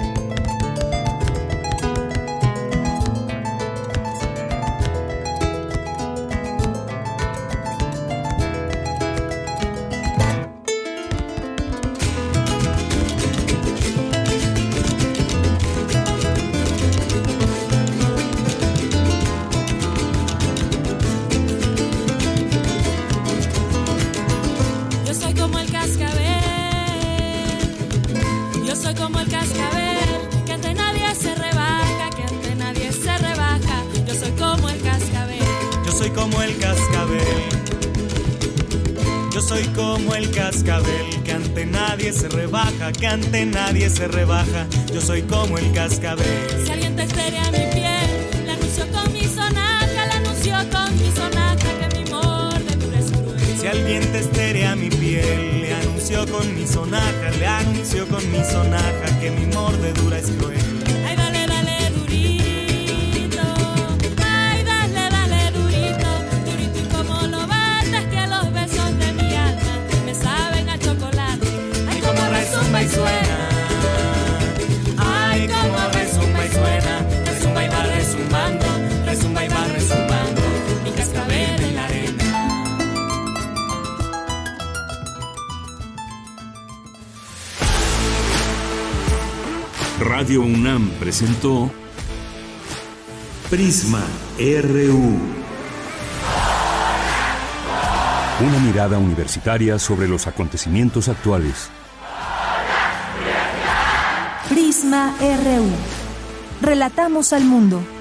Soy como el cascabel, que ante nadie se rebaja, que ante nadie se rebaja. Yo soy como el cascabel. Si alguien te esterea mi piel, la anuncio con mi sonaja, la anuncio con mi sonaja, que mi mordedura es cruel. Si alguien te esterea mi piel, le anuncio con mi sonaja, le anuncio con mi sonaja, que mi mordedura es cruel. Ay, dale, dale, durito. Ay, dale, dale, durito. Durito y como lo bates, que los besos de mi alma me saben a chocolate. Ay, como resumba y suena. Ay, como resumba y suena. Resumba y va resumbando, resumba y va resumbando. Mi cascabel en la arena. Radio UNAM presentó Prisma RU. Una mirada universitaria sobre los acontecimientos actuales. Prisma RU. Relatamos al mundo.